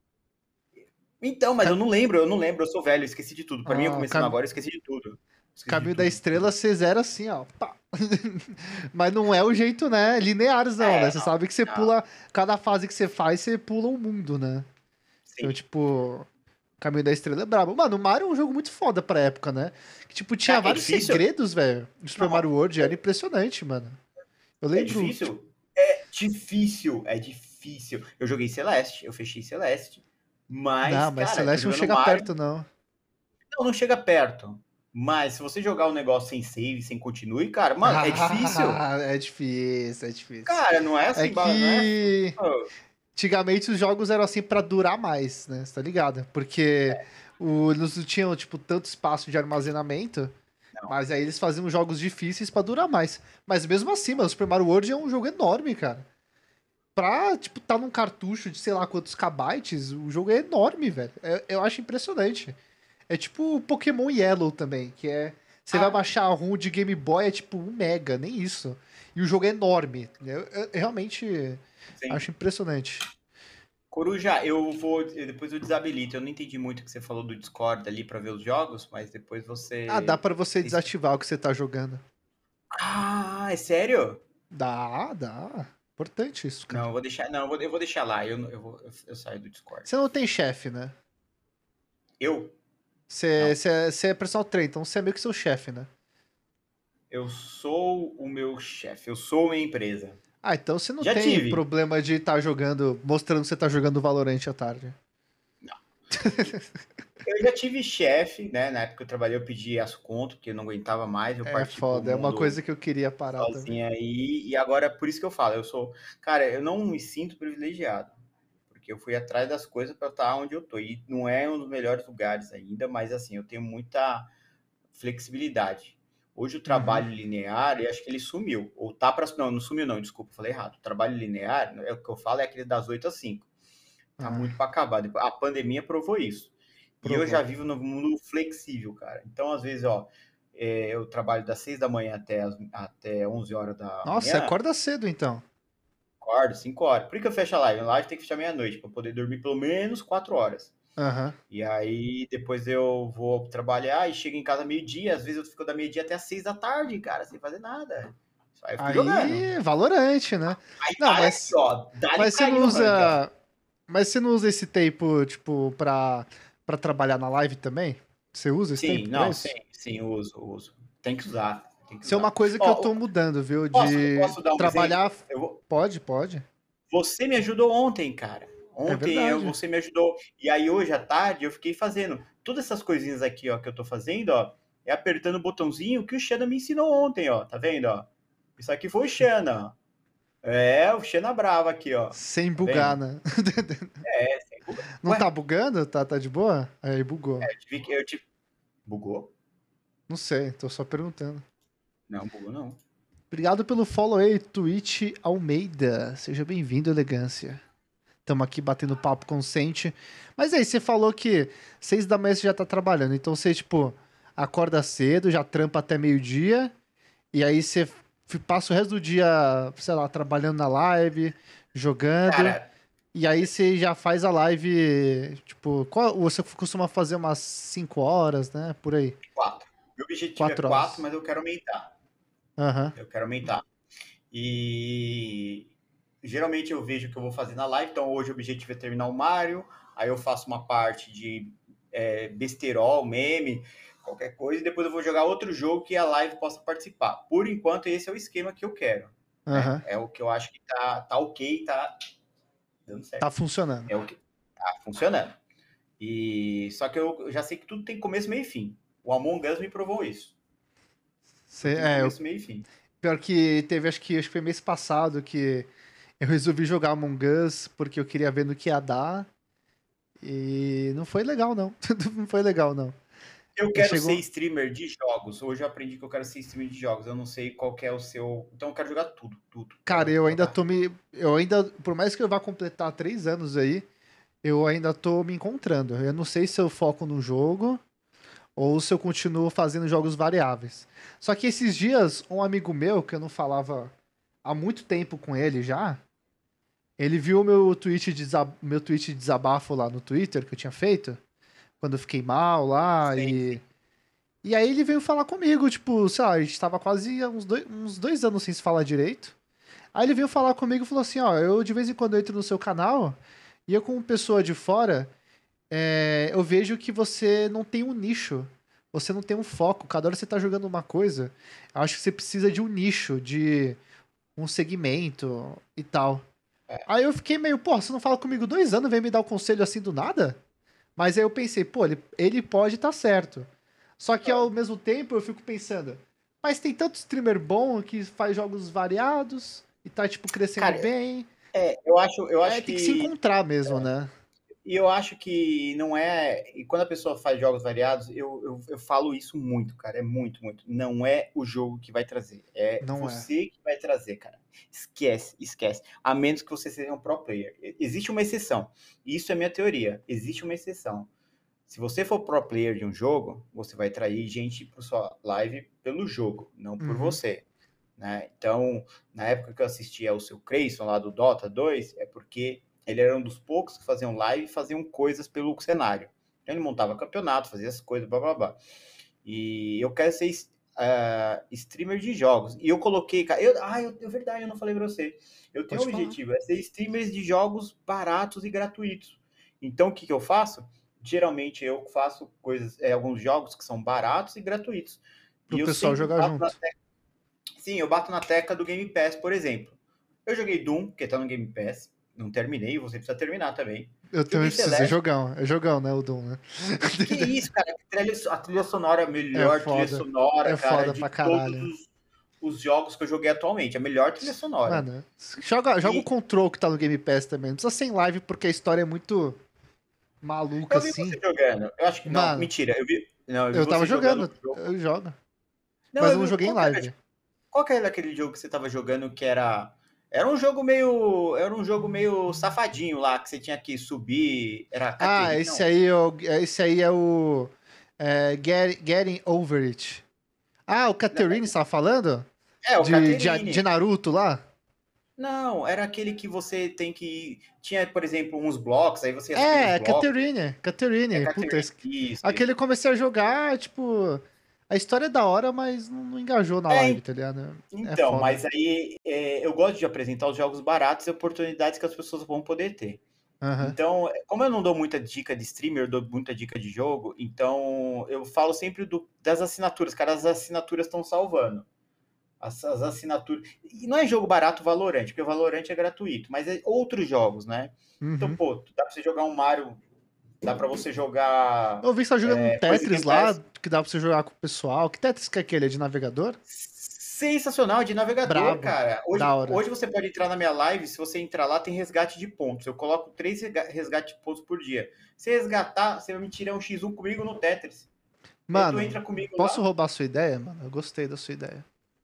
Então, mas eu Ca- não lembro, eu não lembro, eu sou velho, eu esqueci de tudo. Pra mim, eu ah, o começando cam- agora, eu esqueci de tudo. Esqueci de caminho da tudo, de estrela tudo. você zera assim, ó. Pá. Mas não é o jeito, né? Linearzão, né? É, Você não, sabe que você não, pula. Cada fase que você faz, você pula um mundo, né? Então, sim. tipo. Caminho da Estrela é brabo. Mano, o Mario é um jogo muito foda pra época, né? Que, tipo, tinha Cara, é vários difícil? segredos, velho. Do Super Não, Mario World. Era impressionante, mano. Eu é lembro, tipo. difícil? É difícil, é difícil. Eu joguei Celeste, eu fechei Celeste, mas, Não, mas cara, eu tô Celeste não jogando chega Mario, perto, não. não, não chega perto. Mas se você jogar o negócio sem save, sem continue, cara, mano, é difícil. Ah, é difícil, é difícil. Cara, não é É assim, ba- não é. que Pô, antigamente os jogos eram assim pra durar mais, né? Você tá ligado? Porque o, eles não tinham, tipo, tanto espaço de armazenamento, não, mas aí eles faziam jogos difíceis pra durar mais. Mas mesmo assim, mano, o Super Mario World é um jogo enorme, cara. Pra, tipo, tá num cartucho de sei lá quantos kbytes, o jogo é enorme, velho. É- eu acho impressionante. É tipo o Pokémon Yellow também, que é. Você vai ah, baixar a ROM de Game Boy, é tipo um mega, nem isso. E o jogo é enorme. Eu, eu realmente sim. acho impressionante. Coruja, eu vou. eu- Depois eu desabilito. Eu não entendi muito o que você falou do Discord ali pra ver os jogos, mas depois Ah, dá você. pra você você explica. desativar o que você tá jogando. Ah, é sério? Dá, dá. Importante isso, Não, cara. eu vou deixar. Não, eu vou, eu vou deixar lá. Eu, não- eu, vou, eu, eu saio do Discord. Você não tem chefe, né? Eu? Você, Não. você, você é personal trainer, então você é meio que seu chefe, né? Eu sou o meu chefe. Eu sou minha empresa. Ah, então você não Já tem tive. problema de estar jogando, mostrando que você tá jogando Valorant à tarde. Não. Eu já tive chefe, né? Na época que eu trabalhei, eu pedi as contas, porque eu não aguentava mais. Eu É parti pro foda, é uma mundo coisa que eu queria parar também. sozinho aí. E agora, por isso que eu falo, eu sou. Cara, eu não me sinto privilegiado. Porque eu fui atrás das coisas para estar onde eu tô. E não é um dos melhores lugares ainda, mas assim, eu tenho muita flexibilidade. Hoje o Uhum. trabalho linear, eu acho que ele sumiu. Ou tá para. Não, não sumiu, não, desculpa, falei errado. O trabalho linear, é o que eu falo, é aquele das oito às cinco. Tá Ah, muito para acabar. A pandemia provou isso. E eu já provou. vivo no mundo flexível, cara. Então, às vezes, ó, é, eu trabalho das seis da manhã até, as, até onze horas da Nossa, você manhã. acorda cedo então. Acordo, cinco horas. Por que eu fecho a live? A live tem que fechar meia-noite, para poder dormir pelo menos quatro horas. Aham. E aí, depois eu vou trabalhar e chego em casa meio-dia. Às vezes eu fico da meio-dia até as seis da tarde, cara, sem fazer nada. Aí eu fico jogando. Aí, Valorante, né? Aí Não, dá aqui, mas, ó. Dá-lhe mas você cair não no rank, ó. usa. Mas você não usa esse tempo, tipo, pra, pra trabalhar na live também? Você usa esse Sim, tempo pra não, sim, isso? sim, uso, uso. Tem que usar, tem que Isso é uma usar. coisa que eu Ó, tô mudando, viu? posso, De posso dar um trabalhar. exemplo? Eu vou, Pode, pode. Você me ajudou ontem, cara. É Ontem eu, verdade. você me ajudou. E aí hoje à tarde eu fiquei fazendo todas essas coisinhas aqui, ó, que eu tô fazendo, ó, é apertando o botãozinho que o Xana me ensinou ontem, ó. Tá vendo, ó? Isso aqui foi o Xana, ó. É, o Xana bravo aqui, ó. Sem Tá bugar, vendo? né? É, sem buga. Não tá Ué, bugando? Tá, tá de boa? Aí bugou. é, eu tive que. Eu tive... Bugou? Não sei, tô só perguntando. Não, bugou não. Obrigado pelo follow aí, Twitch Almeida. Seja bem-vindo, elegância. Estamos aqui batendo papo consciente. Mas aí, você falou que seis da manhã você já tá trabalhando. Então você, tipo, acorda cedo, já trampa até meio-dia. E aí você f- passa o resto do dia, sei lá, trabalhando na live, jogando. Cara, E aí você já faz a live, tipo, qual, você costuma fazer umas cinco horas, né? Por aí. quatro. Meu objetivo é Quatro quatro, horas. mas eu quero aumentar. Aham. Eu quero aumentar. E geralmente eu vejo o que eu vou fazer na live. Então hoje o objetivo é terminar o Mario. Aí eu faço uma parte de é, besterol, meme, qualquer coisa. E depois eu vou jogar outro jogo que a live possa participar. Por enquanto, esse é o esquema que eu quero. Né? Aham. É o que eu acho que tá, tá ok, tá dando Tá certo. funcionando. É o que tá funcionando. E só que eu já sei que tudo tem começo, meio e fim. O Among Us me provou isso. Cê, Tudo tem é, eu- começo, meio e fim. pior que teve, acho que, acho que foi mês passado que eu resolvi jogar Among Us porque eu queria ver no que ia dar. E não foi legal, não. Não foi legal, não. Eu Eu quero ser chegou. streamer de jogos. Hoje eu aprendi que eu quero ser streamer de jogos. Eu não sei qual que é o seu. Então eu quero jogar tudo, tudo. Cara, Quero eu ainda jogar. tô me. Eu ainda. Por mais que eu vá completar três anos aí, eu ainda tô me encontrando. Eu não sei se eu foco no jogo ou se eu continuo fazendo jogos variáveis. Só que esses dias, um amigo meu, que eu não falava há muito tempo com ele já, ele viu o meu tweet de, desa- meu tweet de desabafo lá no Twitter que eu tinha feito, quando eu fiquei mal lá, Sim, e. sim. E aí ele veio falar comigo, tipo, sei lá, a gente tava quase há uns dois, uns dois anos sem se falar direito. Aí ele veio falar comigo e falou assim, ó, eu de vez em quando entro no seu canal e eu como pessoa de fora, é, eu vejo que você não tem um nicho, você não tem um foco, cada hora você tá jogando uma coisa, eu acho que você precisa de um nicho, de um segmento e tal. Aí eu fiquei meio, pô, você não fala comigo dois anos, vem me dar o um conselho assim do nada? Mas aí eu pensei, pô, ele, ele pode estar certo. Só que ao mesmo tempo eu fico pensando, mas tem tanto streamer bom que faz jogos variados e tá, tipo, crescendo Cara, bem. é, eu acho, eu É, acho tem que se que encontrar mesmo, né? E eu acho que não é. E quando a pessoa faz jogos variados, eu, eu, eu falo isso muito, cara. É muito, muito. Não é o jogo que vai trazer. É Não é. você que vai trazer, cara. Esquece, esquece. A menos que você seja um pro player. Existe uma exceção. Isso é minha teoria. Existe uma exceção. Se você for pro player de um jogo, você vai atrair gente para sua live pelo jogo, não por Uhum. você. Né? Então, na época que eu assistia ao seu Creyson lá do Dota dois, é porque ele era um dos poucos que faziam live e faziam coisas pelo cenário. Então, ele montava campeonato, fazia as coisas, blá blá blá. E eu quero ser uh, streamer de jogos. E eu coloquei, cara, eu, ah, eu, é verdade, eu não falei pra você. Eu tenho um Pode falar. objetivo, é ser streamer de jogos baratos e gratuitos. Então, o que, que eu faço? Geralmente eu faço coisas, é, alguns jogos que são baratos e gratuitos. Pro E eu pessoal sempre jogar bato na junto. tecla. Sim, eu bato na tecla do Game Pass, por exemplo. Eu joguei Doom, que tá no Game Pass. Não terminei, você precisa terminar também. Eu também Joguei preciso. É Celeste. jogão. É jogão, né, o Doom, né? Que isso, cara? A trilha, a trilha sonora é a É melhor trilha foda. sonora, É cara, foda de pra todos caralho. os, os jogos que eu joguei atualmente. A melhor trilha sonora. Mano, joga, joga o E Control que tá no Game Pass também. Não precisa ser em live porque a história é muito maluca eu vi assim. você jogando. Eu acho que. Não, Mano, mentira. Eu vi, não, eu vi eu tava você jogando jogando. um jogo. Eu jogo. Não, Mas eu eu não vi. joguei em Qual que era, live. qual que era aquele jogo que você tava jogando que era. Era um jogo meio. Era um jogo meio safadinho lá, que você tinha que subir. Era Ah, Caterina? esse Não. aí, é o- esse aí é o é, Get- Getting Over It. Ah, o Katerine, você tava falando? É, o De, de, Caterine. de Naruto lá? Não, era aquele que você tem que. Tinha, por exemplo, uns blocos, aí você ia subindo os É, blocos. Caterine, É Caterine. Puta, Caterine. esse- Isso, aquele isso. eu comecei a jogar, tipo. A história é da hora, mas não, não engajou na É, live, tá ligado? É então, foda. mas aí é, eu gosto de apresentar os jogos baratos e oportunidades que as pessoas vão poder ter. Aham. Então, como eu não dou muita dica de streamer, eu dou muita dica de jogo, então eu falo sempre do, das assinaturas, cara, as assinaturas estão salvando. As, as assinaturas. E não é jogo barato Valorant, porque o Valorant é gratuito, mas é outros jogos, né? Então, Uhum. pô, dá pra você jogar um Mario, dá pra você jogar Eu vi que você tá jogando um é, coisa que Tetris não lá, parece que dá pra você jogar com o pessoal. Que Tetris que é aquele? É de navegador? sensacional de navegador, Brabo. cara. Da Hoje, hora. hoje você pode entrar na minha live, se você entrar lá, tem resgate de pontos. Eu coloco três resgate de pontos por dia. Se resgatar, você vai me tirar um xis um comigo no Tetris. E aí tu Mano, entra comigo posso lá, roubar sua ideia, mano? Eu gostei da sua ideia.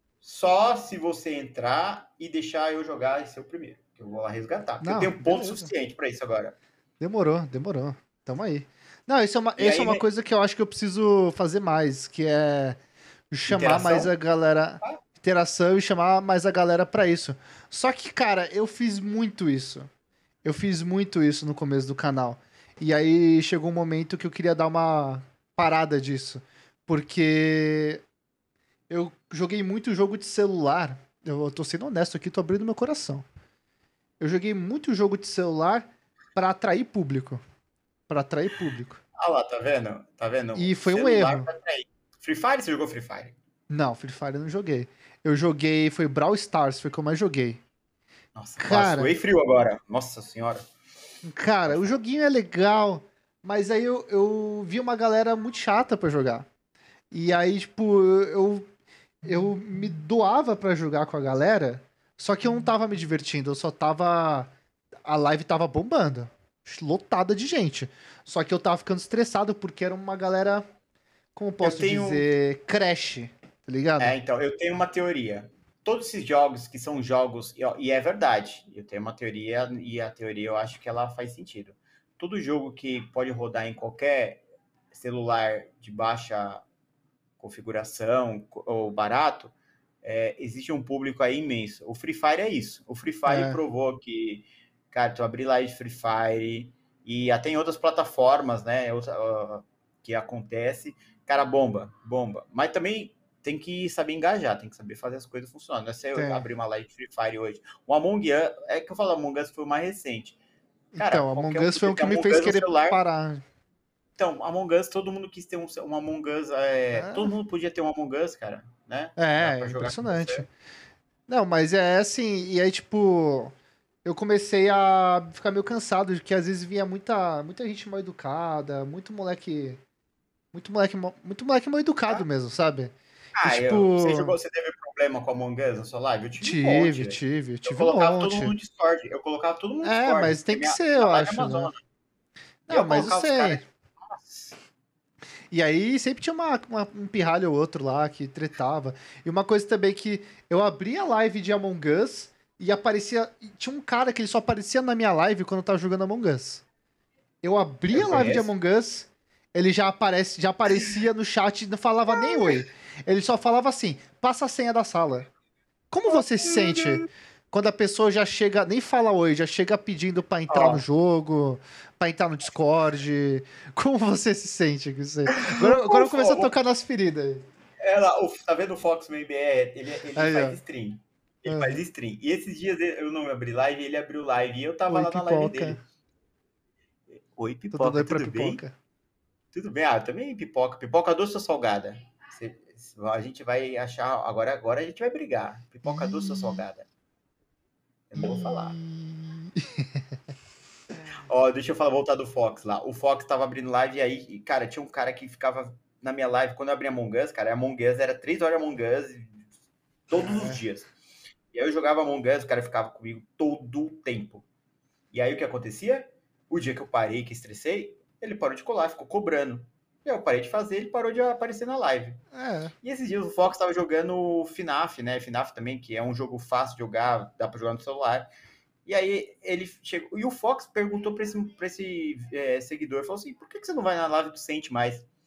só se você entrar e deixar eu jogar esse é o primeiro. Que eu vou lá resgatar. Porque eu Não, tenho ponto beleza. suficiente pra isso agora. Demorou, demorou. Tamo aí. Não, isso é uma, E isso é aí, uma né, coisa que eu acho que eu preciso fazer mais, que é chamar mais a interação? galera, Ah, interação e chamar mais a galera pra isso. Só que, cara, eu fiz muito isso. Eu fiz muito isso no começo do canal. E aí chegou um momento que eu queria dar uma parada disso. Porque eu joguei muito jogo de celular. Eu tô sendo honesto aqui, tô abrindo meu coração. Eu joguei muito jogo de celular pra atrair público. Pra atrair público. ah lá, tá vendo? Tá vendo? E foi um Celular erro. pra trair. Free Fire? Você jogou Free Fire? Não, Free Fire eu não joguei. Eu joguei, foi Brawl Stars, foi o que eu mais joguei. Nossa, nossa, Cara, suei frio agora. Nossa senhora. cara, Pode o falar. joguinho é legal, mas aí eu, eu vi uma galera muito chata pra jogar. E aí, tipo, eu, eu me doava pra jogar com a galera, só que eu não tava me divertindo, eu só tava. A live tava bombando, lotada de gente. Só que eu tava ficando estressado porque era uma galera, como Eu posso tenho. dizer, crash, tá ligado? É, então, eu tenho uma teoria. Todos esses jogos que são jogos, e, ó, e é verdade, eu tenho uma teoria, e a teoria eu acho que ela faz sentido. Todo jogo que pode rodar em qualquer celular de baixa configuração ou barato, é, existe um público aí imenso. O Free Fire é isso. O Free Fire É, provou que, cara, tu abrir live de Free Fire e até em outras plataformas, né, outra, uh, que acontece, cara, bomba, bomba. Mas também tem que saber engajar, tem que saber fazer as coisas funcionarem. Não é se eu tem. abrir uma live de Free Fire hoje. O Among Us, é que eu falo Among Us foi o mais recente. Cara, Então, qualquer Among um Us foi podia o ter que me Among fez Us no querer celular. parar. Então, Among Us, todo mundo quis ter um, um Among Us. É, todo É, mundo podia ter um Among Us, cara, né? Dá é, pra é jogar com impressionante. você. Não, mas é assim, e aí, tipo, eu comecei a ficar meio cansado de que às vezes vinha muita, muita gente mal educada, muito moleque, muito moleque, mal- muito moleque mal educado Tá? mesmo, sabe? E Ah, eu, você tipo, jogou, você teve problema com Among Us na sua live? Eu tive um monte, tive, velho. tive, Eu tive um colocava todo mundo monte. no Discord. Eu colocava todo mundo no É, Discord, mas porque tem que minha, ser, eu minha live é acho, Amazona. né? E Não, eu mas eu colocava os caras. sei. Nossa. E aí sempre tinha uma, uma- um pirralho ou outro lá que tretava. E uma coisa também que eu abria a live de Among Us e aparecia. E tinha um cara que ele só aparecia na minha live quando eu tava jogando Among Us. Eu abria Eu a live de conheço. Among Us, ele já, aparece, já aparecia no chat e não falava nem oi. Ele só falava assim: passa a senha da sala. Como você se sente quando a pessoa já chega, nem fala oi, já chega pedindo pra entrar no Ó, jogo, pra entrar no Discord? Como você se sente com isso aí? Agora, o, agora começa a Fo- o, tocar nas feridas. ela, o, tá vendo o Foxman B R? Ele, ele Aí, faz ó. stream. Ele faz Uhum. stream. E esses dias eu não abri live, ele abriu live. E eu tava Oi, lá na live pipoca. dele. Oi, Tô dando pipoca, oi pra tudo bem? pipoca. Tudo bem? Ah, também pipoca. Pipoca doce ou salgada? Você- a gente vai achar. Agora, agora a gente vai brigar. Pipoca doce ou Ih, salgada? Eu não vou falar. ih. Ó, deixa eu falar, voltar do Fox lá. O Fox tava abrindo live e aí, cara, tinha um cara que ficava na minha live quando eu abria Among Us, cara. Among Us era três horas de Among Us todos os É, dias. E aí eu jogava Among Us, o cara ficava comigo todo o tempo. E aí o que acontecia? O dia que eu parei, que estressei, ele parou de colar, ficou cobrando. E aí eu parei de fazer, ele parou de aparecer na live. é. E esses dias o Fox estava jogando FNAF, né? FNAF também, que é um jogo fácil de jogar, dá para jogar no celular. E aí ele chegou. E o Fox perguntou para esse, pra esse é, seguidor: falou assim, por que, que você não vai na live do Sente mais?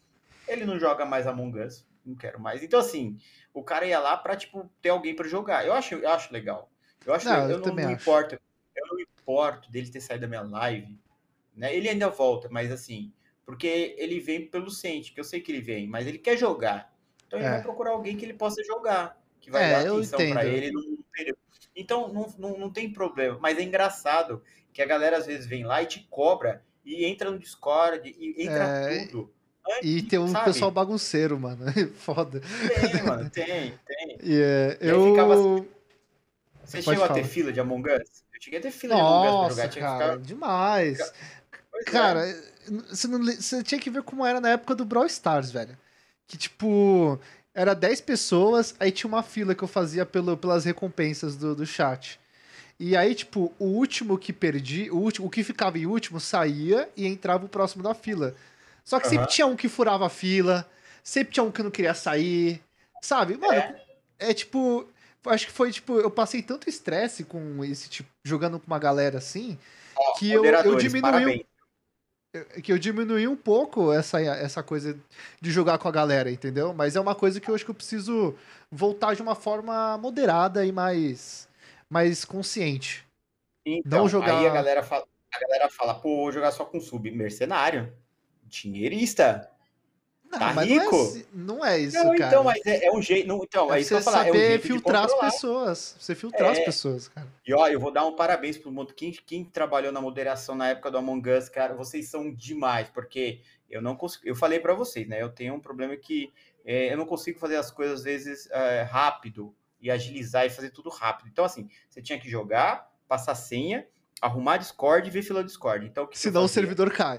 Ele não joga mais Among Us, não quero mais. Então, assim, o cara ia lá pra, tipo, ter alguém pra jogar. Eu acho, eu acho legal. Eu acho Não, legal. eu Eu não, também não acho. importo. Eu não importo dele ter saído da minha live, né? Ele ainda volta, mas assim, porque ele vem pelo Sente, que eu sei que ele vem, mas ele quer jogar. Então ele vai É. procurar alguém que ele possa jogar, que vai dar É, eu atenção pra entendo. ele num período. Então não, não, não tem problema. Mas é engraçado que a galera às vezes vem lá e te cobra e entra no Discord e entra É, tudo. e tem um pessoal Sabe? bagunceiro, mano. Foda. Tem, mano, tem, tem. E é, E aí ficava. eu. Você Pode chegou a ter falar. fila de Among Us? Eu cheguei a ter fila de Among Us pra jogar, Nossa, tinha que cara, ficar. demais. Pois Cara, é. você, não, le- você tinha que ver como era na época do Brawl Stars, velho. Que tipo, era dez pessoas, aí tinha uma fila que eu fazia pelo, pelas recompensas do, do chat. E aí, tipo, o último que perdi, o, último, o que ficava em último saía e entrava o próximo da fila. Só que sempre Aham. tinha um que furava a fila, sempre tinha um que não queria sair, sabe? Mano, É. é tipo. Acho que foi tipo. Eu passei tanto estresse com esse tipo. Jogando com uma galera assim. Ó, Que eu, eu moderadores, diminuí um parabéns. que eu diminui um pouco essa, essa coisa de jogar com a galera, entendeu? Mas é uma coisa que eu acho que eu preciso voltar de uma forma moderada e mais, mais consciente. Não Então, aí a jogar. galera fala, a galera fala, pô, vou jogar só com sub, mercenário, dinheirista, Não, tá mas não é, rico. assim- não é isso, Não, então, cara. mas é, é um jeito, não, então, É é isso que eu você ia falar, é um saber jeito de filtrar as controlar. pessoas. Você filtrar as É, pessoas, cara. e ó, eu vou dar um parabéns pro mundo, quem, quem trabalhou na moderação na época do Among Us, cara, vocês são demais, porque eu não consigo, eu falei pra vocês, né, eu tenho um problema que é, eu não consigo fazer as coisas às vezes é, rápido e agilizar e fazer tudo rápido. Então, assim, você tinha que jogar, passar senha, arrumar Discord e ver fila do Discord. Então, o que, que eu Senão o fazia? servidor cai.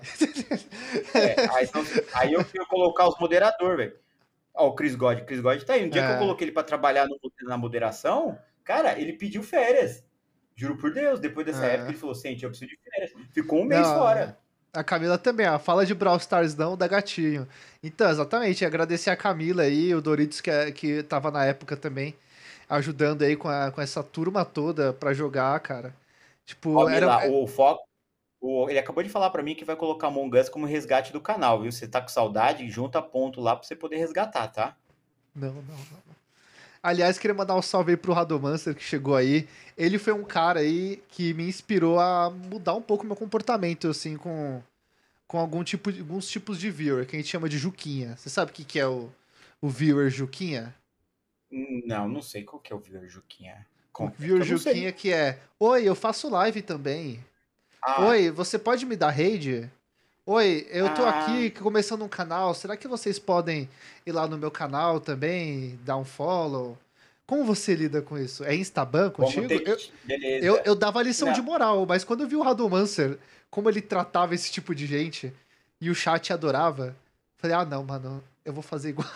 É, aí, então, aí eu fui colocar os moderadores, velho. Ó, o Chris God, Chris God tá aí. Um dia que eu É, coloquei ele pra trabalhar no- na moderação, cara, ele pediu férias. Juro por Deus, depois dessa época é. ele falou, sente, eu preciso de férias. Ficou um mês Não, fora. a Camila também, ó. Fala de Brawl Stars não, da gatinho. Então, exatamente, agradecer a Camila aí, o Doritos que, é- que tava na época também, ajudando aí com, a- com essa turma toda pra jogar, cara. Tipo, Ó, era. Mila, é- o Foco, o- ele acabou de falar pra mim que vai colocar Among Us como resgate do canal, viu? Você tá com saudade, junta ponto lá pra você poder resgatar, tá? Não, não, não. Aliás, queria mandar um salve aí pro Radomancer que chegou aí. Ele foi um cara aí que me inspirou a mudar um pouco meu comportamento, assim, com, com algum tipo, de- alguns tipos de viewer, que a gente chama de Juquinha. Você sabe o que, que é o, o viewer Juquinha? Hum, Não, não sei qual que é o Vila Juquinha. O Conta, que viewer eu não sei. Juquinha que é: Oi, eu faço live também. Ah, Oi, você pode me dar raid? Oi, eu tô ah, aqui começando um canal. Será que vocês podem ir lá no meu canal também, dar um follow? Como você lida com isso? É Instaban vamos contigo? ter Eu, que. eu, Beleza. eu dava lição de Não, moral, mas quando eu vi o Radomancer, como ele tratava esse tipo de gente, e o chat adorava, falei, ah não, mano, eu vou fazer igual.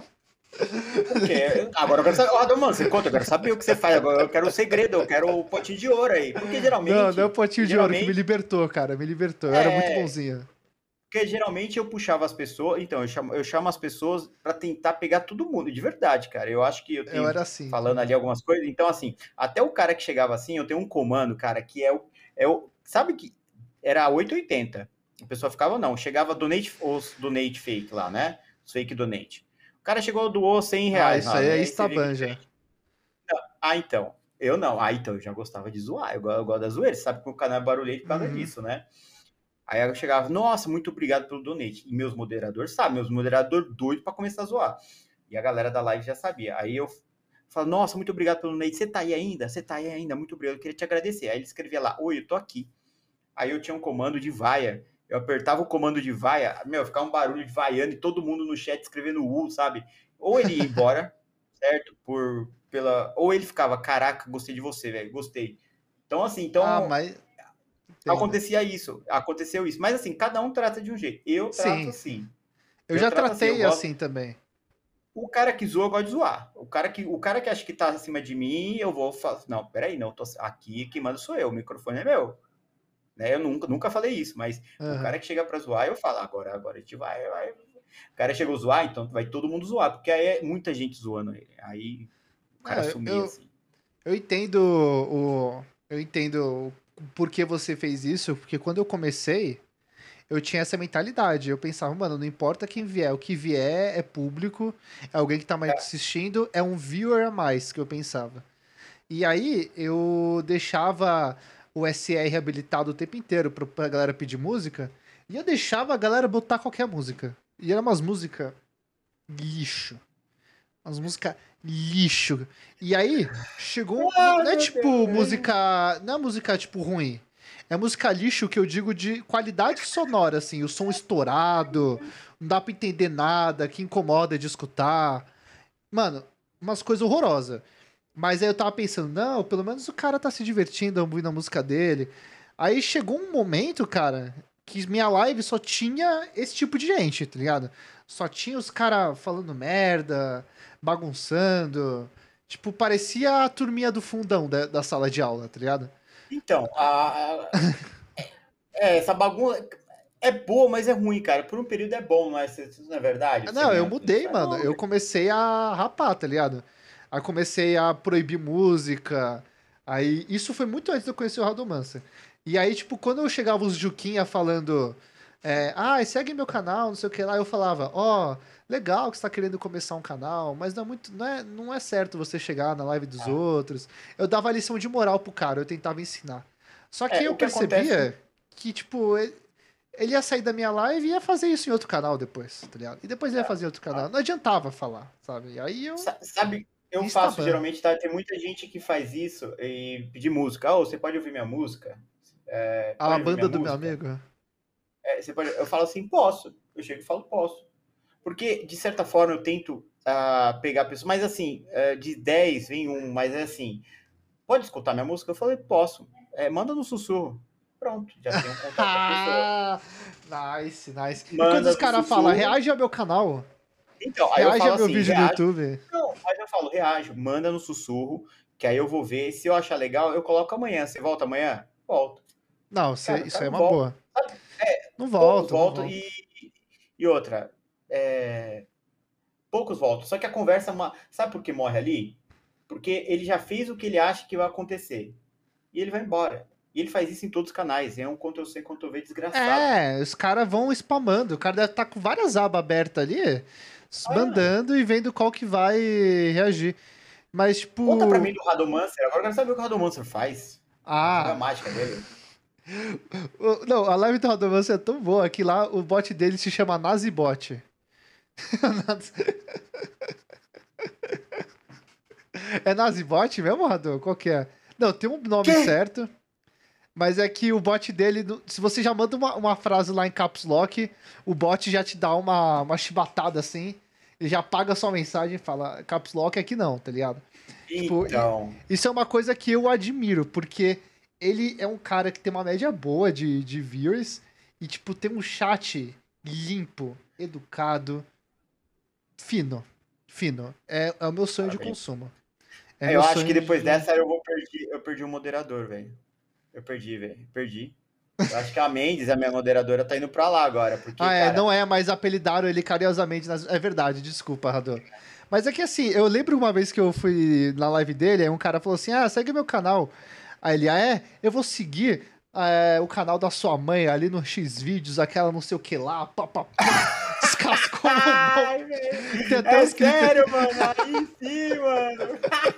o quê? Agora eu quero saber. Ah, mano, você conta, eu quero saber o que você faz. Agora eu quero o segredo, eu quero o potinho de ouro aí. Porque Não, não é o geralmente. potinho de ouro que me Geralmente. libertou, cara, me libertou. Eu era muito É. bonzinho. Porque geralmente eu puxava as pessoas. Então, eu chamo, eu chamo as pessoas pra tentar pegar todo mundo. De verdade, cara. Eu acho que eu Eu tenho. era assim Falando também. ali algumas coisas. Então, assim, até o cara que chegava assim, eu tenho um comando, cara, que é o. É o sabe que era oito e oitenta. A pessoa ficava, não. Chegava donate, os donate fake lá, né? Os fake donate. O cara chegou, doou cem Ah, reais isso lá, aí é né? Aí você vê que Instaban já. ah, então. Eu não. Ah, então, eu já gostava de zoar. Eu, go- eu gosto da zoeira. Você sabe que o canal é barulhento por causa Uhum. disso, né? Aí eu chegava, nossa, muito obrigado pelo donate. E meus moderadores sabem, meus moderadores doidos pra começar a zoar. E a galera da live já sabia. Aí eu falo, nossa, muito obrigado pelo donate. Você tá aí ainda? Você tá aí ainda? Muito obrigado. Eu queria te agradecer. Aí ele escrevia lá, oi, eu tô aqui. Aí eu tinha um comando de vaia. Eu apertava o comando de vaia, meu, ficava um barulho de vaiando e todo mundo no chat escrevendo U, sabe? Ou ele ia embora, certo? Por, pela, ou ele ficava, caraca, gostei de você, velho, gostei. Então, assim, Ah, então mas entendo. acontecia isso, aconteceu isso. Mas assim, cada um trata de um jeito. Eu trato Sim, sim. assim. Eu Eu já trato assim, eu tratei gosto. assim também. O cara que zoa, eu gosto de zoar. O cara que, o cara que acha que tá acima de mim, eu vou falar. Não, peraí, não, tô aqui, quem manda sou eu, o microfone é meu. Né? Eu nunca, nunca falei isso, mas o cara Aham. que chega pra zoar, eu falo, agora, agora a gente vai, vai. O cara chegou a zoar, então vai todo mundo zoar, porque aí é muita gente zoando ele. Aí o cara É, sumia eu, assim. eu entendo o. Eu entendo o porquê você fez isso, porque quando eu comecei, eu tinha essa mentalidade. Eu pensava, mano, não importa quem vier, o que vier é público, é alguém que tá mais assistindo, é um viewer a mais, que eu pensava. E aí eu deixava o S R habilitado o tempo inteiro pra, pra galera pedir música, e eu deixava a galera botar qualquer música. E era umas músicas lixo. Umas músicas lixo. E aí, chegou. Não, Ah, não é meu tipo Deus. música. Não é música, tipo, ruim. É música lixo que eu digo de qualidade sonora, assim. O som estourado, não dá pra entender nada, que incomoda de escutar. Mano, umas coisas horrorosas. Mas aí eu tava pensando, não, pelo menos o cara tá se divertindo ouvindo a música dele. Aí chegou um momento, cara, que minha live só tinha esse tipo de gente, tá ligado? Só tinha os caras falando merda, bagunçando. Tipo, parecia a turminha do fundão da, da sala de aula, tá ligado? Então, a, a- é, essa bagunça é boa, mas é ruim, cara. Por um período é bom, não é? Isso não é verdade? Ah, Você não, eu ganha. mudei, É mano. bom, Eu comecei a rapar, tá ligado? Aí comecei a proibir música. Aí, isso foi muito antes de eu conhecer o Radomancer. E aí, tipo, quando eu chegava os Juquinha falando, é, ah, segue meu canal, não sei o que lá, eu falava, ó, oh, legal que você tá querendo começar um canal, mas não é muito, não é, não é certo você chegar na live dos Ah, outros. Eu dava lição de moral pro cara, eu tentava ensinar. Só que é, eu o que acontece. percebia que, tipo, ele ia sair da minha live e ia fazer isso em outro canal depois, tá ligado? E depois ele ia fazer em outro canal. Não adiantava falar, sabe? E aí eu Sa- Sabe, eu faço instaban. geralmente, tá? Tem muita gente que faz isso e pedir música. Oh, você pode ouvir minha música? É, A pode ouvir minha banda do meu música? amigo. É, você pode... Eu falo assim, posso. Eu chego e falo, posso. Porque, de certa forma, eu tento ah, pegar pessoas. Mas, assim, eh, de dez vem um, mas é assim, pode escutar minha música? Eu falei, posso. É, manda no sussurro. Pronto, já tem um contato da pessoa. Ah, nice, nice. E quando os Manda no caras falam, sussurro. reage ao meu canal, Então, aí eu reage falo ao meu assim, vídeo no reage. YouTube. Não, mas eu falo, reage, manda no sussurro, que aí eu vou ver. Se eu achar legal, eu coloco amanhã. Você volta amanhã? Volto. Não, cê- Cara, o isso cara aí é não uma volta. boa. Sabe? Não Poucos volto, não voltam volto. e, e outra. É, poucos voltam. Só que a conversa, é uma- sabe por que morre ali? Porque ele já fez o que ele acha que vai acontecer. E ele vai embora. E ele faz isso em todos os canais. É um Ctrl-C, Ctrl-V desgraçado. É, os caras vão spamando. O cara deve estar com várias abas abertas ali, Ah, mandando e vendo qual que vai reagir. Mas, conta pra mim tipo. do Radomancer. Agora eu quero saber o que o Radomancer faz. Quero saber a Ah, mágica dele. o- não, a live do Radomancer é tão boa que lá o bot dele se chama Nazibot. É Nazibot mesmo, Radô? Qual que é? Não, tem um nome Quê? certo, mas é que o bot dele, se você já manda uma, uma frase lá em Caps Lock, o bot já te dá uma, uma chibatada assim, ele já apaga a sua mensagem e fala, Caps Lock aqui não, tá ligado? Tipo, e- Então. isso é uma coisa que eu admiro, porque ele é um cara que tem uma média boa de, de viewers e, tipo, tem um chat limpo, educado, fino. Fino. É, é o meu sonho de Parabéns. consumo. É É, meu eu acho que sonho depois de. dessa eu vou perder. Eu perdi o moderador, velho. Eu perdi, velho. Perdi. Eu acho que a Mendes, a minha moderadora, tá indo pra lá agora. Porque, Ah, é, cara. não é, mas apelidaram ele carinhosamente. Nas... É verdade, desculpa, Rador. Mas é que assim, eu lembro uma vez que eu fui na live dele, aí um cara falou assim: ah, segue meu canal. Aí ele, ah, é? Eu vou seguir é, o canal da sua mãe ali no X-Vídeos, aquela não sei o que lá, pá, pá, pá. Descascou o mão. Ai, velho. Tem até É os clipes. sério, mano. Aí sim, mano.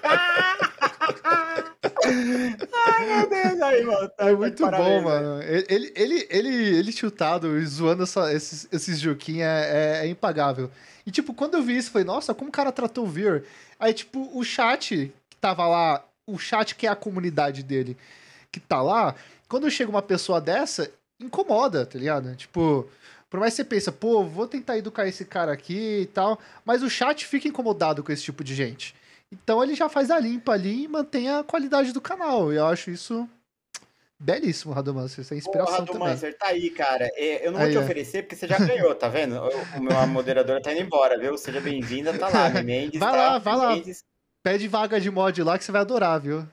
Ai, meu Deus. Aí, mano. É Tá, tá de muito bom, parabéns, velho. mano. Ele, ele, ele, ele, ele chutado e zoando essa- esses, esses Juquinha é, é impagável. E, tipo, quando eu vi isso, eu falei, nossa, como o cara tratou o viewer. Aí, tipo, o chat que tava lá, o chat que é a comunidade dele, que tá lá, quando chega uma pessoa dessa, incomoda, tá ligado? Tipo, por mais que você pensa, pô, vou tentar educar esse cara aqui e tal, mas o chat fica incomodado com esse tipo de gente. Então ele já faz a limpa ali e mantém a qualidade do canal. E eu acho isso belíssimo, Radomancer. Isso é Porra, inspiração do também. Mancer, tá aí, cara. É, eu não vou Aí, te ó. oferecer porque você já ganhou, tá vendo? O, o meu a moderadora tá indo embora, viu? Seja bem-vinda, tá lá. Mendes Vai tá. lá, vai lá. Mendes. Pede vaga de mod lá que você vai adorar, viu?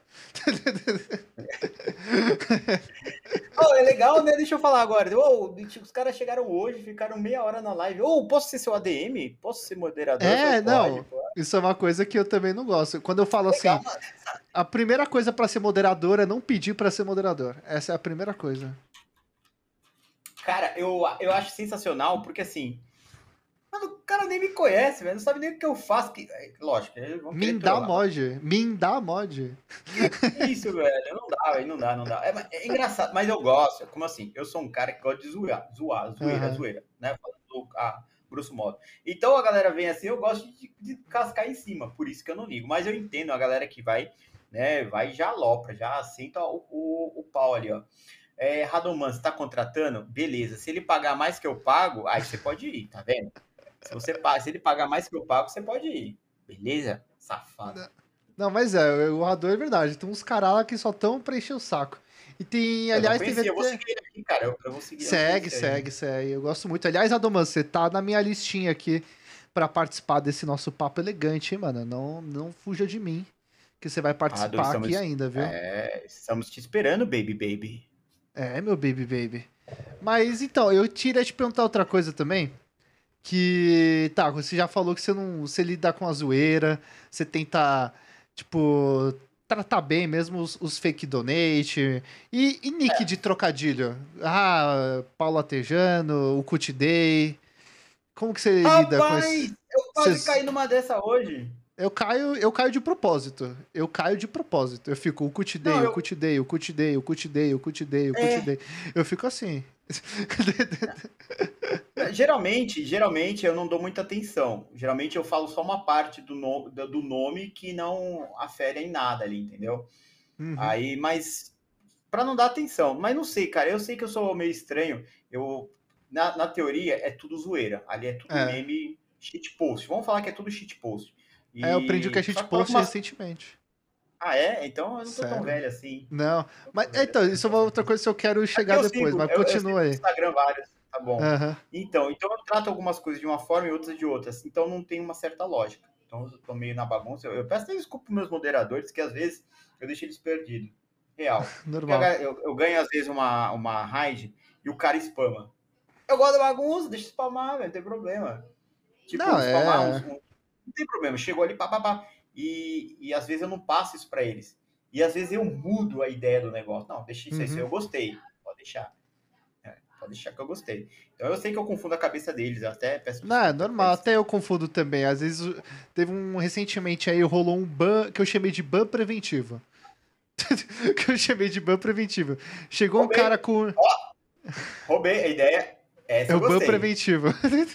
Oh, é legal, né? Deixa eu falar agora. Oh, os caras chegaram hoje, ficaram meia hora na live. Oh, posso ser seu A D M? Posso ser moderador? Eu falei, É, pode, não. pô. Isso é uma coisa que eu também não gosto. Quando eu falo Legal, assim, a primeira coisa pra ser moderador é não pedir pra ser moderador. Essa é a primeira coisa. Cara, eu, eu acho sensacional, porque assim, mano, o cara nem me conhece, velho, não sabe nem o que eu faço. Que, lógico, eles vão querer Mindar trollar. mod. Mindar mod. Que isso, velho? Não dá, velho, não dá, não dá. É, é engraçado, mas eu gosto. Como assim? Eu sou um cara que gosta de zoar, zoar, zoeira, Aham. zoeira, né? Falando a grosso modo. Então a galera vem assim, eu gosto de, de cascar em cima, por isso que eu não ligo. Mas eu entendo a galera que vai, né? Vai e já alopra, já senta o, o, o pau ali, ó. É, Radoman, você tá contratando? Beleza. Se ele pagar mais que eu pago, aí você pode ir, tá vendo? Se você paga, se ele pagar mais que eu pago, você pode ir. Beleza? Safado. Não, mas é, o Rador é verdade. Tem uns caras lá que só tão pra encher o saco. E tem, Eu não aliás, teve conhecia, eu vou até. seguir ele aqui, cara. Eu, eu vou seguir, eu não Segue, conhecia ele. segue, segue. Eu gosto muito. Aliás, Adoman, você tá na minha listinha aqui pra participar desse nosso papo elegante, hein, mano? Não, não fuja de mim, que você vai Ah, Dor, participar aqui estamos, ainda, viu? é, estamos te esperando, baby, baby. É, meu baby, baby. Mas então, eu queria te perguntar outra coisa também. Que, tá, você já falou que você não, você lida com a zoeira, você tenta, tipo, tratar bem mesmo os, os fake donate e, e nick de trocadilho. Ah, Paulo Atejano, o Cut Day. Como que você lida com esse? Rapaz, eu quase Cês- caí numa dessa hoje. eu caio, eu caio de propósito. Eu caio de propósito. Eu fico o Cut Não, Day, o eu. Cut Day, o Cut Day, o Cut Day, o Cut Day, o Cut É. Day. Eu fico assim. Geralmente, geralmente eu não dou muita atenção. Geralmente eu falo só uma parte do, no, do do nome que não afere em nada ali, entendeu? Uhum. Aí, mas para não dar atenção. Mas não sei, cara. Eu sei que eu sou meio estranho. Eu na, na teoria é tudo zoeira. Ali é tudo É. meme, shitpost. Vamos falar que é tudo shitpost. É, eu aprendi o que é E só que para shitpost algumas. recentemente. Ah, é? Então eu não tô tão Sério? velho assim. Não. Não Mas, tô é, velho então, assim, isso é não uma tô outra assim. coisa que eu quero É porque chegar eu depois, sigo, mas eu, eu sigo continua no aí. Instagram vários, tá bom. Aham. Então, então eu trato algumas coisas de uma forma e outras de outras. Então não tem uma certa lógica. Então eu tô meio na bagunça. Eu, eu peço até desculpa pros meus moderadores, que às vezes eu deixo eles perdidos. Real. Porque Normal. eu, eu ganho às vezes uma, uma raid e o cara spama. Eu gosto da bagunça, deixa eu spamar, velho, não tem problema. Não, Tipo, spamar uns. é. Um, não tem problema, chegou ali, papapá. E, e às vezes eu não passo isso pra eles. E às vezes eu mudo a ideia do negócio. Não, deixa isso aí, isso aí Uhum. eu gostei. Pode deixar. É, pode deixar que eu gostei. Então eu sei que eu confundo a cabeça deles, eu até peço Não, é desculpa pra normal. eles. Até eu confundo também. Às vezes uh, teve um. Recentemente aí rolou um ban que eu chamei de ban preventivo. Que eu chamei de ban preventivo. Chegou um cara Roubei, com. roubei a ideia. É Essa o eu ban gostei. preventivo.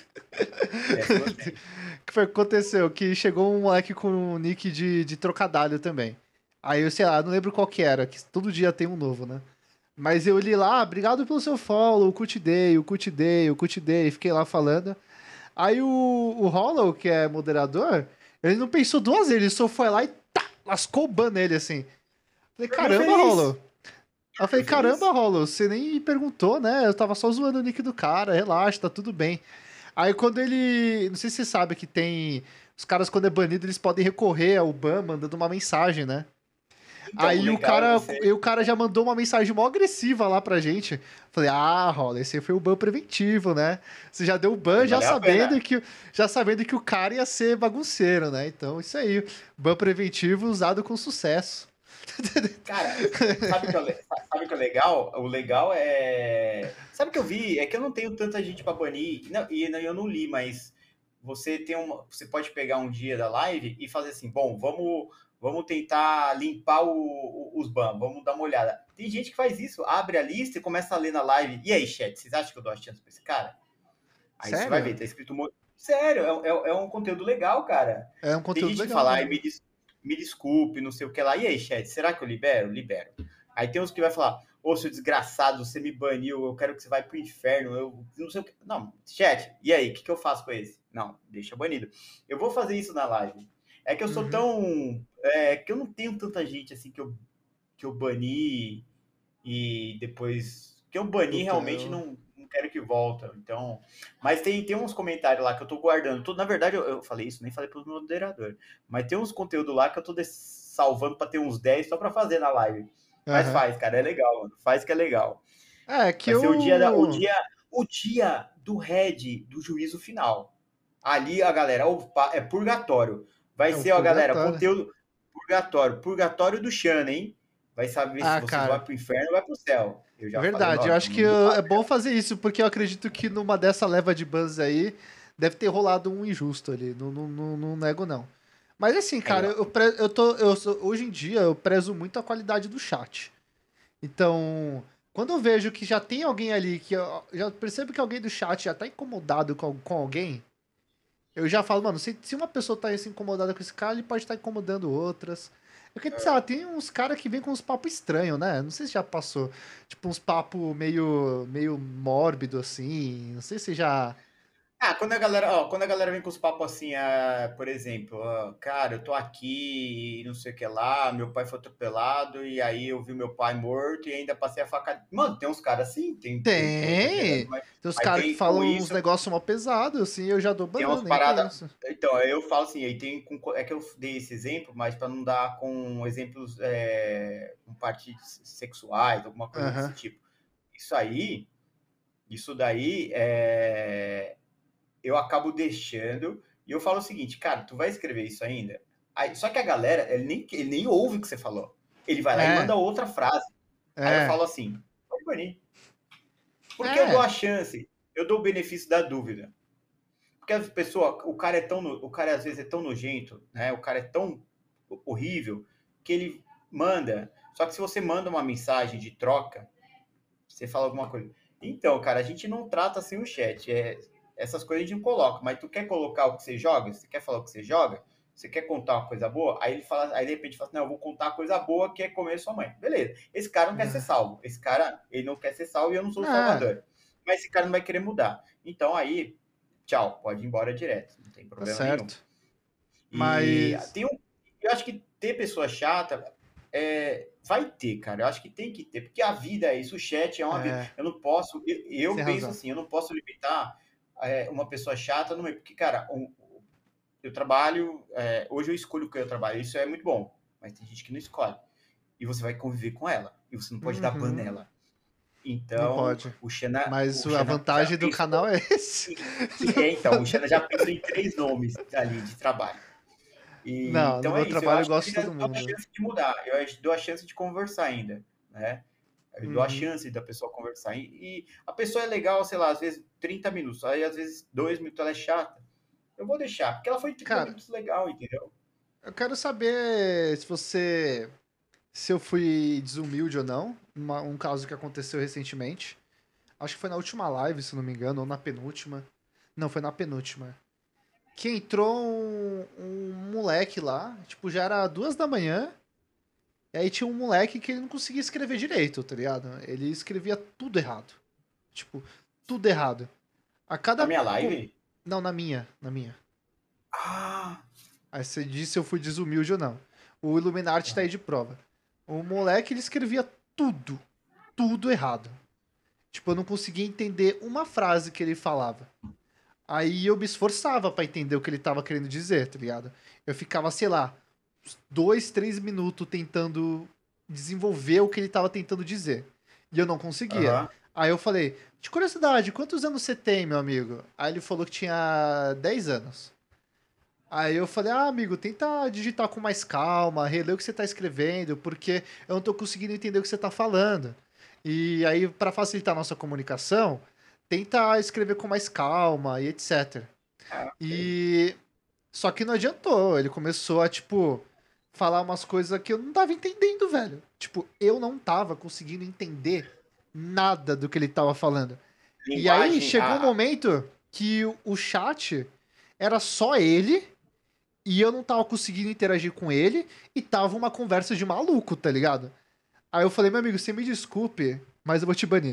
Essa eu gostei. O que foi que aconteceu? Que chegou um moleque com um nick de, de trocadalho também. Aí eu sei lá, não lembro qual que era, que todo dia tem um novo, né? Mas eu li lá, ah, obrigado pelo seu follow, o Cut Day, o Cut Day, o Cut Day, fiquei lá falando. Aí o, o Hollow, que é moderador, ele não pensou duas vezes, ele só foi lá e tá, lascou o ban nele assim. Falei, Dormiu caramba, feliz. Hollow. Aí eu falei, Dormiu caramba, feliz. Hollow, você nem perguntou, né? Eu tava só zoando o nick do cara, relaxa, tá tudo bem. Aí quando ele. Não sei se você sabe que tem. Os caras, quando é banido, eles podem recorrer ao ban mandando uma mensagem, né? Então, o Aí o legal é cara, você. e o cara já mandou uma mensagem mó agressiva lá pra gente. Falei, ah, Rola, esse aí foi o ban preventivo, né? Você já deu o ban já Valeu a sabendo pena. que, já sabendo que o cara ia ser bagunceiro, né? Então, isso aí. Ban preventivo usado com sucesso. Cara, sabe o que, é, sabe o que é legal? O legal é. Sabe o que eu vi? É que eu não tenho tanta gente para banir. Não, e eu não li, mas você tem uma. Você pode pegar um dia da live e fazer assim: bom, vamos, vamos tentar limpar o, o, os ban, vamos dar uma olhada. Tem gente que faz isso, abre a lista e começa a ler na live. E aí, chat, vocês acham que eu dou a chance pra esse cara? Aí você vai ver, Sério? tá escrito. Sério, é, é, é um conteúdo legal, cara. É um Tem conteúdo gente que legal fala, ai, me, mesmo. des- me desculpe, não sei o que lá. E aí, chat, será que eu libero? Libero. Aí tem uns que vai falar, ô, seu desgraçado, você me baniu, eu quero que você vá pro inferno, eu não sei o que. Não, chat, e aí, o que, que eu faço com esse? Não, deixa banido. Eu vou fazer isso na live. É que eu sou Uhum. tão. É, que eu não tenho tanta gente assim que eu, que eu bani e depois. Que eu bani Puta, realmente eu. não, não quero que volta. Então. Mas tem, tem uns comentários lá que eu tô guardando. Tudo, na verdade, eu, eu falei isso, nem falei pro moderador. Mas tem uns conteúdos lá que eu tô salvando para ter uns dez só para fazer na live. Mas Aham. faz, cara, é legal, mano. Faz que é legal. É, que Vai ser o dia, da, o eu. dia, o dia do head do juízo final. Ali a galera, opa, é purgatório. Vai É o ser, ó, galera, purgatório. conteúdo purgatório, purgatório do Xana, hein? vai saber se Ah, vocês vão cara, pro inferno ou vai pro céu. Eu já falei, verdade. Eu ó, acho que não eu- é dá. bom fazer isso, porque eu acredito que numa dessa leva de bans aí deve ter rolado um injusto ali. Não, não, não, não nego, não. Mas assim, Aí, cara, ó. eu, pre- eu tô. Eu sou- hoje em dia eu prezo muito a qualidade do chat. Então, quando eu vejo que já tem alguém ali, que eu já percebo que alguém do chat já tá incomodado com, com alguém, eu já falo, mano, se, se uma pessoa tá assim, incomodada com esse cara, ele pode estar incomodando outras. Porque, sei lá, tem uns caras que vêm com uns papos estranhos, né? Não sei se já passou. Tipo, uns papos meio, meio mórbido, assim. Não sei se já. Ah, quando a galera, ó, quando a galera vem com os papos assim, ah, por exemplo, ah, cara, eu tô aqui e não sei o que lá, meu pai foi atropelado e aí eu vi meu pai morto e ainda passei a faca. Mano, tem uns caras assim, tem, tem, tô exagerando, Tem! mas, Tem uns mas caras que tem com falam uns isso, negócios mal pesados, assim, eu já dou tem umas banana, nem paradas. penso. Então, aí eu falo assim, aí tem com, é que eu dei esse exemplo, mas para não dar com exemplos é, com partes sexuais, alguma coisa Aham. desse tipo. Isso aí, isso daí é eu acabo deixando. E eu falo o seguinte, cara, tu vai escrever isso ainda? Aí, só que a galera, ele nem, ele nem ouve o que você falou. Ele vai lá e É, manda outra frase. Aí eu é, falo assim, pode banir. Porque eu dou é. a chance, eu dou o benefício da dúvida. Porque as pessoas, o cara é tão, o cara às vezes é tão nojento, né? O cara é tão horrível que ele manda. Só que se você manda uma mensagem de troca, você fala alguma coisa. Então, cara, a gente não trata assim o chat. É, essas coisas a gente não coloca, mas tu quer colocar o que você joga? Você quer falar o que você joga? Você quer contar uma coisa boa? Aí ele fala, aí de repente fala assim, não, eu vou contar uma coisa boa que é comer sua mãe. Beleza. Esse cara não quer ser salvo. Esse cara, ele não quer ser salvo e eu não sou o É, salvador. Mas esse cara não vai querer mudar. Então aí, tchau, pode ir embora direto. Não tem tá problema nenhum. certo. E Mas. tem um, eu acho que ter pessoa chata é, vai ter, cara. Eu acho que tem que ter, porque a vida é isso, o chat é uma vida. É, Eu não posso, eu, sem eu penso razão. assim, eu não posso limitar é, uma pessoa chata no meio, porque, cara, um, eu trabalho, é, hoje eu escolho o que eu trabalho, isso é muito bom, mas tem gente que não escolhe. E você vai conviver com ela, e você não pode dar ban Uhum, nela. não Então, pode. o Xana, Mas o a Xana já vantagem do canal pensou. é esse. Não É, então, o pode. Xana já pensou em três nomes ali de trabalho. E, Não, no então é meu isso, eu trabalho eu acho que gosto eu de ainda todo dou a mundo. chance de mudar, eu dou a chance de conversar ainda, né? Eu dou a Uhum. chance da pessoa conversar. E, e a pessoa é legal, sei lá, às vezes trinta minutos, aí às vezes dois minutos ela é chata. Eu vou deixar, porque ela foi trinta Cara, minutos legal, entendeu? eu quero saber se você. Se eu fui desumilde ou não. Uma- um caso que aconteceu recentemente. Acho que foi na última live, se não me engano, ou na penúltima. Não, foi na penúltima. Que entrou um, um moleque lá, tipo, já era duas da manhã. E aí tinha um moleque que ele não conseguia escrever direito, tá ligado? Ele escrevia tudo errado. Tipo, tudo errado. A Na cada. minha com- live? Não, na minha, na minha. Ah, Aí você disse se eu fui desumilde ou não. O Illuminati tá aí de prova. O moleque, ele escrevia tudo, tudo errado. Tipo, eu não conseguia entender uma frase que ele falava. Aí eu me esforçava pra entender o que ele tava querendo dizer, tá ligado? Eu ficava, sei lá, dois, três minutos tentando desenvolver o que ele tava tentando dizer. E eu não conseguia. aham. Aí eu falei, de curiosidade, quantos anos você tem, meu amigo? Aí ele falou que tinha dez anos. Aí eu falei, ah, amigo, tenta digitar com mais calma, reler o que você tá escrevendo, porque eu não tô conseguindo entender o que você tá falando. E aí, para facilitar a nossa comunicação, tenta escrever com mais calma e etcétera. Ah, ok. E só que não adiantou, ele começou a, tipo, falar umas coisas que eu não tava entendendo, velho. Tipo, eu não tava conseguindo entender nada do que ele tava falando. E aí Linguagem, chegou um ah, momento que o o chat era só ele e eu não tava conseguindo interagir com ele e tava uma conversa de maluco, tá ligado? Aí eu falei, meu amigo, você me desculpe, mas eu vou te banir.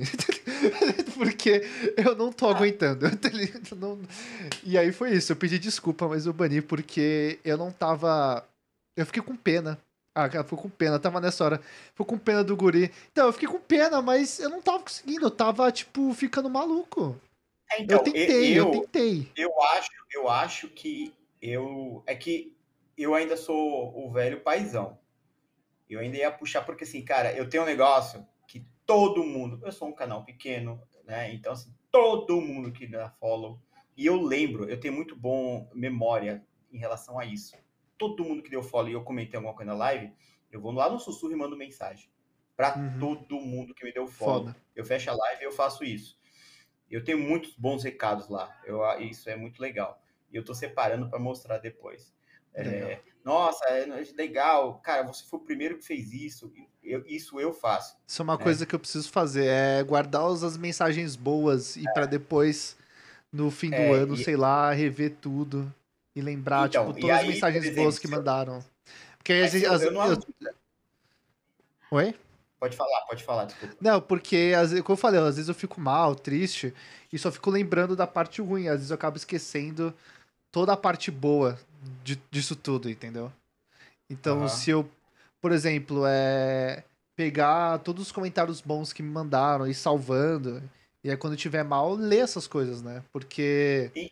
Porque eu não tô ah, aguentando. tá ligado? Não- E aí foi isso, eu pedi desculpa, mas eu bani porque eu não tava. Eu fiquei com pena. Ah, cara, ficou com pena, tava nessa hora. Ficou com pena do guri. Então, eu fiquei com pena, mas eu não tava conseguindo, eu tava, tipo, ficando maluco. é, Eu então, e- tentei, eu eu, tentei. eu acho, eu acho que eu, é que eu ainda sou o velho paizão. Eu ainda ia puxar, porque assim, cara, eu tenho um negócio que todo mundo, eu sou um canal pequeno, né? Então, assim, todo mundo que dá follow, e eu lembro, eu tenho muito bom memória em relação a isso. Todo mundo que deu follow e eu comentei alguma coisa na live, eu vou lá no sussurro e mando mensagem. para Uhum. todo mundo que me deu follow. Foda. Eu fecho a live e eu faço isso. Eu tenho muitos bons recados lá. Eu, isso é muito legal. E eu estou separando para mostrar depois. Legal. É, nossa, é legal. Cara, você foi o primeiro que fez isso. Eu, isso eu faço. Isso é uma Né? coisa que eu preciso fazer, é guardar as mensagens boas e para depois, no fim do É, ano, e, sei lá, rever tudo e lembrar, tipo, então, e todas as aí, por mensagens boas exemplo, que se eu, mandaram. Porque aí, às mas se vezes, eu, as- eu não eu... anotei. Oi? Pode falar, pode falar, desculpa. Não, porque, às vezes, como eu falei, às vezes eu fico mal, triste, e só fico lembrando da parte ruim. Às vezes eu acabo esquecendo toda a parte boa de- disso tudo, entendeu? Então, Aham. se eu, por exemplo, é pegar todos os comentários bons que me mandaram e ir salvando, e aí quando tiver mal, ler essas coisas, né? Porque, E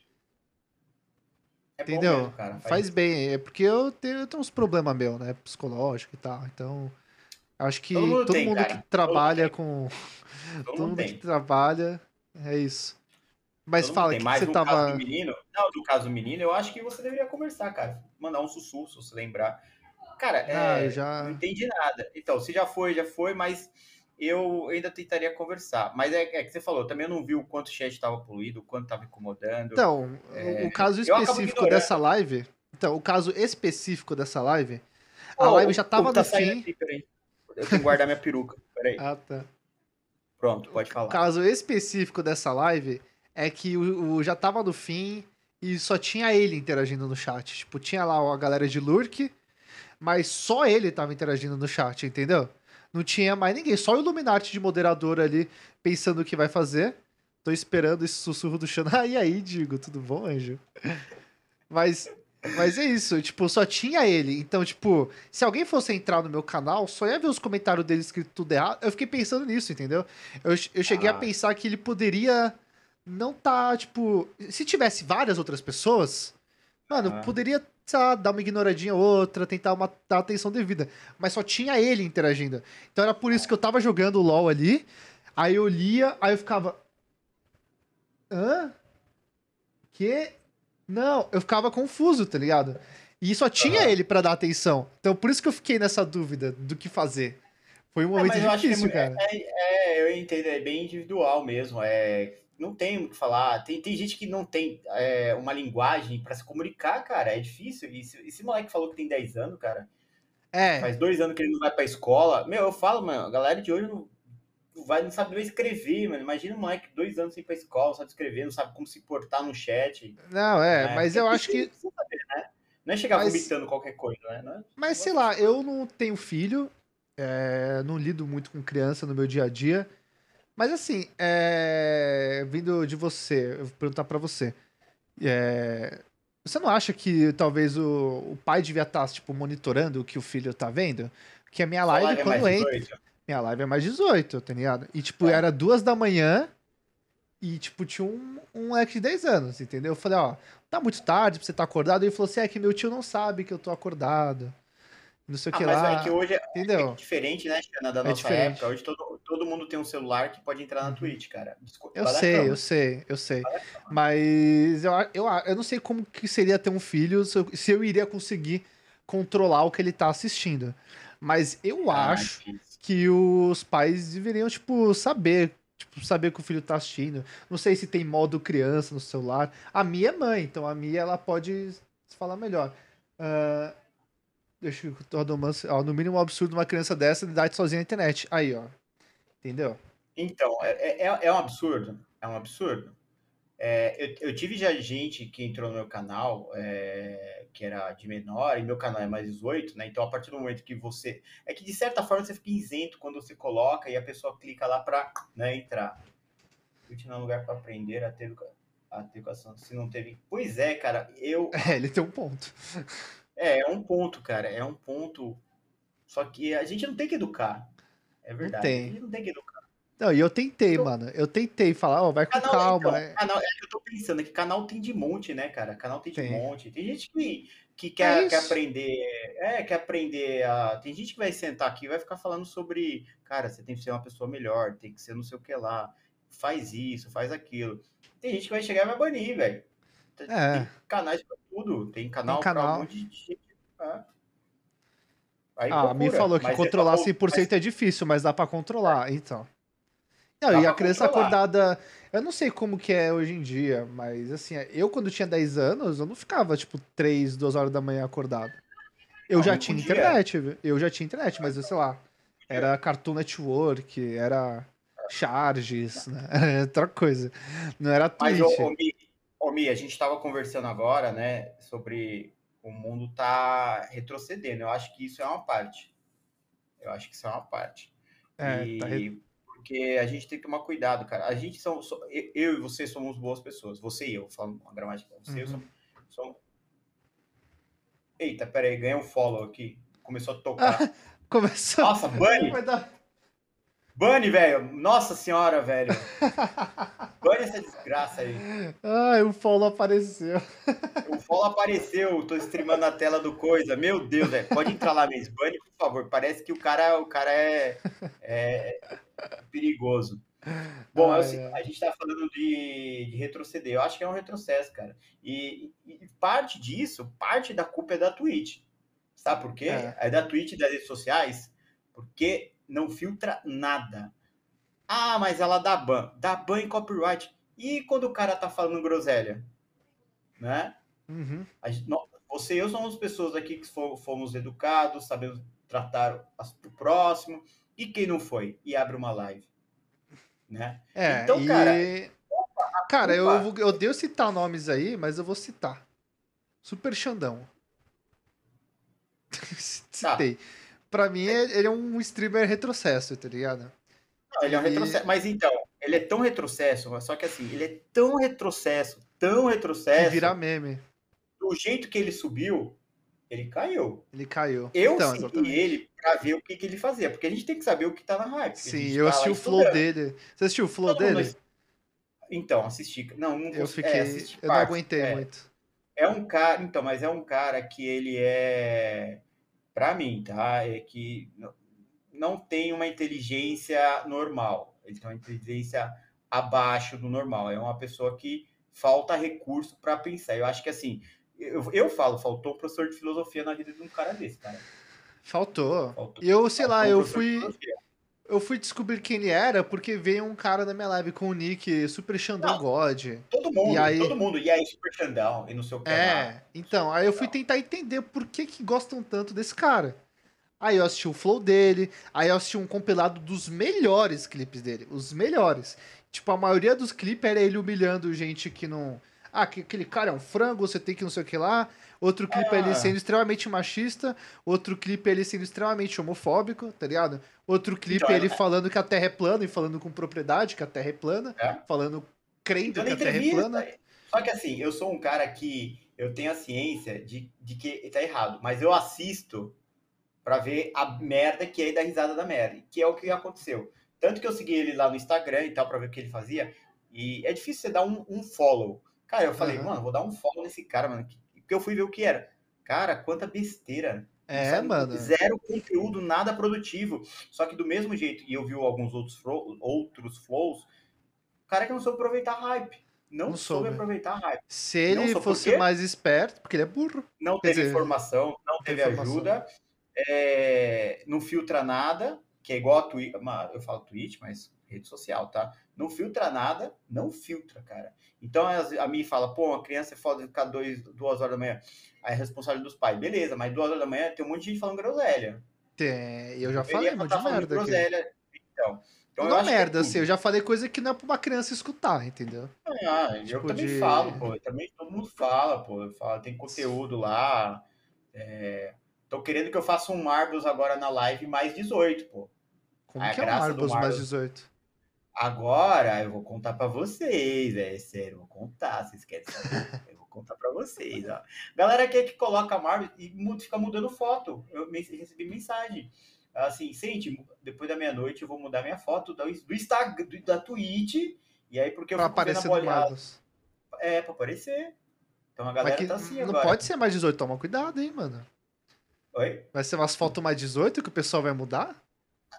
é bom entendeu? mesmo, cara. Faz Faz isso. bem, é porque eu tenho, eu tenho uns problemas meu, né? Psicológico e tal. Então, acho Todo que mundo todo tem, mundo que cara. Todo mundo trabalha tem. com. Todo Todo mundo mundo que tem. trabalha, é isso. Mas Todo mundo fala, o tem. que, que Mas você no caso do tava. menino, não, no caso do menino, eu acho que você deveria conversar, cara. Mandar um sussurro, se você lembrar. Cara, Ah, eu é, não já. entendi nada. Então, se já foi, já foi, mas eu ainda tentaria conversar. Mas é, é que você falou, também eu não vi o quanto o chat estava poluído, o quanto estava incomodando. Então, o, o caso Eu acabo específico dessa ignorando. live. Então, o caso específico dessa live. A live já Oh, o, o, tava no tá saindo fim. aqui, peraí. Eu tenho que guardar minha peruca. Peraí. Ah, tá. Pronto, O, pode ca- o falar. caso específico dessa live é que o, o- já tava no fim e só tinha ele interagindo no chat. Tipo, tinha lá a galera de Lurk, mas só ele tava interagindo no chat, entendeu? Não tinha mais ninguém, só o Illuminati de moderador ali pensando o que vai fazer. Tô esperando esse sussurro do Xana. Ah, e aí, Digo, tudo bom, anjo? Mas, mas é isso, tipo, só tinha ele. Então, tipo, se alguém fosse entrar no meu canal, só ia ver os comentários dele escrito tudo errado. Eu fiquei pensando nisso, entendeu? Eu, eu cheguei a Ah, pensar que ele poderia não tá, tipo. Se tivesse várias outras pessoas, mano, ah, poderia, sei lá, dar uma ignoradinha ou outra, tentar uma, dar atenção devida. Mas só tinha ele interagindo. Então era por isso que eu tava jogando o LOL ali. Aí eu lia, aí eu ficava. Hã? Que? Não, eu ficava confuso, tá ligado? E só tinha aham. ele pra dar atenção. Então por isso que eu fiquei nessa dúvida do que fazer. Foi um É, momento mas eu acho que é, difícil, mu- é, cara. é- é, eu entendo, é bem individual mesmo. É, não tem o que falar. Tem, tem gente que não tem é, uma linguagem para se comunicar, cara. É difícil. E esse, esse moleque falou que tem dez anos, cara. É. Faz dois anos que ele não vai pra escola. Meu, eu falo, mano, a galera de hoje não, não vai, não sabe nem escrever, mano. Imagina um moleque dois anos sem ir pra escola, não sabe escrever, não sabe como se portar no chat, Não, é, né? mas Porque eu acho precisa, que. precisa saber, né? Não é chegar Mas. vomitando qualquer coisa, né? Não é um Mas sei negócio lá, tipo. eu não tenho filho. É, não lido muito com criança no meu dia a dia. Mas assim, é, vindo de você, eu vou perguntar pra você. É, você não acha que talvez o, o pai devia estar, tipo, monitorando o que o filho tá vendo? Que a minha Sua live, live é mais quando entra. dezoito? Minha live é mais dezoito, tá ligado? E, tipo, É. era duas da manhã e, tipo, tinha um, um moleque de dez anos, entendeu? Eu falei, ó, tá muito tarde pra você estar acordado. E ele falou assim: é que meu tio não sabe que eu tô acordado. Não sei o Ah, que mas é que lá. hoje é, é Entendeu? diferente, né, Xana, da É nossa época. diferente. Hoje todo, todo mundo tem um celular que pode entrar na Uhum. Twitch, cara. Desco- Eu Lá da sei, eu cama. sei, eu sei. Lá da cama. Mas eu, eu, eu não sei como que seria ter um filho, se eu, se eu iria conseguir controlar o que ele tá assistindo. Mas eu Ah, acho difícil. que os pais deveriam, tipo, saber. Tipo, saber que o filho tá assistindo. Não sei se tem modo criança no celular. A minha é mãe, então a minha ela pode falar melhor. Ah, deixa eu todo mundo, ó, no mínimo um absurdo uma criança dessa de idade sozinha na internet. Aí, ó. Entendeu? Então, é, é, é um absurdo. É um absurdo. É, eu, eu tive já gente que entrou no meu canal, é, que era de menor, e meu canal é mais dezoito, né? Então, a partir do momento que você. É que de certa forma você fica isento quando você coloca e a pessoa clica lá para, né, entrar. Twitch não é um lugar para aprender a ter, educa- a ter educação. Se não teve. Pois é, cara, eu. É, ele tem um ponto. É, é um ponto, cara. É um ponto. Só que a gente não tem que educar. É Não verdade. A tem. gente não tem que educar. Não, e eu tentei, Porque mano. Eu tentei falar, ó, vai com canal, calma. então, É, canal, é que eu tô pensando, é que canal tem de monte, né, cara? Canal tem de tem. monte. Tem gente que, que É quer, quer isso. aprender, é, quer aprender a. Tem gente que vai sentar aqui e vai ficar falando sobre, cara, você tem que ser uma pessoa melhor, tem que ser não sei o que lá, faz isso, faz aquilo. Tem gente que vai chegar e vai banir, velho. Tem, É, tem canais pra tudo, tem tem canal pra um canal. monte de gente. É. Aí Ah, me procura. falou que Mas você controlar falou, cem por mas cento é difícil, mas dá pra controlar, então. Não, dá e a pra criança controlar. acordada, eu não sei como que é hoje em dia, mas assim, eu quando tinha dez anos, eu não ficava tipo três, duas horas da manhã acordado. Eu Não, já não tinha podia. internet, viu? Eu já tinha internet, mas eu sei lá, era Cartoon Network, era Charges, né? Era outra coisa. Não era Mas, ô, Twitch. ô, Mi, ô, Mi, a gente estava conversando agora, né, sobre o mundo tá retrocedendo. Eu acho que isso é uma parte. Eu acho que isso é uma parte. É, tá. re- E porque a gente tem que tomar cuidado, cara. A gente são, so- eu eu e você somos boas pessoas. Você e eu, falando uma gramática. Você e eu Uhum. somos, somos... Eita, peraí, ganhei um follow aqui. Começou a Ah, tocar. começou. Nossa, Bunny! Vai dar. Bunny, velho! Nossa senhora, velho! Bunny essa desgraça aí. Ai, o Paulo apareceu. O follow apareceu, tô streamando na tela do coisa. Meu Deus, velho. Pode entrar lá mesmo. Bunny, por favor. Parece que o cara, o cara é, é perigoso. Bom, é o Ai, se- a ai. gente está falando de, de retroceder. Eu acho que é um retrocesso, cara. E, e parte disso, parte da culpa é da Twitch. Sabe por quê? É. É da Twitch e das redes sociais, porque não filtra nada. Ah, mas ela dá ban. Dá ban em copyright. E quando o cara tá falando groselha? Né? Uhum. A gente- nó- você e eu somos pessoas aqui que fo- fomos educados, sabemos tratar as- o próximo. E quem não foi? E abre uma live. Né? É, Então, cara, e. Cara, eu, culpa. vou- eu odeio citar nomes aí, mas eu vou citar. Super Xandão. Tá. Citei. Pra mim, ele é um streamer retrocesso, tá ligado? Não, ele é um Ele. retrocesso. Mas então, ele é tão retrocesso, só que assim, ele é tão retrocesso, tão Que vira retrocesso, meme. do jeito que ele subiu, ele caiu. Ele caiu. Eu Então, segui exatamente. ele para ver o que, que ele fazia, porque a gente tem que saber o que tá na hype, porque a Sim, gente eu tá lá assisti o flow estudando. dele. Você assistiu o flow Todo mundo. dele? Então, assisti. Não, não Eu consegui. É, fiquei. assisti Eu não partes. aguentei É, muito. é um cara. Então, mas é um cara que ele é. Pra mim, tá? É que não, não tem uma inteligência normal. Ele tem uma inteligência abaixo do normal. É uma pessoa que falta recurso para pensar. Eu acho que assim, eu, eu falo, faltou um professor de filosofia na vida de um cara desse, cara. Faltou. Faltou, E eu, sei lá, faltou um eu professor de fui. filosofia. Eu fui descobrir quem ele era porque veio um cara na minha live com o nick Super Xandão Não, God. todo E mundo, aí. todo mundo. E aí, Super Xandão, e não sei o que lá. É, então, aí eu fui tentar entender por que que gostam tanto desse cara. Aí eu assisti o flow dele, aí eu assisti um compilado dos melhores clipes dele, os melhores. Tipo, a maioria dos clipes era ele humilhando gente que não... Ah, que aquele cara é um frango, você tem que não sei o que lá. Outro clipe é ele Ah, sendo extremamente machista. Outro clipe é ele sendo extremamente homofóbico, tá ligado? Outro então, clipe é é, ele falando que a Terra é plana e falando com propriedade que a Terra é plana. é, Falando, e crendo dando que a Terra é entrevista. plana. Só que assim, eu sou um cara que eu tenho a ciência de, de que está errado, mas eu assisto para ver a merda que é e dar risada da merda, que é o que aconteceu. Tanto que eu segui ele lá no Instagram e tal, para ver o que ele fazia, e é difícil você dar um, um follow. Cara, eu falei, Aham. mano, vou dar um follow nesse cara, mano, porque eu fui ver o que era. Cara, quanta besteira. Não É, sabe, mano. zero conteúdo, nada produtivo. Só que do mesmo jeito, e eu vi alguns outros, flow, outros flows, cara que não soube aproveitar a hype. Não Não soube soube. aproveitar a hype. Se Não ele soube por fosse quê? mais esperto, porque ele é burro. Não Quer teve dizer, informação, não não tem teve informação. ajuda, é, não filtra nada, que é igual a Twitch, eu falo Twitch, mas rede social, tá? Não filtra nada, não filtra, cara. Então a mim fala, pô, uma criança é foda ficar dois, duas horas da manhã. Aí é responsabilidade dos pais. Beleza, mas duas horas da manhã tem um monte de gente falando groselha. Tem, eu já falei Deveria um monte de estar falando merda aqui. groselha. Então, Não, então eu não acho que é merda, assim, eu tudo. já falei coisa que não é pra uma criança escutar, entendeu? Ah, eu Tipo também de. falo, pô. Também todo mundo fala, pô. Fala, tem conteúdo lá. É... Tô querendo que eu faça um Marbles agora na live mais dezoito, pô. Como A que é um graça do Marbles mais Marbles. dezoito? Agora eu vou contar pra vocês, é sério, eu vou contar, vocês querem saber? Eu vou contar pra vocês, ó. Galera que, que coloca Marvel e muda- fica mudando foto. Eu me- recebi mensagem. Assim, sente, depois da meia-noite eu vou mudar minha foto do, do Instagram, do- da Twitch, e aí porque eu Pra fico vendo a aparecer no bola. Marbles. É, pra aparecer. Então a Mas galera que tá assim não agora. pode ser mais dezoito, toma cuidado, hein, mano. Oi? Vai ser umas fotos mais dezoito que o pessoal vai mudar?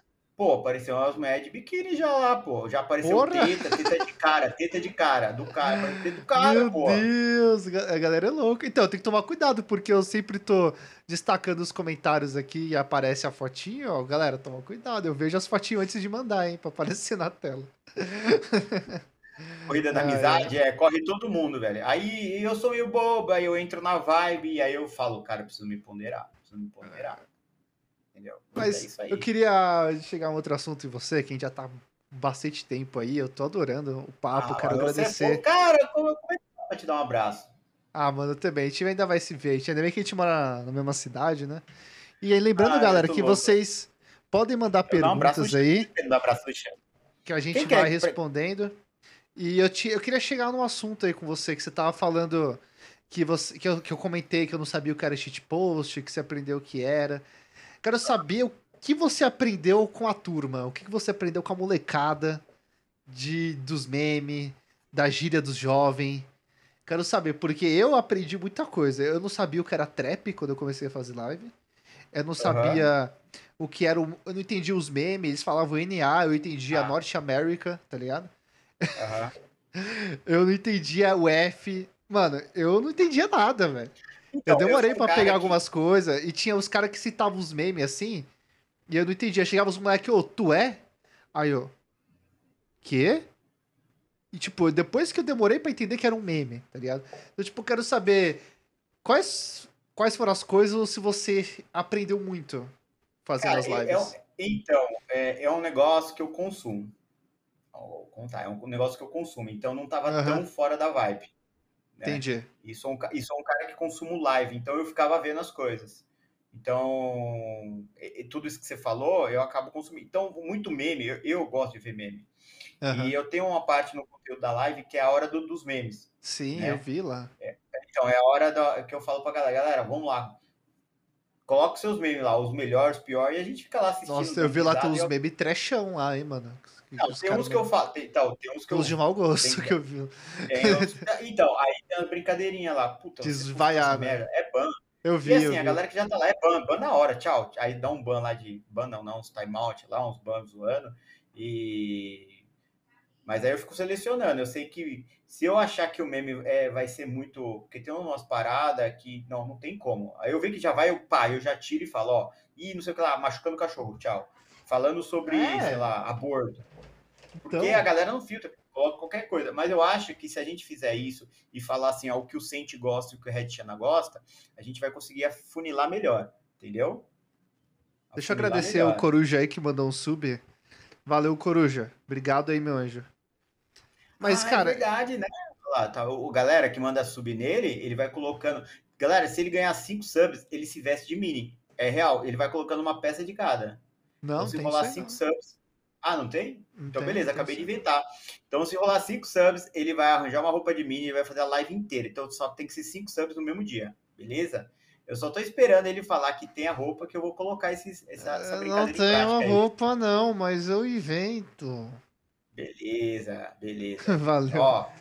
pô, apareceu umas mulheres de biquíni já lá, pô. Já apareceu Porra! teta, teta de cara, teta de cara, do cara, apareceu teta do cara, Meu pô. Deus, ga- a galera é louca. Então, tem que tomar cuidado, porque eu sempre tô destacando os comentários aqui e aparece a fotinho, ó. Galera, toma cuidado. Eu vejo as fotinhas antes de mandar, hein, pra aparecer na tela. Corrida da Ai, ai. amizade, é, corre todo mundo, velho. Aí eu sou meio bobo, aí eu entro na vibe, e aí eu falo, cara, eu preciso me ponderar, preciso me ponderar, entendeu? Mas é Mas isso eu aí. queria chegar a um outro assunto em você, que a gente já tá bastante tempo aí. Eu tô adorando o papo, Ah, quero você é fofo. agradecer. Cara, como, como é que dá pra te dar um abraço? Ah, mano, também. A gente ainda vai se ver. A gente ainda bem que a gente mora na mesma cidade, né? E aí, lembrando, Ah, eu galera, tô que louco. vocês podem mandar Eu dar um abraço no perguntas chão. aí, Quem dá um abraço no chão? que a gente Quem vai quer? respondendo. E eu, te, eu queria chegar num assunto aí com você, que você tava falando que, você, que, eu, que eu comentei que eu não sabia o que era shitpost, que você aprendeu o que era. Quero saber o que você aprendeu com a turma, o que você aprendeu com a molecada de, dos memes, da gíria dos jovens. Quero saber, porque eu aprendi muita coisa. Eu não sabia o que era trap quando eu comecei a fazer live. Eu não Aham. sabia o que era. o- Eu não entendia os memes, eles falavam N A, eu entendia Ah, Norte America, tá ligado? aham. Eu não entendia o F. Mano, eu não entendia nada, velho. Eu Então, eu demorei sou um pra cara pegar que. algumas coisas e tinha os caras que citavam os memes assim, e eu não entendia. Chegava os moleques, ô, tu é? Aí eu, quê? E tipo, depois que eu demorei pra entender que era um meme, tá ligado? Eu, tipo, quero saber quais, quais foram as coisas ou se você aprendeu muito fazendo Cara, as eu- é um- lives. então, é, é um negócio que eu consumo. Vou contar, é um negócio que eu consumo. Então, não tava Aham, tão fora da vibe, né? entendi. E sou, um, ca- e sou um cara que consumo live, então eu ficava vendo as coisas. Então, e- e tudo isso que você falou, eu acabo consumindo. Então, muito meme, eu, eu gosto de ver meme. E Aham. eu tenho uma parte no conteúdo da live que é a hora do- dos memes, Sim, eu né? vi lá. Então, é a hora da- que eu falo pra galera, galera, vamos lá, coloca os seus memes lá, os melhores, os piores, e a gente fica lá assistindo, Nossa, eu dando vi lá, tem risada. E uns eu... memes trechão lá, hein, mano. Que, que Não, os tem caras uns que eu mandam. falo, tem, então, tem uns que Tem uns de eu... mau gosto Tem, que eu vi. tem uns... Então, aí tem uma brincadeirinha lá, puta, você postou essa Desvaiar, né? merda, é ban. Eu E vi, eu assim, a vi. galera que já tá lá é ban, ban na hora, tchau. Aí dá um ban lá de... Ban não, não, uns timeout lá, uns bans zoando. E... Mas aí eu fico selecionando. Eu sei que se eu achar que o meme é, vai ser muito. Porque tem umas paradas que não, não tem como. Aí eu vejo que já vai, eu, pá, eu já tiro e falo, ó, ih, não sei o que lá, machucando o cachorro, tchau. Falando sobre, sei É, lá, aborto. Porque a então. galera não filtra, coloca qualquer coisa. Mas eu acho que se a gente fizer isso e falar assim, ó, o que o Sente gosta e o que o Red Chana gosta, a gente vai conseguir afunilar melhor, entendeu? Deixa eu Afunilar agradecer o melhor. Coruja aí que mandou um sub. Valeu, Coruja. Obrigado aí, meu anjo. Mas, Ah, é cara, verdade, né? Olha lá, tá, o, o galera que manda sub nele, ele vai colocando. Galera, se ele ganhar cinco subs, ele se veste de mini. É real, ele vai colocando uma peça de cada. Então, não, se tem isso rolar aí cinco não. subs. Ah, não tem? Não Então, tem, não beleza, tem acabei isso de aí não. inventar. Então, se rolar cinco subs, ele vai arranjar uma roupa de mini e vai fazer a live inteira. Então, só tem que ser cinco subs no mesmo dia, beleza? Eu só tô esperando ele falar que tem a roupa que eu vou colocar esses, essa, essa É, não brincadeira em tem uma prática aí. roupa, não, mas eu invento. Beleza, beleza. Valeu. Ó,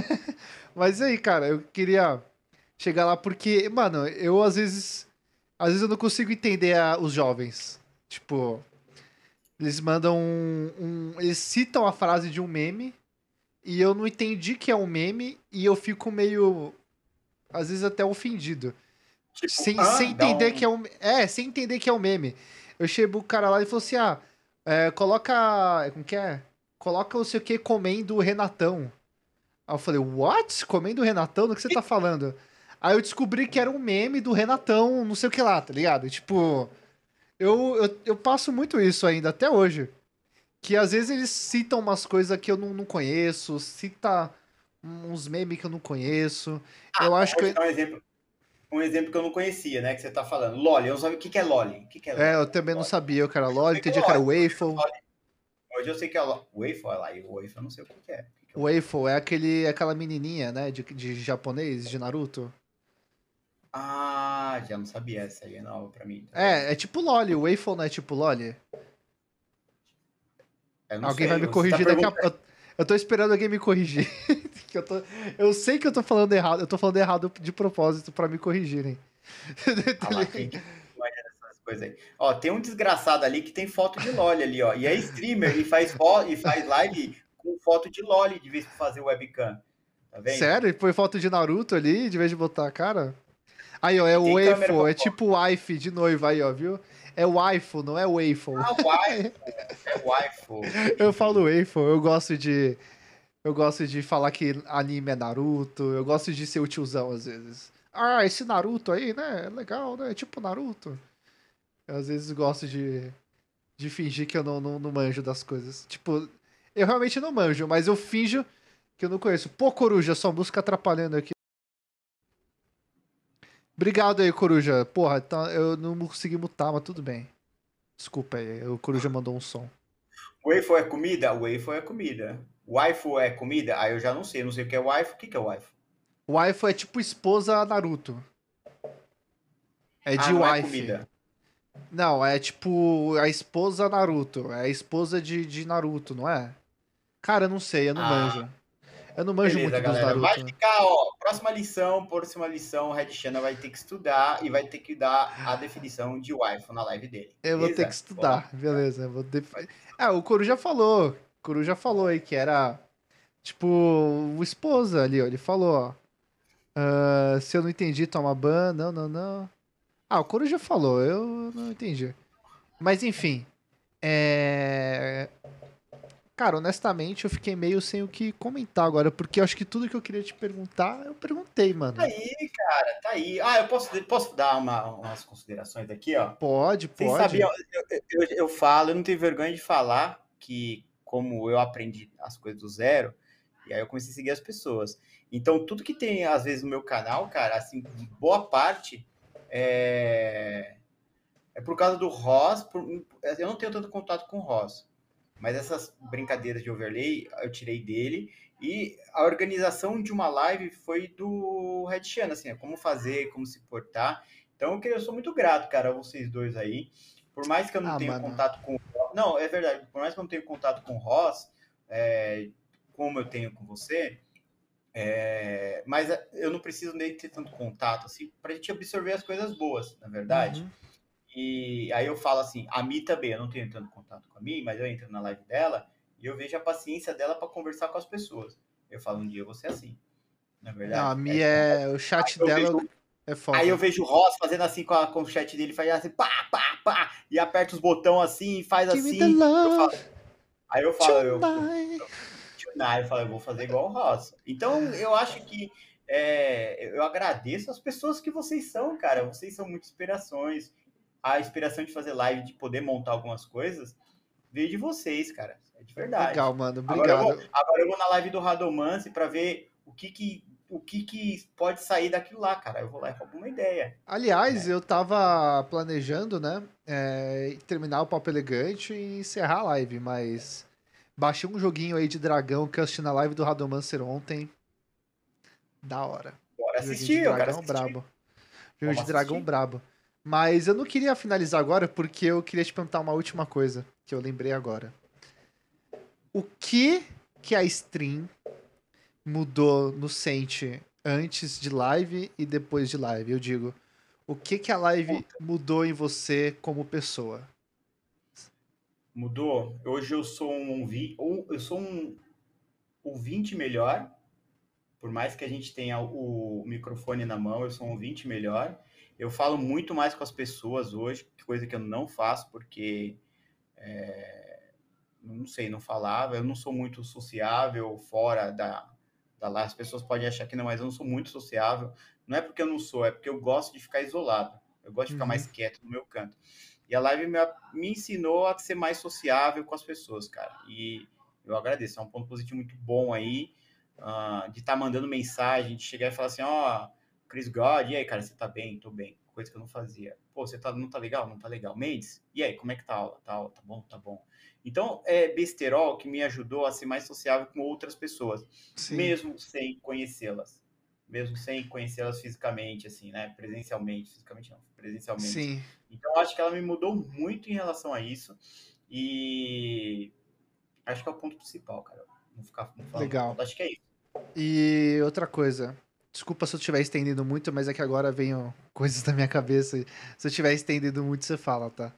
Mas aí, cara, eu queria chegar lá porque, mano, eu às vezes. Às vezes eu não consigo entender a- os jovens. Tipo, eles mandam um, um- eles citam a frase de um meme e eu não entendi que é um meme e eu fico meio. Às vezes até ofendido. tipo, Sem, sem ah, dá entender que um. é um. É, sem entender que é um meme. Eu chego o cara lá e falo assim: ah, é, coloca. Como que é? Coloca o sei o que comendo o Renatão. Aí eu falei, what? Comendo o Renatão? Do que você tá falando? Aí eu descobri que era um meme do Renatão, não sei o que lá, tá ligado? Tipo, eu, eu, eu passo muito isso ainda, até hoje. Que às vezes eles citam umas coisas que eu não, não conheço, cita uns memes que eu não conheço. Eu acho Vou que. te Eu, dar um exemplo, um exemplo que eu não conhecia, né? Que você tá falando. Loli, eu não sabia o que, que é Loli. O que, que é é, eu Loli? também não Loli. sabia que era Hoje eu LOL, sei que é entendia que era Loli. Hoje, Waffle. Loli. Hoje eu sei que é Loli. Waffle, olha lá. E o Waffle eu não sei o que, que é. O que, que é o Waffle? Waffle é aquele, aquela menininha, né, de, de japonês, de Naruto. Ah, já não sabia. Essa aí é nova pra mim, tá vendo? É, é tipo LOL, o Waffle não é tipo LOL. Eu não Alguém vai sei. me Você tá corrigir daqui a perguntando. pouco. Eu tô esperando alguém me corrigir. Que eu, tô... eu sei que eu tô falando errado. Eu tô falando errado de propósito pra me corrigirem. Ah lá, quem que imagina essas coisa aí. Ó, tem um desgraçado ali que tem foto de LOL ali, ó. E é streamer e faz, fo e faz live com foto de LOL de vez de fazer webcam. Tá vendo? Sério? Ele põe foto de Naruto ali, de vez de botar a cara? Aí, ó, é E o tem câmera Waifu, pra é foto. tipo wife de noiva aí, ó, viu? É waifu, não é waifu. Ah, waifu. É waifu. Eu falo Entendi. waifu, eu gosto de. Eu gosto de falar que anime é Naruto, eu gosto de ser o tiozão às vezes. Ah, esse Naruto aí, né? É legal, né? É tipo Naruto. Eu, às vezes gosto de, de fingir que eu não, não, não manjo das coisas. Tipo, eu realmente não manjo, mas eu finjo que eu não conheço. Pô, Coruja, sua música atrapalhando aqui. Obrigado aí, Coruja. Porra, tá, eu não consegui mutar, mas tudo bem. Desculpa aí, o Coruja mandou um som. Waifu é comida? Waifu é comida. Waifu é comida? Aí eu já não sei. Não sei o que é waifu. O que que é waifu? Waifu é tipo esposa Naruto. É Ah, de não é wife. comida. Não, é tipo a esposa Naruto. É a esposa de, de Naruto, não é? Cara, eu não sei, eu não Ah, manjo. Eu não manjo beleza, muito dos galera. Vai Naruto. ficar, ó. Próxima lição, próxima lição, o Red Channel vai ter que estudar e vai ter que dar a definição de waifu na live dele. Eu vou ter que Beleza? Vamos lá. estudar, beleza. Eu vou def... Ah, o Coru já falou. O Coru já falou aí que era, tipo, o esposa ali, ó. Ele falou, ó. "Ah, se eu não entendi, toma ban. Não, não, não. Ah, o Coru já falou, eu não entendi. Mas enfim. É. Cara, honestamente, eu fiquei meio sem o que comentar agora, porque eu acho que tudo que eu queria te perguntar, eu perguntei, Tá mano. aí, cara, tá aí. Ah, eu posso, posso dar uma- umas considerações aqui, ó. Pode, Vocês pode. sabiam, eu, eu, eu falo, eu não tenho vergonha de falar que, como eu aprendi as coisas do zero, e aí eu comecei a seguir as pessoas. Então, tudo que tem, às vezes, no meu canal, cara, assim, boa parte é, é por causa do Ross. Por, eu não tenho tanto contato com o Ross, mas essas brincadeiras de overlay eu tirei dele. E a organização de uma live foi do Red Chan, assim, é como fazer, como se portar. Então, eu sou muito grato, cara, a vocês dois aí. Por mais que eu não Ah, tenha mano. contato com. Não, é verdade. Por mais que eu não tenha contato com o Ross, é, como eu tenho com você, é, mas eu não preciso nem ter tanto contato, assim, pra gente absorver as coisas boas, na verdade. Uhum. E aí eu falo assim, a Mi também, eu não tenho tanto contato com a Mi, mas eu entro na live dela e eu vejo a paciência dela para conversar com as pessoas. Eu falo, um dia eu vou ser assim, na é Não, a verdade. É Mi tipo, é. O aí chat eu dela vejo, é aí eu foda. vejo o Ross fazendo assim com, a, com o chat dele, faz assim, pá, pá, pá, e aperta os botões assim, e faz Give me the assim. Eu falo, love aí eu falo, eu, eu, tonight. eu falo, eu vou fazer igual o Ross. Então eu acho que é, eu agradeço as pessoas que vocês são, cara. Vocês são muitas inspirações. A inspiração de fazer live, de poder montar algumas coisas, veio de vocês, cara. É de Legal, verdade. mano. Agora eu vou, Obrigado. agora eu vou na live do Radomance para ver o que que, o que que pode sair daquilo lá, cara. Eu vou lá e roubo uma ideia, Aliás, né? eu tava planejando, né? é, terminar o Papo Elegante e encerrar a live, mas. Baixei um joguinho aí de dragão que eu assisti na live do Radomancer ontem. Da hora. Bora Joguinho de assistir, eu quero dragão assistir. brabo. Jogo Vamos de dragão assistir. brabo. Mas eu não queria finalizar agora porque eu queria te perguntar uma última coisa que eu lembrei agora. O que que a stream mudou no Sente antes de live e depois de live? Eu digo, o que que a live Puta, mudou em você como pessoa? mudou. Hoje eu sou um ouvi, ou eu sou um ouvinte melhor. Por mais que a gente tenha o microfone na mão, eu sou um ouvinte melhor. Eu falo muito mais com as pessoas hoje, coisa que eu não faço, porque não sei, não falava. Eu não sou muito sociável fora da, da live. As pessoas podem achar que não, mas eu não sou muito sociável. Não é porque eu não sou, é porque eu gosto de ficar isolado. Eu gosto de ficar Uhum. mais quieto no meu canto. E a live me, me ensinou a ser mais sociável com as pessoas, cara. E eu agradeço. É um ponto positivo muito bom aí, uh, de estar tá mandando mensagem, de chegar e falar assim, ó, oh, Chris God, e aí, cara, você tá bem? Tô bem. Coisa que eu não fazia. Pô, você tá, não tá legal? Não tá legal. Mendes, e aí, como é que tá a aula? Tá, tá bom? Tá bom. Então, é besterol que me ajudou a ser mais sociável com outras pessoas, Sim, mesmo sem conhecê-las. Mesmo sem conhecê-las fisicamente, assim, né? Presencialmente, fisicamente não, presencialmente. sim. Então, acho que ela me mudou muito em relação a isso. E acho que é o ponto principal, cara. Não ficar não falando muito Legal. alto. Acho que é isso. E outra coisa. Desculpa se eu estiver estendendo muito, mas é que agora vem ó, coisas na minha cabeça. Se eu estiver estendendo muito, você fala, tá?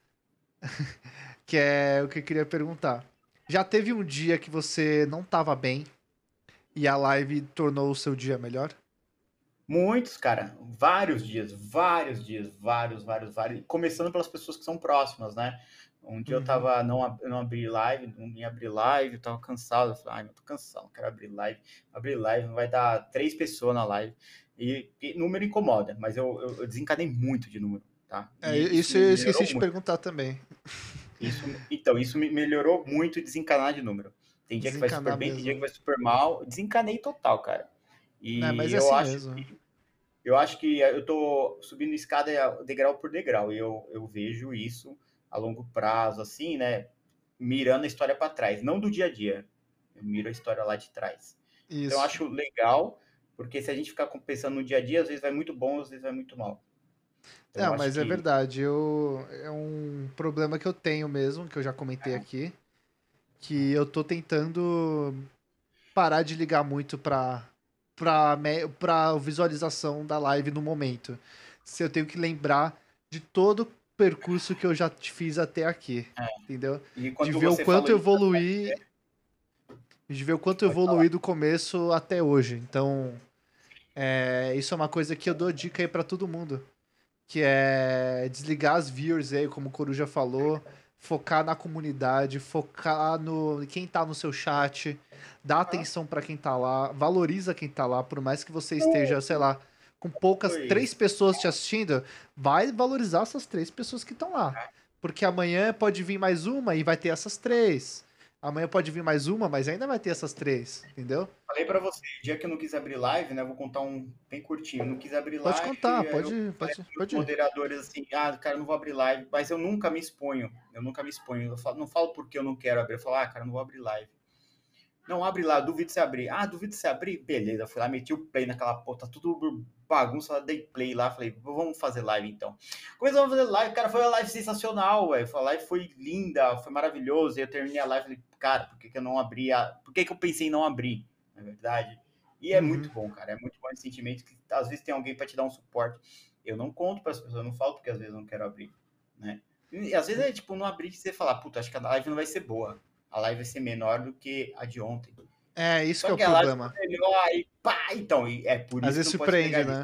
Que é o que eu queria perguntar. Já teve um dia que você não tava bem e a live tornou o seu dia melhor? Muitos, cara, vários dias, vários dias, vários, vários, vários. Começando pelas pessoas que são próximas, né? Um dia eu Uhum. tava, não, ab- eu não abri live, não ia abrir live, eu tava cansado. Eu falei, ai, eu tô cansado, não quero abrir live. Abrir live, vai dar três pessoas na live. E, e número incomoda, mas eu, eu, eu desencanei muito de número, tá? É, E isso isso me eu melhorou esqueci de muito. perguntar também. Isso, então, isso me melhorou muito desencanar de número. Tem dia que vai super Desencanar bem, tem dia que mesmo. vai super mal. Desencanei total, cara. É, E mas é eu assim acho mesmo. eu acho que eu tô subindo escada degrau por degrau, e eu, eu vejo isso a longo prazo, assim, né? Mirando a história para trás, não do dia a dia. Eu miro a história lá de trás. Então, eu Isso. acho legal, porque se a gente ficar pensando no dia a dia, às vezes vai muito bom, às vezes vai muito mal. Então, eu Não, acho mas é que. verdade. Eu, é um problema que eu tenho mesmo, que eu já comentei aqui, que eu tô tentando parar de ligar muito pra, pra, me- pra visualização da live no momento. Se eu tenho que lembrar de todo o percurso que eu já fiz até aqui, entendeu? E De quando ver o você quanto falou eu isso, evoluí, de ver o quanto eu pode falar. evoluí do começo até hoje. Então, é, isso é uma coisa que eu dou dica aí pra todo mundo. Que é desligar as viewers aí, como o Coruja falou, focar na comunidade, focar no quem tá no seu chat, dá atenção pra quem tá lá, valoriza quem tá lá, por mais que você esteja, sei lá, com poucas, três Pois, pessoas te assistindo, vai valorizar essas três pessoas que estão lá. Porque amanhã pode vir mais uma e vai ter essas três. Amanhã pode vir mais uma, mas ainda vai ter essas três, entendeu? falei para você, o dia que eu não quis abrir live, né? Eu vou contar um bem curtinho. Eu não quis abrir Pode contar, live, aí eu pode, falei pode, para os pode ir. moderadores assim: ah, cara, eu não vou abrir live, mas eu nunca me exponho. Eu nunca me exponho. Eu falo, não falo porque eu não quero abrir. Eu falo, ah, cara, eu não vou abrir live. Não, abre lá, duvido você abrir. Ah, duvido você abrir? Beleza, fui lá, meti o play naquela porra, tá tudo bagunça, dei play lá, falei, vamos fazer live então. Começamos a fazer live, cara, foi uma live sensacional, velho. A live foi linda, foi maravilhoso. E eu terminei a live e falei, cara, por que, que eu não abri? A... Por que, que eu pensei em não abrir? Na verdade. E é Uhum. muito bom, cara. É muito bom esse sentimento que às vezes tem alguém para te dar um suporte. Eu não conto para as pessoas, eu não falo porque às vezes eu não quero abrir, né? E às vezes é tipo não abrir e você falar, puta, acho que a live não vai ser boa. A live vai ser menor do que a de ontem. É, isso que Só é o que a live foi problema. melhor e pá, então, e é por Às isso que vezes não pode surpreende, pegar nisso. né?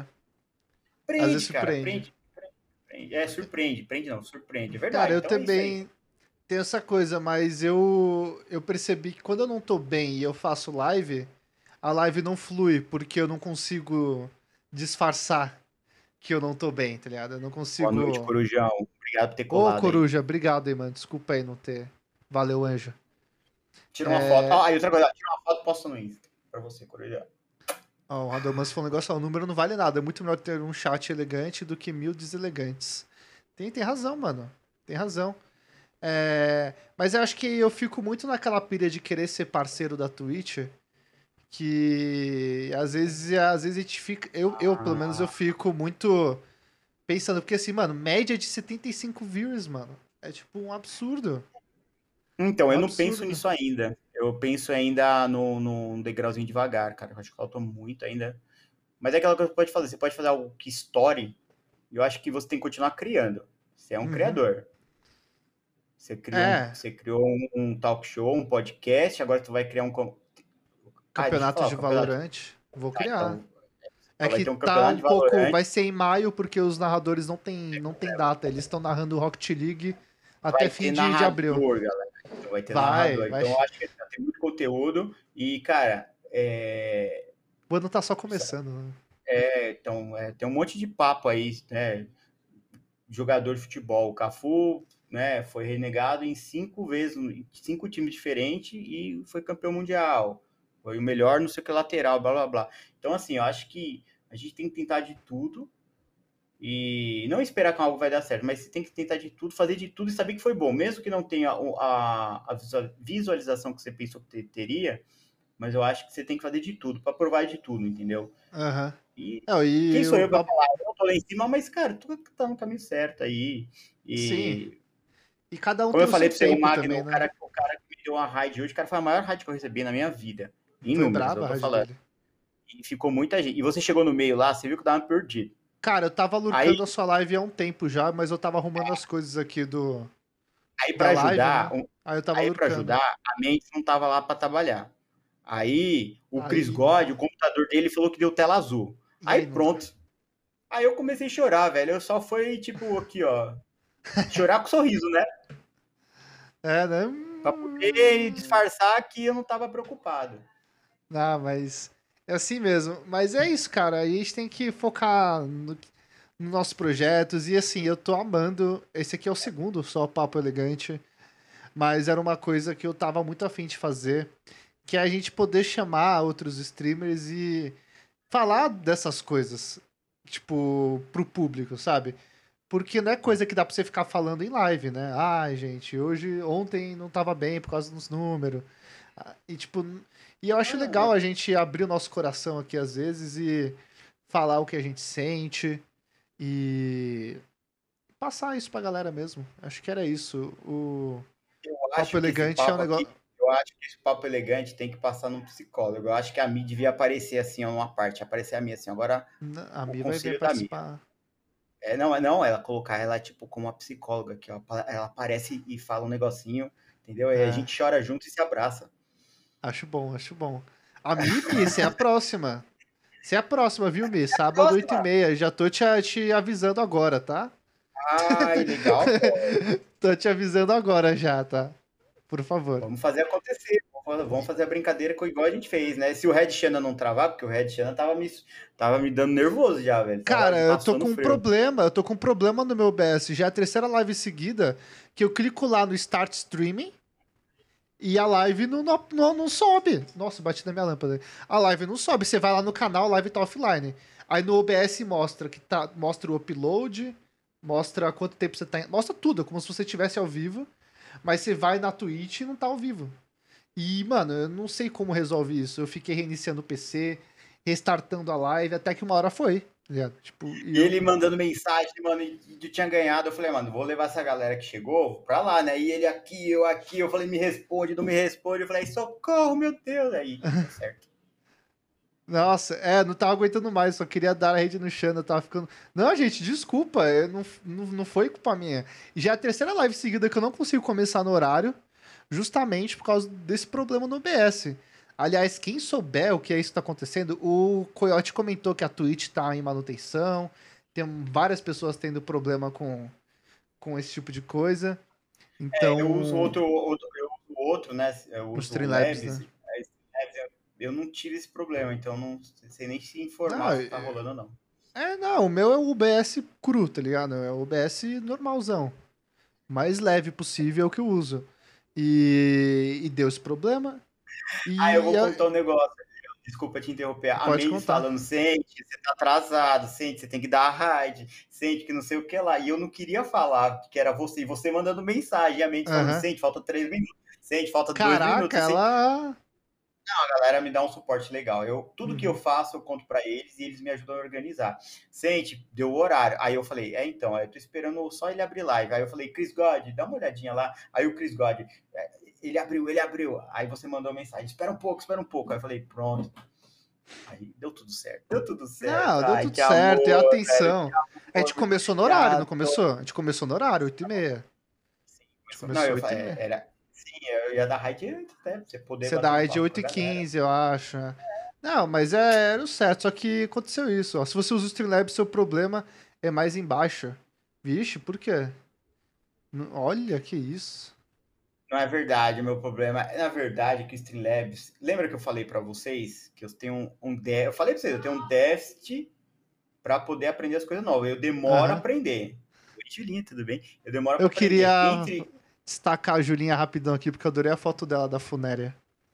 Às vezes Prende, cara, surpreende. prende, prende. É, surpreende, prende não, surpreende, é Cara, verdade. eu Então é isso aí. também tenho essa coisa, mas eu eu percebi que quando eu não tô bem e eu faço live, a live não flui, porque eu não consigo disfarçar que eu não tô bem, tá ligado? Eu não Boa noite, consigo. Corujão. Obrigado por ter Ô, colado aí. Coruja, obrigado aí, mano. Desculpa aí não ter. Valeu, anjo. Tira uma foto. Ah, e outra coisa, tira uma foto e posta no Insta. Pra você, Corujão. Ó, o Radomas falou um negócio, ó, o número não vale nada. É muito melhor ter um chat elegante do que mil deselegantes. Tem, tem razão, mano. Tem razão. É, mas eu acho que eu fico muito naquela pilha de querer ser parceiro da Twitch, que às vezes, às vezes a gente fica, eu, eu pelo menos eu fico muito pensando, porque assim, mano, média de setenta e cinco views, mano. É tipo um absurdo. Então, Um eu não penso absurdo. nisso ainda. Eu penso ainda no, no degrauzinho devagar, cara. Eu acho que falta muito ainda. Mas é aquela coisa que você pode fazer. Você pode fazer algo que estoure. E eu acho que você tem que continuar criando. Você é um Uhum. criador. Você criou um, É, você criou um, um talk show, um podcast, agora tu vai criar um. Ah, deixa eu campeonato falar, de o campeonato. Valorant, vou Ah, criar. então, É então vai que ter um tá campeonato um de pouco, Valorant, vai ser em maio porque os narradores não tem, não tem data, eles estão narrando Rocket League até vai fim ter de, de abril. narrador, galera. Então vai ter Vai, narrador. vai. Então eu acho que tem muito conteúdo. E, cara, é, O ano tá só começando, né? é, então, é, tem um monte de papo aí, né? Jogador de futebol. O Cafu, né, foi renegado em cinco vezes, em cinco times diferentes e foi campeão mundial. Foi o melhor no seu que lateral, blá blá blá. Então, assim, eu acho que a gente tem que tentar de tudo e não esperar que algo vai dar certo, mas você tem que tentar de tudo, fazer de tudo e saber que foi bom, mesmo que não tenha a, a visualização que você pensou que teria, mas eu acho que você tem que fazer de tudo para provar de tudo, entendeu? Aham. E Não, quem e sou o eu para papo. falar? Eu não tô lá em cima, mas, cara, tu tá no caminho certo aí. Sim. E, E cada um como tem eu o seu falei para você, o tempo Magno, também, o né? cara, o cara que me deu uma raid hoje, o cara foi a maior raid que eu recebi na minha vida. Em Foi números, braba eu a tô rádio falando. dele. E ficou muita gente. E você chegou no meio lá, você viu que eu tava perdido. Cara, eu tava Aí, lurkando a sua live há um tempo já, mas eu tava arrumando as coisas aqui do aí da para live, ajudar, né? um- Aí eu tava aí para lurkando. ajudar, a Mendes não tava lá para trabalhar. Aí o Chris Aí, God, o computador dele falou que deu tela azul. e Aí aí, não. pronto. Aí eu comecei a chorar, velho. Eu só foi tipo aqui, ó, chorar com sorriso, né? É, né? Pra poder disfarçar que eu não tava preocupado. Ah, mas é assim mesmo. Mas é isso, cara. Aí a gente tem que focar no, nos nossos projetos. E assim, eu tô amando. Esse aqui é o segundo só Papo Elegante. Mas era uma coisa que eu tava muito afim de fazer. Que é a gente poder chamar outros streamers e falar dessas coisas. Tipo, pro público, sabe? Porque não é coisa que dá pra você ficar falando em live, né? Ai, gente, hoje, ontem não tava bem por causa dos números. Ah, E tipo, e eu acho Ah, legal é. a gente abrir o nosso coração aqui às vezes e falar o que a gente sente e passar isso pra galera mesmo. Acho que era isso. O Eu Papo acho que esse Elegante é um papo aqui, negócio. eu acho que esse papo elegante tem que passar num psicólogo. Eu acho que a Mi devia aparecer assim, ó, uma parte, aparecer a Mi assim. Agora, A o Mi vai vir conselho da Mi. participar. É, não, é não, ela colocar ela tipo como uma psicóloga aqui, ó. Ela aparece e fala um negocinho, entendeu? Aí a É, gente chora junto e se abraça. acho bom, acho bom. A Mi, Mi, você é a próxima. Você é a próxima, viu, Mi? Sábado, oito e Próxima! meia. Já tô te, te avisando agora, tá? Ai, legal, pô. Tô te avisando agora já, tá? Por favor. Vamos fazer acontecer. Vamos fazer a brincadeira com igual a gente fez, né? Se o Red Shannon não travar, porque o Red Shannon tava me, tava me dando nervoso já, velho. Tava, Cara, já eu tava tô suando com um frio. problema, eu tô com um problema no meu O B S. Já é a terceira live seguida que eu clico lá no Start Streaming e a live não, não, não, não sobe. Nossa, bati na minha lâmpada. A live não sobe. Você vai lá no canal, a live tá offline. Aí no O B S mostra que tá, mostra o upload, mostra quanto tempo você tá, mostra tudo, como se você estivesse ao vivo, mas você vai na Twitch e não tá ao vivo. E, mano, eu não sei como resolve isso. Eu fiquei reiniciando o P C, restartando a live, até que uma hora foi, tá ligado? Tipo, e E eu. ele mandando mensagem, mano, e eu tinha ganhado. Eu falei, mano, vou levar essa galera que chegou pra lá, né? E ele aqui, eu aqui. Eu falei, me responde, não me responde. Eu falei, socorro, meu Deus. Aí deu certo. Nossa, é, não tava aguentando mais, só queria dar a rede no chão, eu tava ficando. Não, gente, desculpa, eu não, não, não foi culpa minha. E já é a terceira live seguida que eu não consigo começar no horário, justamente por causa desse problema no O B S. Aliás, quem souber o que é isso que tá acontecendo, o Coyote comentou que a Twitch tá em manutenção, tem várias pessoas tendo problema com, com esse tipo de coisa. Eu uso Então, outro, outro, eu uso outro, né? Eu os uso o Streamlabs, Labs. né? Aí, Labs, Eu não tive esse problema, então não sei nem se Não, informar se tá é, rolando ou não. é, não, o meu é o O B S cru, tá ligado? É o O B S normalzão. Mais leve possível que eu uso. E, e deu esse problema. Ah, eu E vou a- contar um negócio. Desculpa te interromper. A pode Mendes contar. falando, sente, você tá atrasado, sente, você tem que dar a ride, sente que não sei o que lá. E eu não queria falar que era você, e você mandando mensagem, e a Mendes falando, Aham. sente, falta três minutos, sente, falta dois Caraca, minutos, sente. ela. A galera me dá um suporte legal. Eu, tudo que eu Uhum. faço, eu conto para eles e eles me ajudam a organizar. Sente, deu o horário. Aí eu falei, é então, eu tô esperando só ele abrir live. Aí eu falei, Chris God, dá uma olhadinha lá. Aí o Chris God, é, ele abriu, ele abriu. Aí você mandou uma mensagem, espera um pouco, espera um pouco. Aí eu falei, pronto. Aí deu tudo certo, deu tudo certo. Não, deu Ai, tudo que certo. E amor, velho, que atenção. A gente amor, começou no que horário, não adoro. começou? A gente começou no horário, oito e meia. Sim, A gente começou- Não, começou eu oito e falei, meia. era. Sim, eu ia dar raid antes, né? Pra você poder Você bater dá um aí de papo com a oito e galera. quinze, eu acho, né? Não, mas é, era o certo. Só que aconteceu isso. Ó. Se você usa o Streamlabs, seu problema é mais embaixo. Vixe, por quê? N- Olha que isso. Não é verdade, o meu problema é, na verdade, que o Streamlabs. Lembra que eu falei para vocês que eu tenho um, um dé- eu falei para vocês, eu tenho um déficit para poder aprender as coisas novas. Eu demoro a Aham. aprender. Oi, Julinha, tudo bem? Eu demoro Eu para aprender. queria Entre. destacar a Julinha rapidão aqui, porque eu adorei a foto dela da funéria.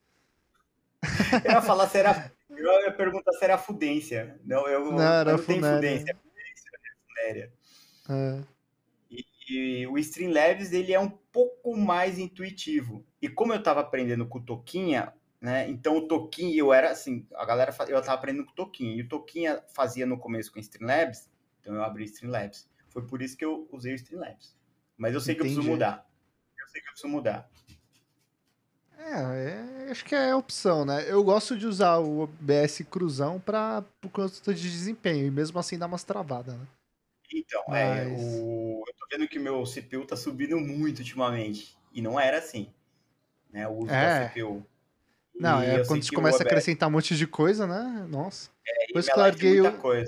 Eu ia falar se era. Eu ia perguntar se era fudência. Não, Não, eu, era mas a não tem fudência, funéria. é fudência, é funéria. É, E, e o Streamlabs ele é um pouco mais intuitivo. E como eu estava aprendendo com o Toquinha, né? Então o Toquinha, eu era assim, a galera, eu estava aprendendo com o Toquinha, e o Toquinha fazia no começo com o Streamlabs, então eu abri o Streamlabs. Foi por isso que eu usei o Streamlabs. Mas eu sei que eu preciso entendi. mudar. Eu sei que eu preciso mudar. É, é, acho que é a opção, né? Eu gosto de usar o O B S cruzão pra, por conta de desempenho, e mesmo assim dá umas travadas, né? Então, é, Mas. o, eu tô vendo que o meu C P U tá subindo muito ultimamente. E não era assim, né? O uso da É. C P U. Não, E é eu quando sei você que o começa a O B S acrescentar um monte de coisa, né? Nossa. ia Depois me que de larguei muita o. coisa.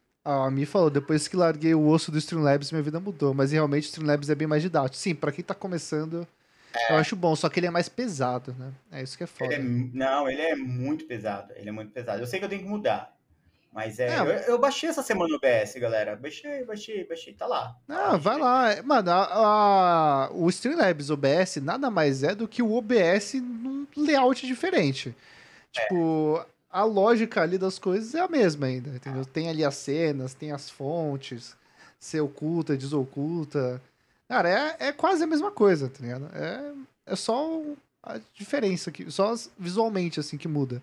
A Mi falou, depois que larguei o osso do Streamlabs, minha vida mudou. Mas realmente o Streamlabs é bem mais didático. Sim, pra quem tá começando, eu acho bom, só que ele é mais pesado, né? É isso que é Ele é, foda. não, ele é muito pesado. Ele é muito pesado. Eu sei que eu tenho que mudar. Mas é, eu, É, eu baixei essa semana o O B S, galera. Baixei, baixei, baixei. Tá lá. Tá lá, não, vai baixei. lá. Mano, a, a- o Streamlabs O B S nada mais é do que o O B S num layout diferente. Tipo, a lógica ali das coisas é a mesma ainda, entendeu? Tem ali as cenas, tem as fontes, você oculta, desoculta. Cara, é, é quase a mesma coisa, tá ligado? É, é só o- a diferença, que, só as- visualmente, assim, que muda.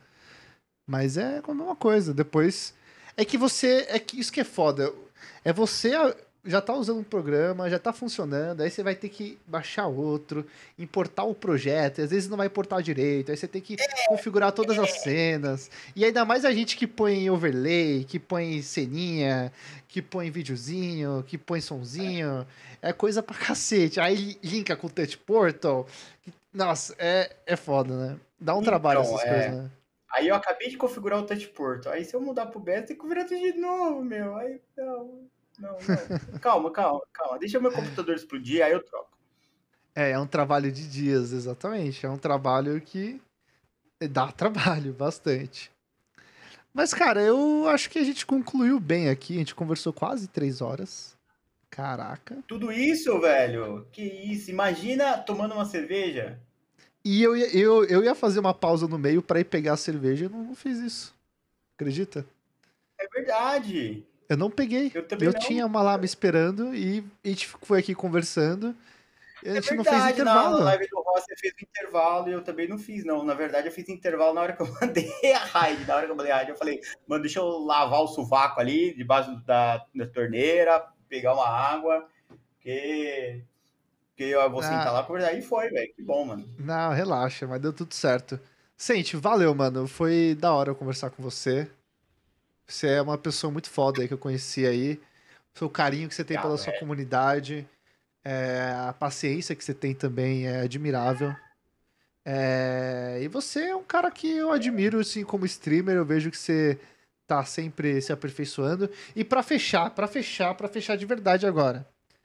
Mas é a mesma coisa. Depois. É que você. É que isso que é foda. É você a- já tá usando um programa, já tá funcionando, aí você vai ter que baixar outro, importar o projeto, e às vezes não vai importar direito, aí você tem que configurar todas as cenas. E ainda mais a gente que põe overlay, que põe ceninha, que põe videozinho, que põe sonzinho. É coisa pra cacete. Aí linka com o Touch Portal. Nossa, é, é foda, né? Dá um trabalho Então, essas coisas, é. né? Aí eu acabei de configurar o Touch Porto. Aí se eu mudar pro B S, tem que configurar tudo de novo, meu. Aí não, não, não. Calma, calma, calma. Deixa meu computador explodir, aí eu troco. É, é um trabalho de dias, exatamente. É um trabalho que dá trabalho, bastante. Mas, cara, eu acho que a gente concluiu bem aqui. A gente conversou quase três horas. Caraca. Tudo isso, velho. Que isso? Imagina tomando uma cerveja. E eu, ia- eu, eu ia fazer uma pausa no meio pra ir pegar a cerveja e eu não, não fiz isso. Acredita? É verdade. Eu não peguei. Eu E também eu não. tinha uma lá me esperando e a gente foi aqui conversando e a É gente não fez verdade, na, na intervalo. live do Ross você fez o intervalo e eu também não fiz, não. Na verdade, eu fiz intervalo na hora que eu mandei a raid. Na hora que eu mandei a raid, eu falei, mano, deixa eu lavar o sovaco ali, debaixo da, da torneira, pegar uma água, porque, porque eu vou sentar Ah, lá conversar. E foi, velho. Que bom, mano. não, relaxa, mas deu tudo certo. Sente, valeu, mano. Foi da hora eu conversar com você. Você é uma pessoa muito foda aí que eu conheci aí. O seu carinho que você tem pela Obrigado, sua é. comunidade, é, a paciência que você tem também é admirável. É, e você é um cara que eu admiro, assim, como streamer. Eu vejo que você tá sempre se aperfeiçoando. E pra fechar, pra fechar, pra fechar de verdade agora.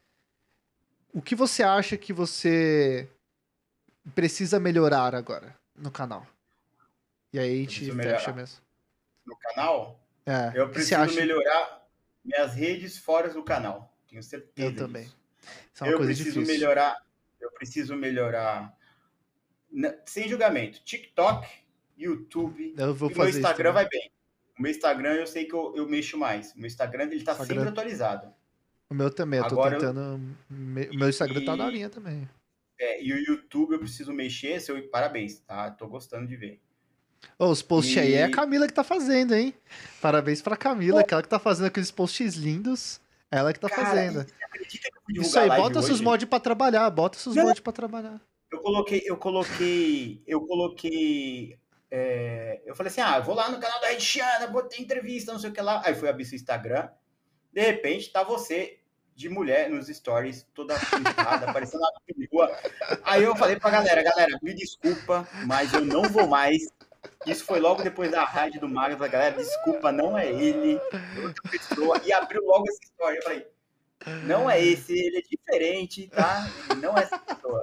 O que você acha que você precisa melhorar agora no canal? E aí a Eu gente preciso fecha melhorar mesmo. no canal. É, o Eu que você preciso acha? melhorar minhas redes fora do canal. Tenho Eu certeza também. disso. Isso é uma Eu coisa preciso difícil. melhorar. Eu preciso melhorar sem julgamento, TikTok, YouTube Eu vou e o meu fazer isso Instagram também. vai bem. O meu Instagram eu sei que eu, eu mexo mais. O meu Instagram ele tá sempre Instagram. atualizado. O meu também, eu tô Agora eu, tentando. me- O meu Instagram tá e, daorinha também. é, e o YouTube eu preciso mexer. Seu, parabéns, tá? Tô gostando de ver. Ô, os posts aí é a E Camila que tá fazendo, hein? Parabéns pra Camila, pô, aquela que tá fazendo aqueles posts lindos. Ela que tá cara, e fazendo. você acredita que eu fui Isso divulgar a aí, live bota seus hoje? mods pra trabalhar, bota seus Não, mods pra trabalhar. eu coloquei, eu coloquei, eu coloquei. É, eu falei assim: ah, eu vou lá no canal da Rediana, botei entrevista, não sei o que lá. Aí fui abrir seu Instagram. De repente, tá você de mulher nos stories, toda pintada, parecendo uma perua. Aí eu falei pra galera, galera, me desculpa, mas eu não vou mais. Isso foi logo depois da rádio do Maga. Eu falei, galera, desculpa, não é ele, é outra pessoa. E abriu logo essa história. Eu falei, não é esse, ele é diferente, tá? Ele não é essa pessoa.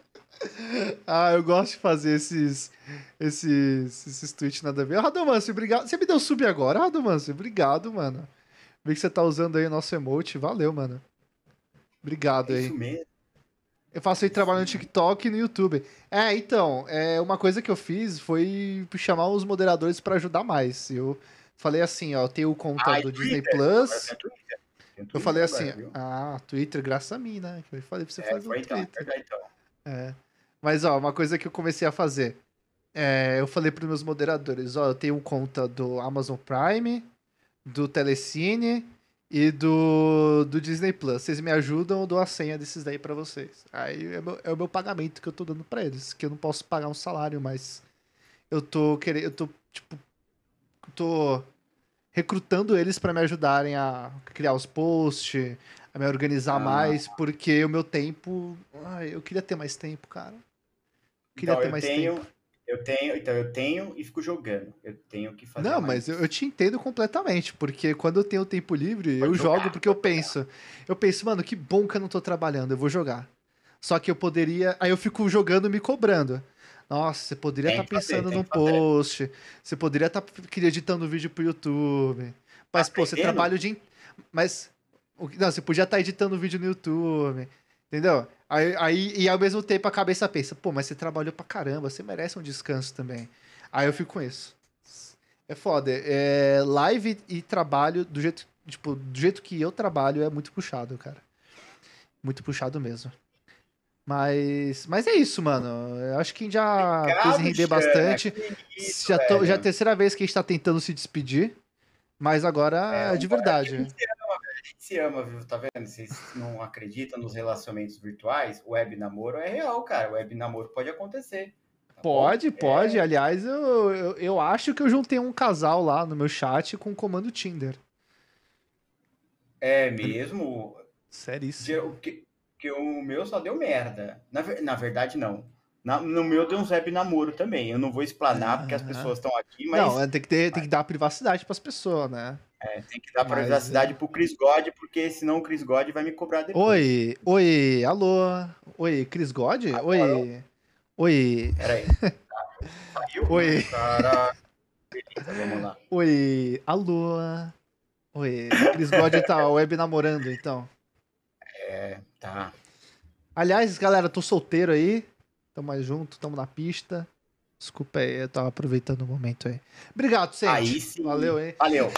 Ah, eu gosto de fazer esses esses, esses tweets nada a ver. Radomancio, obrigado. Você me deu sub agora, Radomancio. Obrigado, mano. Vi que você tá usando aí o nosso emote. Valeu, mano. Obrigado É aí. isso mesmo, Eu faço aí é isso trabalho no mesmo. TikTok e no YouTube. É, então, é, uma coisa que eu fiz foi chamar os moderadores pra ajudar mais. Eu falei assim, ó, eu tenho conta Ah, e do Disney Twitter? Agora Plus. tem Twitter. Tem Eu Twitter falei assim, agora, viu? ah, Twitter, graças a mim, né? Que eu falei pra você É, fazer o foi então, é Twitter. verdade então. É. Mas, ó, uma coisa que eu comecei a fazer. É, eu falei pros meus moderadores, ó, eu tenho conta do Amazon Prime, do Telecine e do, do Disney Plus. Vocês me ajudam, eu dou a senha desses daí pra vocês. Aí é, meu, é o meu pagamento que eu tô dando pra eles, que eu não posso pagar um salário, mas eu tô querendo, eu tô, tipo, tô recrutando eles pra me ajudarem a criar os posts, a me organizar Ah, mais, porque o meu tempo, ai, eu queria ter mais tempo, cara. Eu queria então ter eu mais tempo. tenho, eu tenho, então eu tenho e fico jogando. Eu tenho que fazer Não, mas eu, eu mais. te entendo completamente, porque quando eu tenho tempo livre, eu Pode jogo jogar. porque eu penso. Eu penso, mano, que bom que eu não tô trabalhando, eu vou jogar. Só que eu poderia. Aí eu fico jogando me cobrando. Nossa, você poderia Tem estar que fazer, pensando tem num que fazer. post, você poderia estar editando vídeo pro YouTube. Tá Mas, pô, você trabalha aprendendo? o dia. in- Mas. o que- Não, você podia estar editando vídeo no YouTube. Entendeu? Aí, aí, e ao mesmo tempo a cabeça pensa, pô, mas você trabalhou pra caramba, você merece um descanso também. Aí eu fico com isso. É foda. É, live e trabalho do jeito, tipo, do jeito que eu trabalho é muito puxado, cara. Muito puxado mesmo. Mas, mas é isso, mano. Eu acho que já fez Obrigado, render Xana. bastante. Que isso, Já, tô, já é a velho. terceira vez que a gente tá tentando se despedir. Mas É, agora é um- de é porque a verdade. gente se ama, velho. A gente se ama, viu? Tá vendo? Vocês não acreditam nos relacionamentos virtuais? O web namoro é real, cara. O web namoro pode acontecer. Tá bom? Pode, pode. É, Aliás, eu, eu, eu acho que eu juntei um casal lá no meu chat com o comando Tinder. é mesmo. De- Seríssimo. o que, que o meu só deu merda. Na, ver- na verdade, não. Na- no meu deu um web namoro também. Eu não vou explanar porque as Ah. pessoas estão aqui, Não, mas é, tem que ter, tem que dar privacidade pras pessoas, né? é, tem que dar Mas é. privacidade pro Chris God, porque senão o Chris God vai me cobrar depois. Oi, oi, alô. Oi, Chris God? Alô, alô? Oi, oi, Pera aí. Saiu? oi, Caraca, beleza, vamos lá. oi, alô. Oi, Chris God tá web namorando, então. Tá. Aliás, galera, tô solteiro aí. Tamo mais junto, tamo na pista. Desculpa aí, eu tava aproveitando o momento aí. Obrigado, Aí Sente. sim. Valeu, hein? Valeu.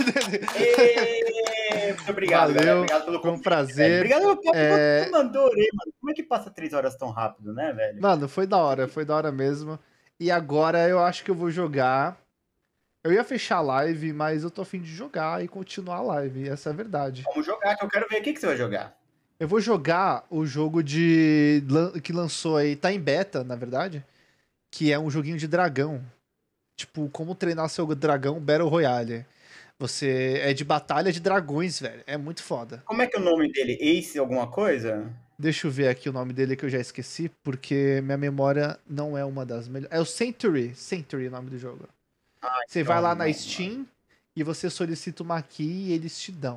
Ê, muito obrigado, galera. Valeu, Obrigado pelo foi um convite, velho. prazer. Obrigado pelo papo que você É, mandou, hein, mano. Como é que passa três horas tão rápido, né, velho? Mano, foi da hora, foi da hora mesmo. E agora eu acho que eu vou jogar. Eu ia fechar a live, mas eu tô afim de jogar e continuar a live, essa é a verdade. Vamos jogar, que eu quero ver o que, que você vai jogar. Eu vou jogar o jogo de lan- que lançou aí, tá em beta, na verdade, que é um joguinho de dragão. Tipo, como treinar seu dragão Battle Royale. Você é de batalha de dragões, velho. É muito foda. Como é que é o nome dele? Ace alguma coisa? Deixa eu ver aqui o nome dele que eu já esqueci, porque minha memória não é uma das melhores. É o Century. Century é o nome do jogo. Você vai Então, lá na não, Steam e você solicita uma key e eles te dão.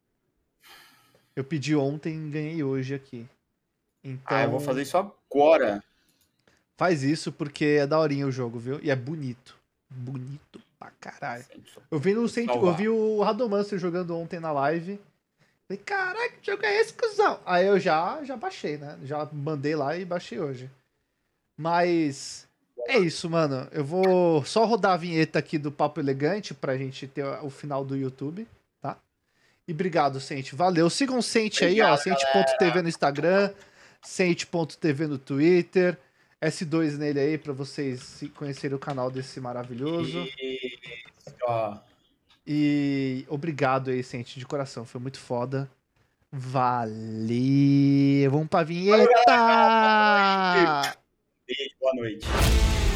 Eu pedi ontem e ganhei hoje aqui. Ah, eu vou Então, fazer isso agora. faz isso porque é daorinha o jogo, viu? E é bonito. Bonito pra caralho. Eu vi, no Cent... eu vi o Radomancer jogando ontem na live. Falei, caraca, que jogo é esse, cuzão? Aí eu já, já baixei, né? Já mandei lá e baixei hoje. Mas é isso, mano. Eu vou só rodar a vinheta aqui do Papo Elegante pra gente ter o final do YouTube, tá? E obrigado, Sente. Valeu. Sigam o Sente aí, ó. Obrigado, Sente ponto T V no Instagram, Sente ponto T V no Twitter. S dois nele aí pra vocês se- conhecerem o canal desse maravilhoso. Isso, ó. E obrigado aí, Sente, de coração. Foi muito foda. Valeu. Vamos pra Valeu, vinheta! galera. Beijo, boa noite.